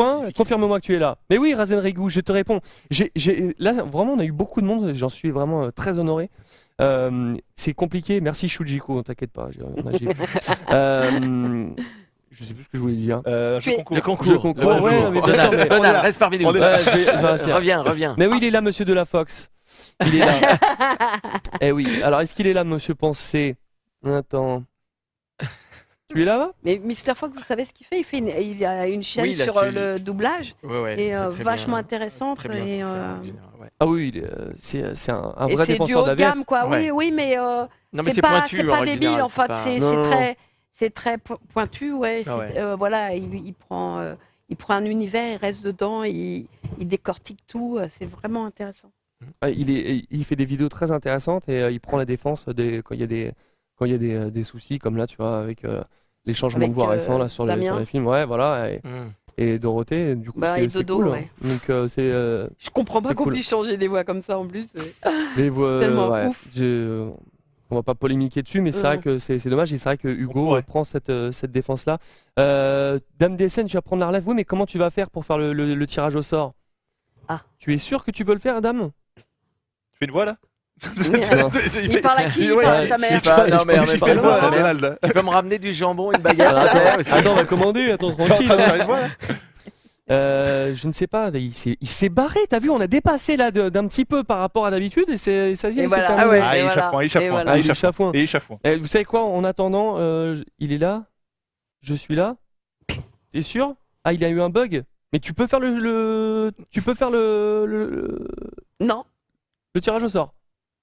coin, confirme-moi que tu es là. Mais oui, Razen Rigou, je te réponds. J'ai, j'ai, là, vraiment, on a eu beaucoup de monde, j'en suis vraiment euh, très honoré. Euh, c'est compliqué, merci Shujiko, t'inquiète pas. J'ai, on a, j'ai... euh, je sais plus ce que je voulais dire. Euh, Tu jeu es- concours. Le concours. Le concours. Le Ouais, concours. ouais, mais bien sûr, mais- Donald, reste parmi nous. Ouais, je vais- enfin, c'est- Reviens, reviens. Mais oui, il est là, monsieur de la Fox. Il est là. Eh oui, alors est-ce qu'il est là, monsieur Pensée? Attends. Tu es là? Mais Mister Fox, vous savez ce qu'il fait il, fait une, il a une chaîne Oui, il a sur su- euh, le doublage Ouais, ouais, et c'est euh, très vachement bien. intéressante. Très bien, et, ça, euh, Ah oui, il est, euh, c'est, c'est un, un et vrai c'est du défenseur haut de d'A V F. gamme, quoi. Oui, oui, mais, euh, Non, mais c'est c'est pas, pointu, c'est en pas règle débile, générale, en c'est fait. pas- C'est, Non, c'est non, très, c'est très po- pointu, ouais. Ah c'est- ouais. euh, voilà, il, il prend, euh, il prend un univers, il reste dedans, il, il décortique tout. euh, C'est vraiment intéressant. Ah, il, est, il fait des vidéos très intéressantes et euh, il prend la défense des, quand il y a des, quand il y a des, euh, des soucis comme là, tu vois, avec euh, les changements Avec, de voix euh, récents là, sur, les, Damien. sur les films. Ouais, voilà. Et, Mm. et Dorothée, du coup, Bah, c'est, et c'est Dodo, cool. ouais. Donc, euh, c'est, euh, Je comprends pas c'est qu'on cool. puisse changer des voix comme ça en plus. c'est- Les voix, Tellement ouais, ouf. j'ai- on va pas polémiquer dessus, mais c'est Non. vrai que c'est, c'est dommage. Et c'est vrai que Hugo euh, prend cette, euh, cette défense-là. Euh, Dame des scènes, tu vas prendre la relève. Oui, mais comment tu vas faire pour faire le, le- le tirage au sort? Ah. Tu es sûr que tu peux le faire, Dame? Tu fais une voix là? Il parle à qui? Il parle à sa mère. Je sais pas, non, mais en je même fais une voix, temps, c'est Donald. tu peux me ramener du jambon, une baguette Attends, s'il te plaît, aussi. attends, on va commander, attends, T'es en tranquille. train de faire une voix, là Euh, je ne sais pas, il s'est, il s'est barré, t'as vu, on a dépassé là de- d'un petit peu par rapport à d'habitude et c'est, ça y est, Et c'est voilà. terminé. Ah ouais, Ah, et il est voilà. chafouin, il est Et chafouin. voilà. Ah, il est chafouin. Et il est chafouin. Eh, vous savez quoi, en attendant, euh, je- il est là, je suis là, t'es sûr? Ah, il a eu un bug? Mais tu peux faire le, le- tu peux faire le, le, le- Non. le tirage au sort.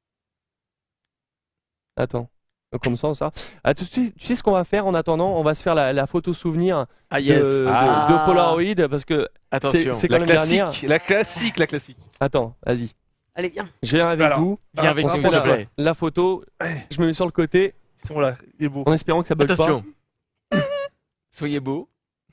Attends. Comme ça, ça. Ah, tu, sais, tu sais ce qu'on va faire en attendant? On va se faire la, la photo souvenir Ah, yes. de, de- Ah. de Polaroid parce que Attention. c'est, c'est La quand même dernière. classique, la classique, la classique. Attends, vas-y. Allez, viens. Je viens avec Alors, vous. Viens avec on nous, se s'il fait te la, plaît. la photo. Je me mets sur le côté Ils sont là, il est beau. en espérant que ça bug Attention. pas. Soyez beaux.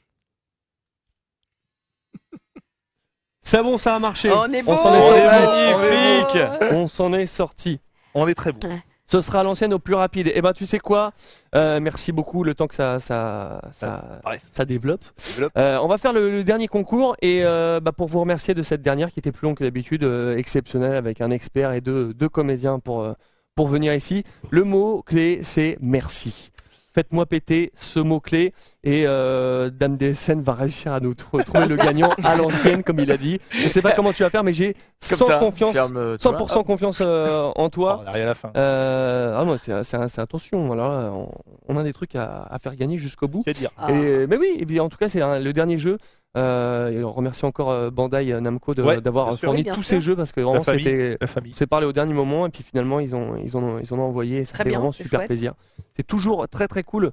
C'est bon, ça a marché. On est beau. s'en est On est sorti. beau, on est Magnifique. On s'en est sorti. On est très beau. Ce sera à l'ancienne au plus rapide. Et ben tu sais quoi? Euh, merci beaucoup. Le temps que ça ça ça, Pareil. ça développe. Développe. Euh, on va faire le, le dernier concours et euh, bah, pour vous remercier de cette dernière qui était plus longue que d'habitude, euh, exceptionnelle avec un expert et deux, deux comédiens pour euh, pour venir ici. Le mot clé c'est merci. Faites-moi péter ce mot-clé et euh, Dame des scènes va réussir à nous tr- trouver le gagnant à l'ancienne, comme il a dit. Je sais pas comment tu vas faire, mais j'ai Comme cent ça, confiance, ferme, tu cent vois. pour cent confiance euh, en toi. On arrive à la fin. Euh, ah non, c'est, c'est, c'est attention, voilà, on, on a des trucs à, à faire gagner jusqu'au bout. Que dire Ah. Et, mais oui, et bien, en tout cas, c'est un- le dernier jeu. Euh, et on remercie encore euh, Bandai euh, Namco de- Ouais, d'avoir bien sûr. fourni Oui, bien tous sûr. ces jeux parce que vraiment La famille, c'était, la famille. c'est parlé au dernier moment et puis finalement ils ont ils ont ils en ont envoyé et ça Très fait bien, vraiment c'est super chouette. plaisir. C'est toujours très très cool.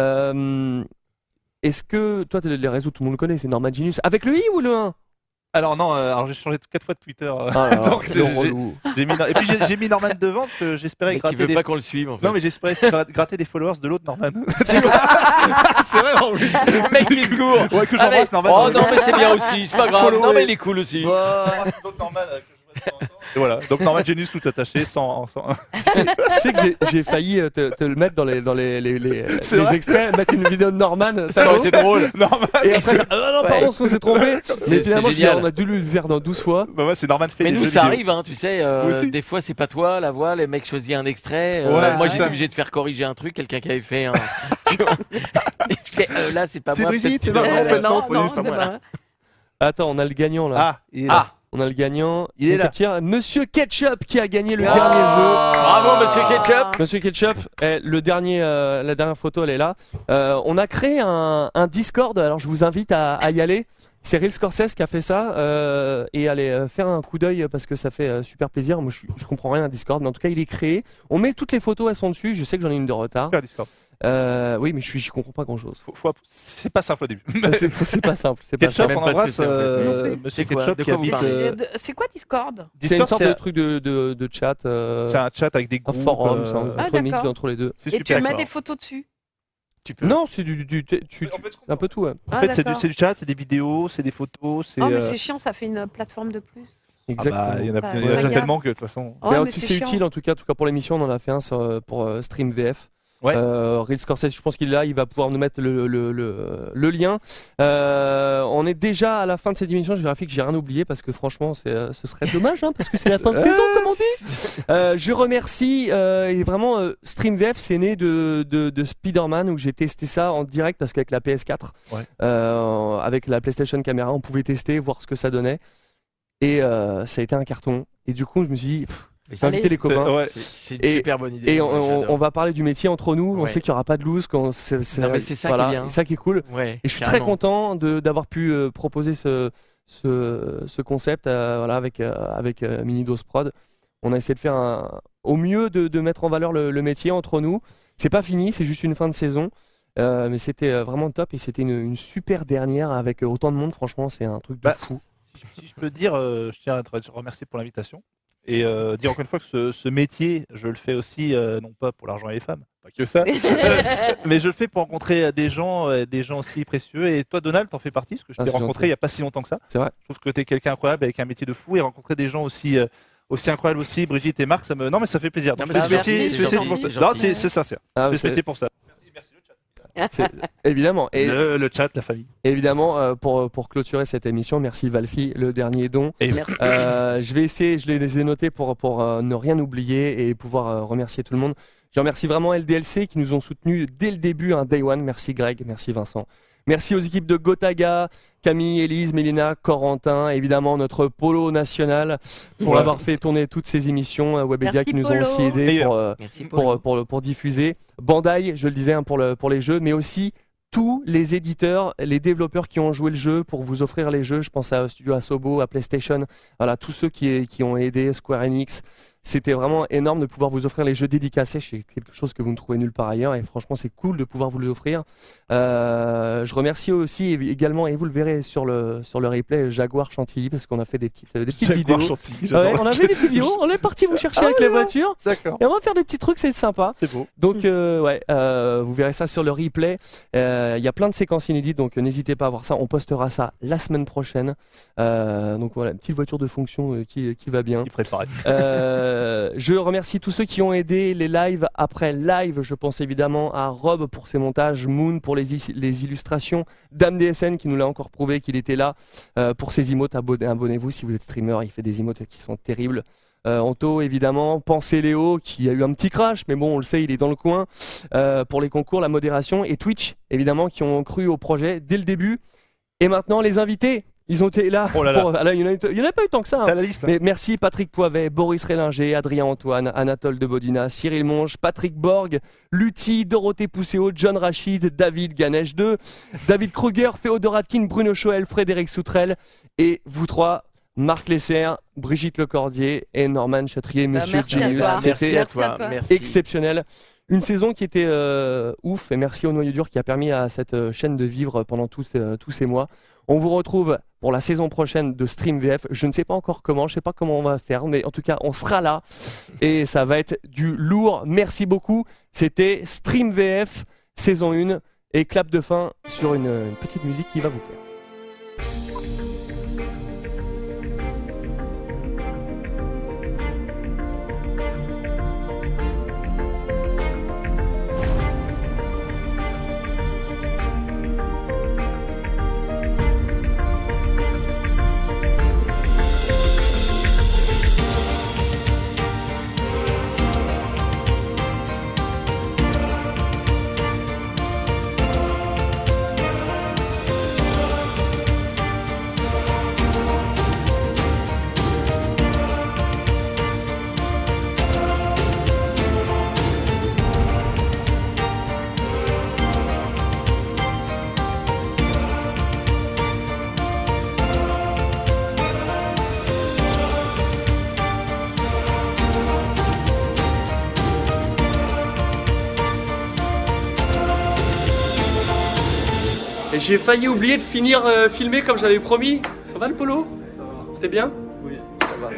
Euh, est-ce que toi t'as les réseaux tout le monde le connaît, c'est Norman Genius avec le i ou le un? Alors non, euh, alors j'ai changé quatre fois de Twitter. euh, Ah là là, donc le j'ai- relou. j'ai mis, et puis j'ai, j'ai mis Norman devant parce que j'espérais Mais tu gratter veux des... pas qu'on le suive en fait. Non mais j'espérais gra- gratter des followers de l'autre Norman. Tu vois C'est vrai en plus. Le mec qui se gourre. Ouais, que Avec- j'embrasse Norman. Oh non mais c'est bien aussi, c'est pas grave. Follow Non mais et- il est cool aussi. J'embrasse l'autre Norman euh, que je vois de temps en temps. Et voilà, donc Norman Genius tout attaché sans... sans... Tu sais, tu sais que j'ai, j'ai failli euh, te, te le mettre dans les, dans les, les, les, C'est les vrai extraits, mettre une vidéo de Norman. Ça, t'as vu c'est drôle. Norman Et après, ah non, non, pardon, Ouais. on s'est trompé. C'est- Mais finalement, c'est je dis, génial. on a dû le faire dans douze fois. Bah ouais, c'est Norman fait Mais des nous jeux ça vidéo. arrive, hein, tu sais, euh, Vous aussi des fois c'est pas toi la voix, les mecs choisissent un extrait. euh, Ouais, moi c'est j'étais ça. obligé de faire corriger un truc, quelqu'un qui avait fait un. Tu vois. Et je fais, euh, là c'est pas C'est moi. Brigitte, peut-être c'est que- Norman, Euh, en fait, non, non, non, c'est c'est pas moi, pas là. vrai. Attends, on a le gagnant là. Ah, il est là. Ah, On a le gagnant. Il est On là. capture Monsieur Ketchup qui a gagné le Ah. dernier jeu. bravo Monsieur Ketchup. Monsieur Ketchup, eh, le dernier, euh, la dernière photo, elle est là. Euh, on a créé un, un Discord. Alors, je vous invite à, à y aller. C'est Real Scorsese qui a fait ça euh, et allez euh, faire un coup d'œil parce que ça fait euh, super plaisir. Moi, je, je comprends rien à Discord, mais en tout cas, il est créé. On met toutes les photos, elles sont dessus. Je sais que j'en ai une de retard. Super Discord. Euh, oui, mais je suis, je comprends pas grand-chose. Faut- faut- C'est pas simple au début. c'est, c'est pas simple. C'est pas Ketchup, simple. on même pas ce que embrasse c'est, en fait. euh, Non Monsieur C'est quoi Ketchup De qui quoi vous habite... parlez euh, C'est de- C'est quoi Discord? C'est une Discord, sorte c'est de un- truc de, de, de chat. euh, c'est un chat avec des un groupes. forum, euh, c'est un, Ah, un mix d'accord. entre les deux. C'est Et super. tu mets quoi. des photos dessus? Tu peux. Non, c'est du, du, tu, tu- En fait, un peu tout. Ouais. En Ah, fait, c'est du, d'accord. c'est du chat, c'est des vidéos, c'est des photos, c'est. Oh, mais euh, c'est chiant, ça fait une plateforme de plus. ah Exactement. bah, il y en a, Bah, il y en a fais déjà gaffe. tellement que de toute façon. Oh, mais en mais tout- c'est c'est chiant. utile en tout cas, en tout cas pour l'émission, on en a fait un sur, euh, pour euh, Stream V F. Ouais. Euh, Real Scorsese, je pense qu'il est là, il va pouvoir nous mettre le, le, le, le lien. Euh, on est déjà à la fin de cette émission, je vérifie que j'ai rien oublié parce que franchement ce serait dommage hein, parce que c'est la fin de saison comme on dit. Euh, je remercie euh, et vraiment euh, StreamVF c'est né de, de, de Spider-Man où j'ai testé ça en direct parce qu'avec la P S quatre, ouais. euh, avec la PlayStation Camera on pouvait tester, voir ce que ça donnait et euh, ça a été un carton et du coup je me suis dit... Pff, inviter les copains. Ouais. C'est une et, super bonne idée. Et on, on, on va parler du métier entre nous. Ouais. On sait qu'il n'y aura pas de loose. Quand c'est, c'est, non, mais c'est ça voilà, qui est bien. C'est ça qui est cool. Ouais, et je suis carrément. très content de, d'avoir pu euh, proposer ce, ce, ce concept euh, voilà, avec, euh, avec euh, Minidos Prod. On a essayé de faire un, au mieux de, de mettre en valeur le, le métier entre nous. C'est pas fini, c'est juste une fin de saison. Euh, mais c'était vraiment top et c'était une, une super dernière avec autant de monde. Franchement, c'est un truc de bah, fou. Si, si je peux dire, euh, je tiens à te remercier pour l'invitation. Et euh, dire encore une fois que ce, ce métier, je le fais aussi, euh, non pas pour l'argent et les femmes, pas que ça, mais je le fais pour rencontrer des gens, euh, des gens aussi précieux. Et toi, Donald, t'en fais partie, parce que je ah, t'ai rencontré gentil. Il n'y a pas si longtemps que ça. C'est vrai. Je trouve que t'es quelqu'un incroyable avec un métier de fou et rencontrer des gens aussi, euh, aussi incroyables aussi, Brigitte et Marc, ça me, non mais ça fait plaisir. Donc, non, c'est, métier, c'est, c'est, pour ça. Non, c'est, c'est sincère. Ah, c'est ce métier pour ça. C'est, évidemment. Et le, le chat, la famille. Évidemment, euh, pour, pour clôturer cette émission, merci Valfi, le dernier don. Euh, je vais essayer, je les ai notés pour, pour euh, ne rien oublier et pouvoir euh, remercier tout le monde. Je remercie vraiment L D L C qui nous ont soutenus dès le début, un hein, Day One. Merci Greg, merci Vincent. Merci aux équipes de Gotaga, Camille, Élise, Mélina, Corentin, évidemment notre Polo national pour ouais. avoir fait tourner toutes ces émissions, Webedia qui nous Polo. ont aussi aidés pour, euh, pour, pour, pour, pour diffuser. Bandai, je le disais hein, pour, le, pour les jeux, mais aussi tous les éditeurs, les développeurs qui ont joué le jeu pour vous offrir les jeux. Je pense à Studio Asobo, à PlayStation, voilà, tous ceux qui, qui ont aidé, Square Enix. C'était vraiment énorme de pouvoir vous offrir les jeux dédicacés. C'est quelque chose que vous ne trouvez nulle part ailleurs et franchement c'est cool de pouvoir vous les offrir. Euh, je remercie aussi également, et vous le verrez sur le, sur le replay, Jaguar Chantilly parce qu'on a fait des petites, des petites vidéos. Chantilly, ouais, on a fait des petites vidéos, on est parti vous chercher ah, avec les voitures. D'accord. Et on va faire des petits trucs, c'est sympa. C'est beau. Donc euh, ouais, euh, vous verrez ça sur le replay. Il euh, y a plein de séquences inédites donc euh, n'hésitez pas à voir ça. On postera ça la semaine prochaine. Euh, donc voilà, une petite voiture de fonction euh, qui, qui va bien. Qui prépare. Euh, je remercie tous ceux qui ont aidé les lives après live. Je pense évidemment à Rob pour ses montages, Moon pour les, is- les illustrations, Dame D S N qui nous l'a encore prouvé qu'il était là euh, pour ses emotes. Abonnez- abonnez-vous si vous êtes streamer, il fait des emotes qui sont terribles. Euh, Anto évidemment, Pensez Léo qui a eu un petit crash, mais bon on le sait, il est dans le coin euh, pour les concours, la modération, et Twitch évidemment qui ont cru au projet dès le début. Et maintenant les invités. Ils ont été là. Oh là là. Pour, là il n'y en, en a pas eu tant que ça. Hein. T'as la liste, hein. Mais merci Patrick Poivet, Boris Rélinger, Adrien Antoine, Anatole de Bodina, Cyril Monge, Patrick Borg, Lutti, Dorothée Pousséo, John Rachid, David Ganesh deux, David Kruger, Féodor Atkin, Bruno Choel, Frédéric Soutrel et vous trois, Marc Lesser, Brigitte Lecordier et Norman Chatrier, Monsieur Genius. C'était merci. exceptionnel. Une saison qui était euh, ouf et merci au Noyau Dur qui a permis à cette euh, chaîne de vivre pendant tous, euh, tous ces mois. On vous retrouve pour la saison prochaine de StreamVF. Je ne sais pas encore comment, je ne sais pas comment on va faire, mais en tout cas, on sera là et ça va être du lourd. Merci beaucoup. C'était StreamVF saison un et clap de fin sur une, une petite musique qui va vous plaire. J'ai failli oublier de finir euh, filmer comme j'avais promis. Ça va le polo? C'était bien? Oui. Ça va.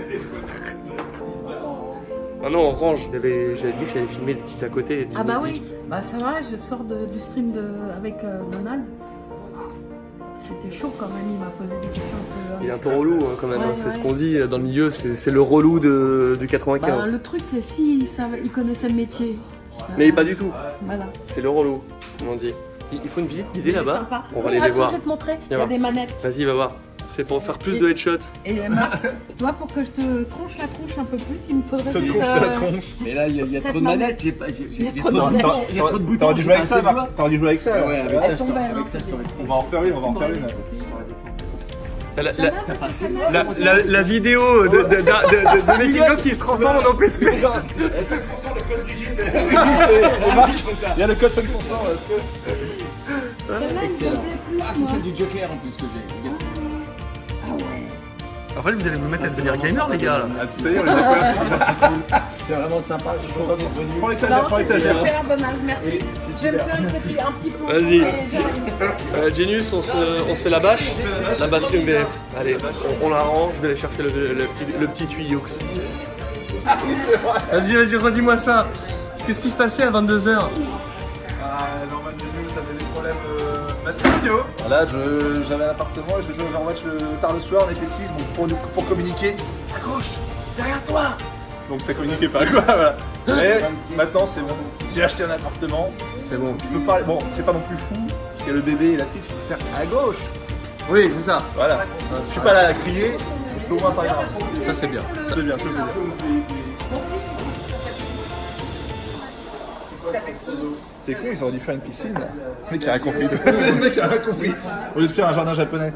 Ah non, on range. J'avais, j'avais dit que j'allais filmer des petits à côté. Ah bah oui. Bah ça va, je sors de, du stream de, avec euh, Donald. C'était chaud quand même, il m'a posé des questions un peu... Il est un peu relou hein, quand même, ouais, hein. C'est ouais. ce qu'on dit dans le milieu, c'est, c'est le relou de, du quatre-vingt-quinze. Bah, le truc c'est si il, il connaissait le métier, Mais pas du tout. Voilà. C'est le relou, comme on dit. Il faut une visite guidée Il est là-bas. sympa. On va Oui, aller les attends, voir. je vais te montrer. Il y a Viens des voir. manettes. Vas-y, va voir. C'est pour faire plus Et- de headshots. Et Marc, toi, pour que je te tronche la tronche un peu plus, il me faudrait Ça juste, tronche euh, la tronche. Mais là, il y a, il y a cette trop de manette. manettes. J'ai pas, j'ai, Il y a j'ai trop de trop de manettes. boutons. Il y a trop de boutons. T'aurais dû jouer avec j'ai ça, pas assez de Marc. doigts. T'aurais dû jouer avec ça. là. Ouais, avec Elles ça, je sont t'aurais- belles, avec hein. ça, je t'aurais On va en faire une, on va en faire une. La, la, Celle-là, la- c'est celle-là. la, la, la vidéo de, de, de, de, de, de making of qui se transforme en O P S P. cinq pour cent le code Brigitte. Il y a le code cinq pour cent. Est-ce que... Celle-là, il me Excellent. plaît plus. Ah, c'est moi. celle du Joker en plus que j'ai. Regarde. Ah ouais. En fait, vous allez vous mettre à devenir gamer, les gars. Là. Ah, ça y est, on les a pas. C'est vraiment sympa. Je suis content d'être venu. Prends l'étagère, Non, prends c'était l'étagère. super, Donald, merci. Et c'est Je vais me super. faire une petite, un petit plan. Vas-y. Et j'arrive. Euh, Genius, on se, on se fait la bâche. La bâche U M B F. Allez, on, on la range. Je vais aller chercher le, le, petit, le petit tuyau. Vas-y, vas-y, redis-moi ça. Qu'est-ce qui se passait à vingt-deux heures? Ah, Norman Genius avait des problèmes euh, matrimoniaux. Voilà, je- j'avais un appartement et je jouais au Overwatch euh, tard le soir, on était six bon, pour, nous- pour communiquer. À gauche, derrière toi. Donc ça communiquait pas quoi, voilà. Mais maintenant c'est bon, j'ai acheté un appartement. C'est bon. Je peux parler, bon, c'est pas non plus fou, parce qu'il y a le bébé et la petite, je peux faire à gauche. Oui, c'est ça. Voilà, je suis pas là à crier, je peux au moins parler. Ça, c'est bien. Ça c'est bien, c'est bien. C'est con, ils auraient dû faire une piscine. Le mec a rien compris. Le mec a rien compris. Au lieu de faire un jardin japonais.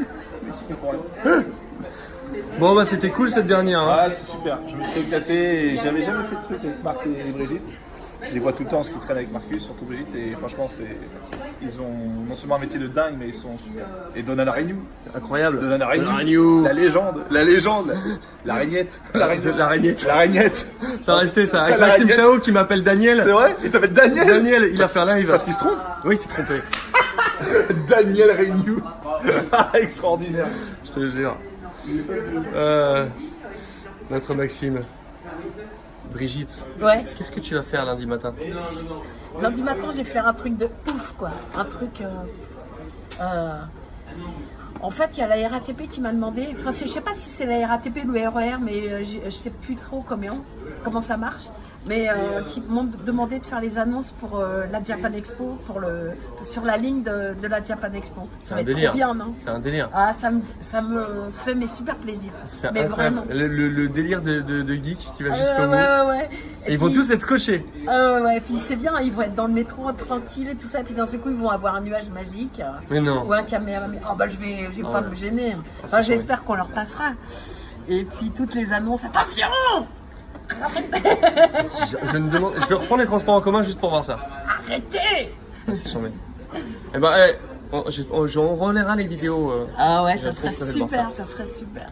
Bon, bah, c'était cool cette dernière. Hein. Ah, c'était super. Je me suis éclaté et j'avais jamais fait de truc avec Marc et Brigitte. Je les vois tout le temps parce qu'ils traînent avec Marcus, surtout Brigitte, et franchement, c'est. Ils ont non seulement un métier de dingue, mais ils sont super. Et Donald Renew. Incroyable. Donald Donald Renew. Renew. La légende. La légende. La régnette. La régnette. La régnette. La régnette. Ça restait ça. Avec La Maxime régnette. Chao qui m'appelle Daniel. C'est vrai? Il t'appelle Daniel? Daniel, il a fait un live. Parce qu'il se trompe? Oui, il s'est trompé. Daniel Renew. Extraordinaire. Je te jure. Euh, notre Maxime. Brigitte. Ouais. Qu'est-ce que tu vas faire lundi matin? Lundi matin, je vais faire un truc de ouf, quoi. Un truc. Euh, euh, en fait, il y a la R A T P qui m'a demandé. Enfin, c'est- je sais pas si c'est la R A T P ou le R E R, mais euh, je, je sais plus trop comment, comment ça marche. Mais euh, qui m'ont demandé de faire les annonces pour euh, la Japan Expo, pour le, sur la ligne de, de la Japan Expo. C'est Ça un va être délire. trop bien, non? C'est un délire. Ah, ça me, ça me fait mes super plaisirs. C'est Mais incroyable. vraiment. Le, le- le délire de, de, de geek qui va Ah, jusqu'au ouais, bout. ouais, ouais. Et Et ils vont puis- tous être scotchés. Ah ouais, et puis c'est bien, ils vont être dans le métro tranquille et tout ça, et puis d'un seul coup ils vont avoir un nuage magique. euh, Mais non. Ou un caméra. Oh bah je vais, je vais Ah pas ouais. me gêner. Ah, c'est Enfin, chouette. j'espère qu'on leur passera. Et puis toutes les annonces. Attention! Je, je me demande, je vais reprendre les transports en commun juste pour voir ça. Arrêtez! Ah, c'est chambé. Eh ben, eh, on, je- on, je- on relaiera les vidéos. euh. Ah ouais, Je ça vais être serait très content de voir super, ça serait super.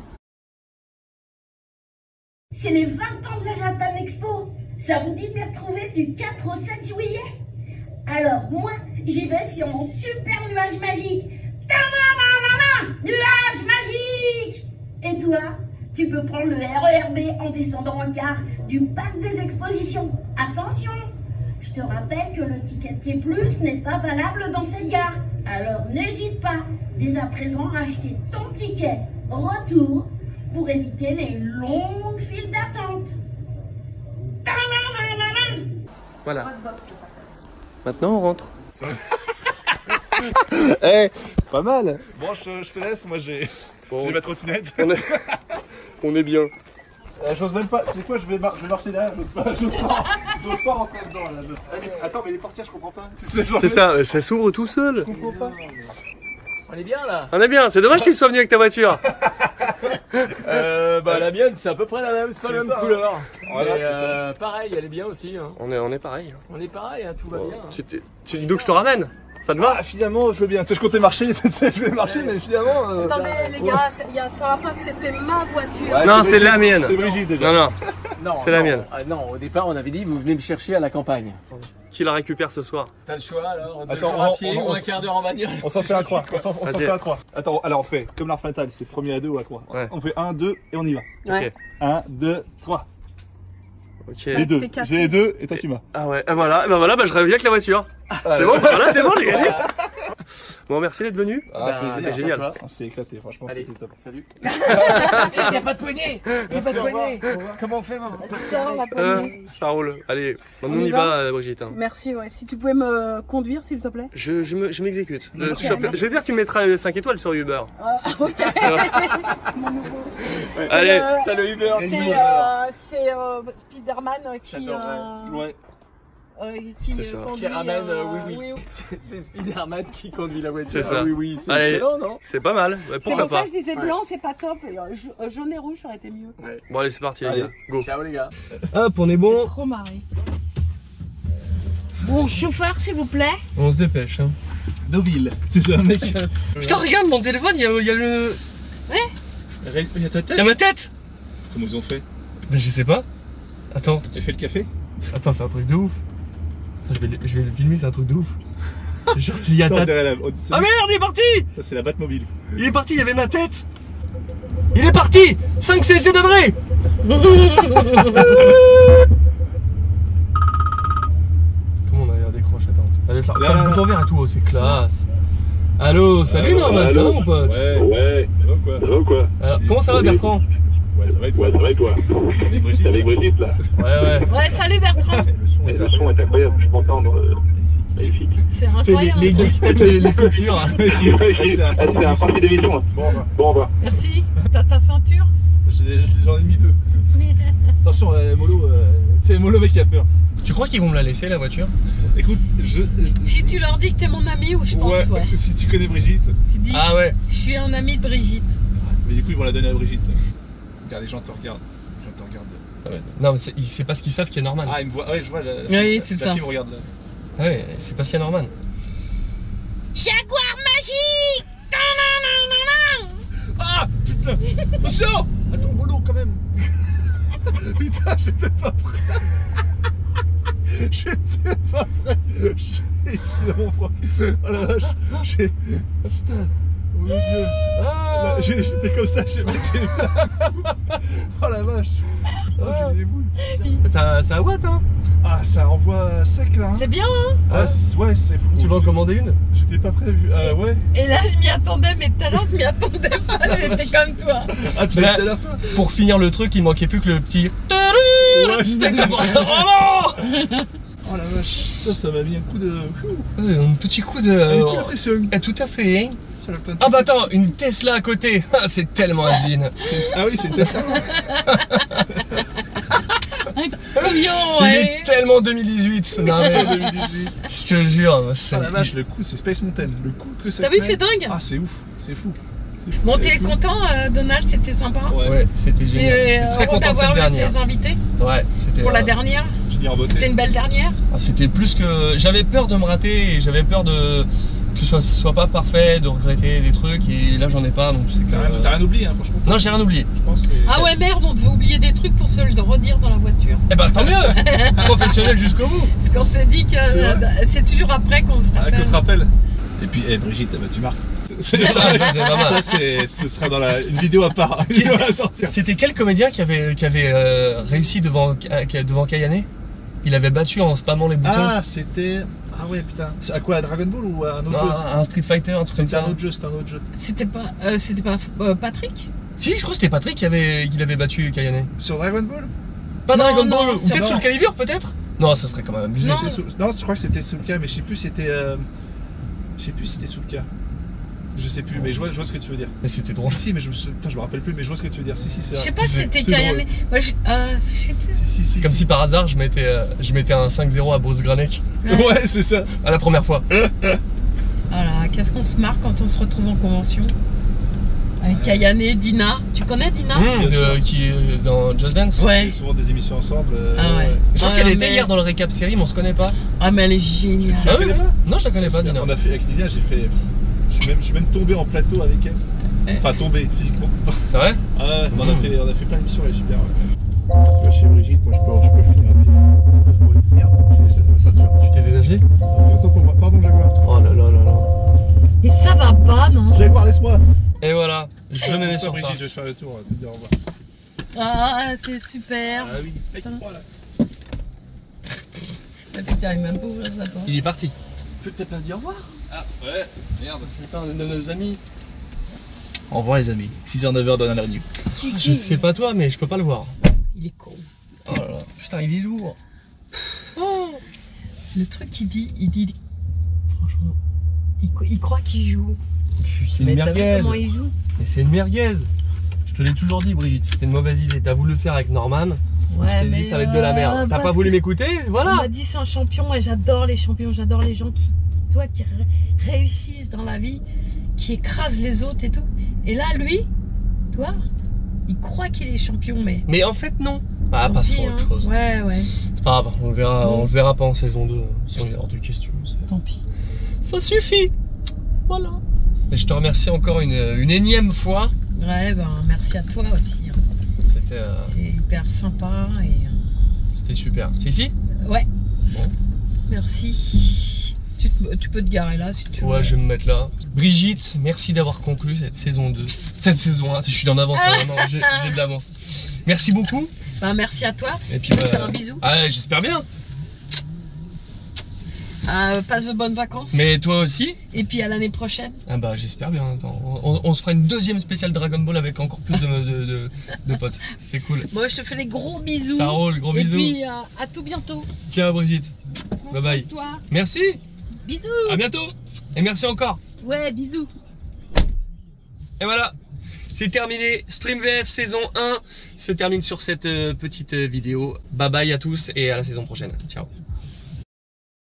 C'est les vingt ans de la Japan Expo. Ça vous dit de les retrouver du quatre au sept juillet? Alors, moi, j'y vais sur mon super nuage magique. Ta-ma-ma-ma-ma, nuage magique! Et toi, tu peux prendre le R E R B en descendant en gare du parc des expositions. Attention! Je te rappelle que le ticket T plus, n'est pas valable dans cette gare. Alors n'hésite pas, dès à présent, à acheter ton ticket retour pour éviter les longues files d'attente. Ta-ma-ma-ma-ma. Voilà. Maintenant, on rentre. Eh, pas mal. Bon, je, te- je te laisse, moi j'ai Bon. j'ai ma trottinette. On est, on est bien. Euh, j'ose même pas, c'est quoi, je vais, mar- je vais marcher derrière, j'ose pas, j'ose pas, j'ose pas rentrer dedans là. je- Eh, Attends, mais les portières, je comprends pas. C'est C'est ça, ça s'ouvre tout seul. Je comprends pas. On est bien là. On est bien, c'est dommage qu'il soit venu avec ta voiture. Euh, bah la mienne c'est à peu près la même, c'est pas C'est la même ça, hein. couleur. Voilà, Mais, c'est ça. euh, pareil, elle est bien aussi. Hein. On est, on est pareil. On est pareil, hein, tout va bien. Tu, t'es- tu dis donc que je te ramène. Ça te va? Ah, finalement, je veux bien. Tu sais, je comptais marcher, tu sais, je vais marcher, mais finalement. euh, Attendez les gars, c'est- il y a ça va pas, c'était ma voiture. Ouais, Non, c'est c'est la Brigitte, mienne. c'est Brigitte, déjà. Non, non. Non, C'est la non, mienne. ah, non, au départ on avait dit vous venez me chercher à la campagne. Qui la récupère ce soir? T'as le choix alors, deux Attends, jours à on- pied on- ou on- un quart d'heure en bagnole. On s'en fait à trois. On s'en on s'en Vas-y. fait à trois. Attends, alors on fait comme l'art fatal, c'est premier à deux ou à trois. Ouais. On fait un, deux et on y va. Ouais. un, deux, trois. Ok. Les deux. J'ai les deux et toi tu m'as. Ah ouais, ah voilà, bah voilà, bah je reviens avec la voiture. Allez. C'est bon, voilà, c'est bon, j'ai gagné. Bon, merci d'être venu. Ah, Bah, plaisir. c'était génial. On s'est éclaté, franchement, Allez, c'était top. Salut. Il n'y a pas de poignée. Il n'y a Merci, pas de au revoir. poignée. Comment on fait, maman? Euh, ça roule. Allez, on, On on y y va va, euh, Brigitte. hein. Merci, ouais. Si tu pouvais me conduire, s'il te plaît. Je, je me- je m'exécute. Euh, Ok, je, merci. je vais dire que tu me mettras cinq étoiles sur Uber. Ah, ok. Ça va. C'est Allez, le- t'as le Uber. C'est Uber. euh, c'est, euh, Spider-Man qui, J'adorerais. euh, Ouais. euh, qui C'est ça. euh, conduit. Qui ramène, euh, euh, oui, oui. C'est c'est Spider-Man qui conduit la voiture. C'est ça. Ah oui, oui, c'est Allez, excellent, non? c'est pas mal. Ouais, C'est pourquoi pour ça pas. que je disais Ouais. blanc, c'est pas top. Et, euh, ja- euh, jaune et rouge, ça aurait été mieux. Ouais. Bon, allez, c'est parti, les Allez. gars. Go. Ciao, les gars. Hop, on est bon. Trop marré. Bon, chauffeur, s'il vous plaît. On se dépêche. Hein. Deauville, c'est ça, mec. Putain, regarde mon téléphone, il y a, il y a le. Il y a ta tête. Il y a ma tête. Comment ils ont fait? Ben, je sais pas. Attends. T'as fait le café? Attends, c'est un truc de ouf. Attends, je vais, le- je vais le filmer, c'est un truc de ouf. Genre, il y a Attends, ta... derrière la- c'est- Ah merde, il est parti. Ça, c'est la Batmobile. Il est parti, il y avait ma tête. Il est parti. cinq C C degrés. Comment on a un décroche? Attends. Ça doit être là. Là, Enfin, là, le bouton vert et tout, oh, c'est classe. Allô, salut Allô, Norman, ça va allô. mon pote? Ouais, ouais. Ça va ou quoi? Ça va ou quoi? Alors, comment ça va Bertrand? Ouais, ça va et toi? Ouais, ça va et toi? Avec Brigitte. Avec Brigitte, là. Ouais, ouais. Ouais, salut Bertrand. Le son est incroyable, je peux entendre. Magnifique. C'est C'est les, incroyable. les geeks qui tapent les, les futurs. hein. C'est un parti d'émission. Bon, on va. Bon, on va. Merci. T'as ta ceinture? J'en ai mis deux. Attention, euh, Molo, euh, tu sais, Molo, mec, qui a peur. Tu crois qu'ils vont me la laisser la voiture? Écoute, je. Si tu leur dis que t'es mon ami, ou je pense, ouais. Si tu connais Brigitte. Tu dis, Ah ouais. je suis un ami de Brigitte. Mais du coup, ils vont la donner à Brigitte. Là. Regarde, les gens te regardent. Les gens te regardent. Ah ouais. Non, mais c'est c'est parce qu'ils savent qu'il y a Norman. Ah, ils me voient. Ouais, je vois. La, Oui, la, c'est la ça. fille me regarde là. Ah ouais, c'est parce qu'il y a Norman. Jaguar magique. Ah putain. Attention. Attends, Molo, quand même. Putain, j'étais pas prêt. J'étais pas prêt. J'ai dans mon froc. Oh la vache. J'ai. Ah putain. Oh mon dieu. Ah. Là, j'ai- J'étais comme ça, j'ai j'ai- Oh la vache. Oh, j'ai des boules. C'est un, c'est un watt, hein? Ah, ça envoie sec là. Hein. C'est bien, hein? Ah, c- ouais, c'est fou. Tu veux en commander une? J'étais pas prévu. Ah ouais. Et là, je m'y attendais, mais tout à l'heure, je m'y attendais pas. J'étais comme toi. Ah, tu Mais l'as là, tout à l'heure toi. Pour finir le truc, il manquait plus que le petit. Ouais, C'était comme- Oh non! Oh la vache. Ça, ça m'a mis un coup de. Ouais, Un petit coup de. Un coup de pression. Eh, tout à fait. hein. Sur le plein de- Ah bah attends, une Tesla à côté. Ah, c'est tellement has-been. Ah oui, c'est une Tesla. Couillon, Il ouais. est tellement deux mille dix-huit. Non, C'est mais- deux mille dix-huit. Je te jure. c'est- Oh la vache, le coup, c'est Space Mountain. Le coup que ça T'as vu, te met. c'est dingue. Ah, c'est ouf. C'est fou. C'est fou. Bon, Et t'es puis- content, euh, Donald? C'était sympa? Ouais, c'était génial. T'es Je suis euh, très heureux content de cette d'avoir eu dernière. tes invités Ouais, c'était. pour la euh, dernière? Finir en beauté. C'était une belle dernière? ah, C'était plus que. J'avais peur de me rater et j'avais peur de. Que ce soit, ce soit pas parfait, de regretter des trucs et là j'en ai pas donc c'est que. T'as rien- t'as rien oublié, hein, franchement. Non, j'ai rien oublié. Je pense que. Ah ouais, merde, on devait oublier des trucs pour se le redire dans la voiture. Eh ben tant mieux. Professionnel jusqu'au bout. Parce qu'on s'est dit que C'est euh, vrai. c'est toujours après qu'on se Ah, rappelle. qu'on se rappelle. Et puis, eh, Brigitte, bah, tu marques. C'est- Ça, ça, c'est pas mal. Ça, c'est- ce sera dans la, une vidéo à part. Une vidéo à sortir. C'était quel comédien qui avait, qui avait euh, réussi devant, Ka- devant Kayane? Il avait battu en spammant les boutons. Ah, c'était. Ah ouais, putain. C'est à quoi, à Dragon Ball ou à un autre Non, jeu? un Street Fighter, un truc comme C'était un ça. autre jeu, c'était un autre jeu. C'était pas, euh, c'était pas euh, Patrick? Si, je crois que c'était Patrick qui avait, qui avait battu Kayane. Sur Dragon Ball? Pas Non, Dragon non, Ball, ou sur- peut-être non. sur le Calibur, peut-être? Non, ça serait quand même abusé. Non. C'était sous- Non, je crois que c'était Soulka, mais je sais plus si c'était. euh, Je sais plus si c'était Soulka. Je sais plus, mais je vois, je vois ce que tu veux dire. Mais c'était drôle. Si, si, mais je me, sou- Putain, je me rappelle plus, mais je vois ce que tu veux dire. Si, si, c'est Je sais vrai. pas si C'est- c'était c'est Kayane. drôle. Moi, je, euh, je sais plus. Si, si, si. Comme si. si par hasard je mettais, euh, je mettais un cinq zéro à Bruce Granek Ouais, c'est ça. à la première fois. Voilà, qu'est-ce qu'on se marre quand on se retrouve en convention? Avec Kayane, Dina. Tu connais Dina? Mmh, bien de- sûr. qui est dans Just Dance. On Ouais. fait souvent des émissions ensemble. euh, Ah ouais. Je crois Ah, qu'elle était mais- hier dans le récap série, mais on se connaît pas. Ah, mais elle est géniale. Ah oui, connais oui. pas Non, je la connais pas, Dina. On a fait avec Lydia, j'ai fait. Je suis, même, je suis même tombé en plateau avec elle. Enfin, tombé physiquement. C'est vrai? Ah ouais, mais on, a Mmh. fait, on a fait plein d'émissions, elle est super. Ouais. Tu vois, chez Brigitte, moi je peux, je peux finir rapidement. C'est quoi ce bruit? Merde, je- ça te fait. Tu t'es dénagé? Attends pour moi. Pardon, Jaguar. Oh là là là là. Et ça va pas, non? Jaguar, laisse-moi. Et voilà, je me mets Laisse-moi, sur Brigitte, Paris. je vais faire le tour, te dire au revoir. Ah, c'est super. Ah oui. Putain. Ah, putain, il m'a même pas ouvert sa porte. Il est parti. Peut-être pas dire au revoir. Ah ouais, merde. C'est un de nos amis. Au revoir les amis, six heures neuf heures dans l'avenue. Je sais pas toi, mais je peux pas le voir. Il est con. Oh là là, putain, il est lourd. Oh, le truc, il dit, il dit, franchement, il, il croit qu'il joue. C'est une Mais t'as vu merguez. comment il joue? Mais c'est une merguez. Je te l'ai toujours dit, Brigitte, c'était une mauvaise idée. T'as voulu le faire avec Norman. Ouais, je t'ai mais dit, ça va être de la euh, merde. T'as parce pas voulu que m'écouter, On voilà. m'a dit c'est un champion et j'adore les champions, j'adore les gens qui, qui, toi, qui ré- réussissent dans la vie, qui écrasent les autres et tout. Et là, lui, toi, il croit qu'il est champion, mais. Mais en fait, non. Ah, Tant passons pis, à autre hein. chose. Ouais, ouais. C'est pas grave, on le verra, Bon. on le verra pas en saison deux, si on est hors de question. c'est- Tant pis. Ça suffit. Voilà. Et je te remercie encore une, une énième fois. Ouais, ben merci à toi aussi. hein. C'était euh, C'est hyper sympa et. euh, c'était super. C'est ici? Ouais. Bon. Merci. Tu, te- tu peux te garer là si tu veux. Ouais, je vais me mettre là. Brigitte, merci d'avoir conclu cette saison deux. Cette saison un, je suis en avance, hein, vraiment, j'ai j'ai de l'avance. Merci beaucoup. Ben, merci à toi. Et puis, Je vais te bah, faire un bisou. Ah, j'espère bien. Euh, passe de bonnes vacances. Mais toi aussi? Et puis à l'année prochaine. Ah bah j'espère bien. Attends, on, on se fera une deuxième spéciale Dragon Ball avec encore plus de, de, de, de potes. C'est cool. Moi, je te fais des gros bisous. Ça roule, gros bisous. Et puis, euh, à tout bientôt. Tiens Brigitte. Bye bye. Toi. Merci. Bisous. À bientôt. Et merci encore. Ouais, bisous. Et voilà. C'est terminé. Stream V F saison un se termine sur cette euh, petite euh, vidéo. Bye bye à tous et à la saison prochaine. Ciao.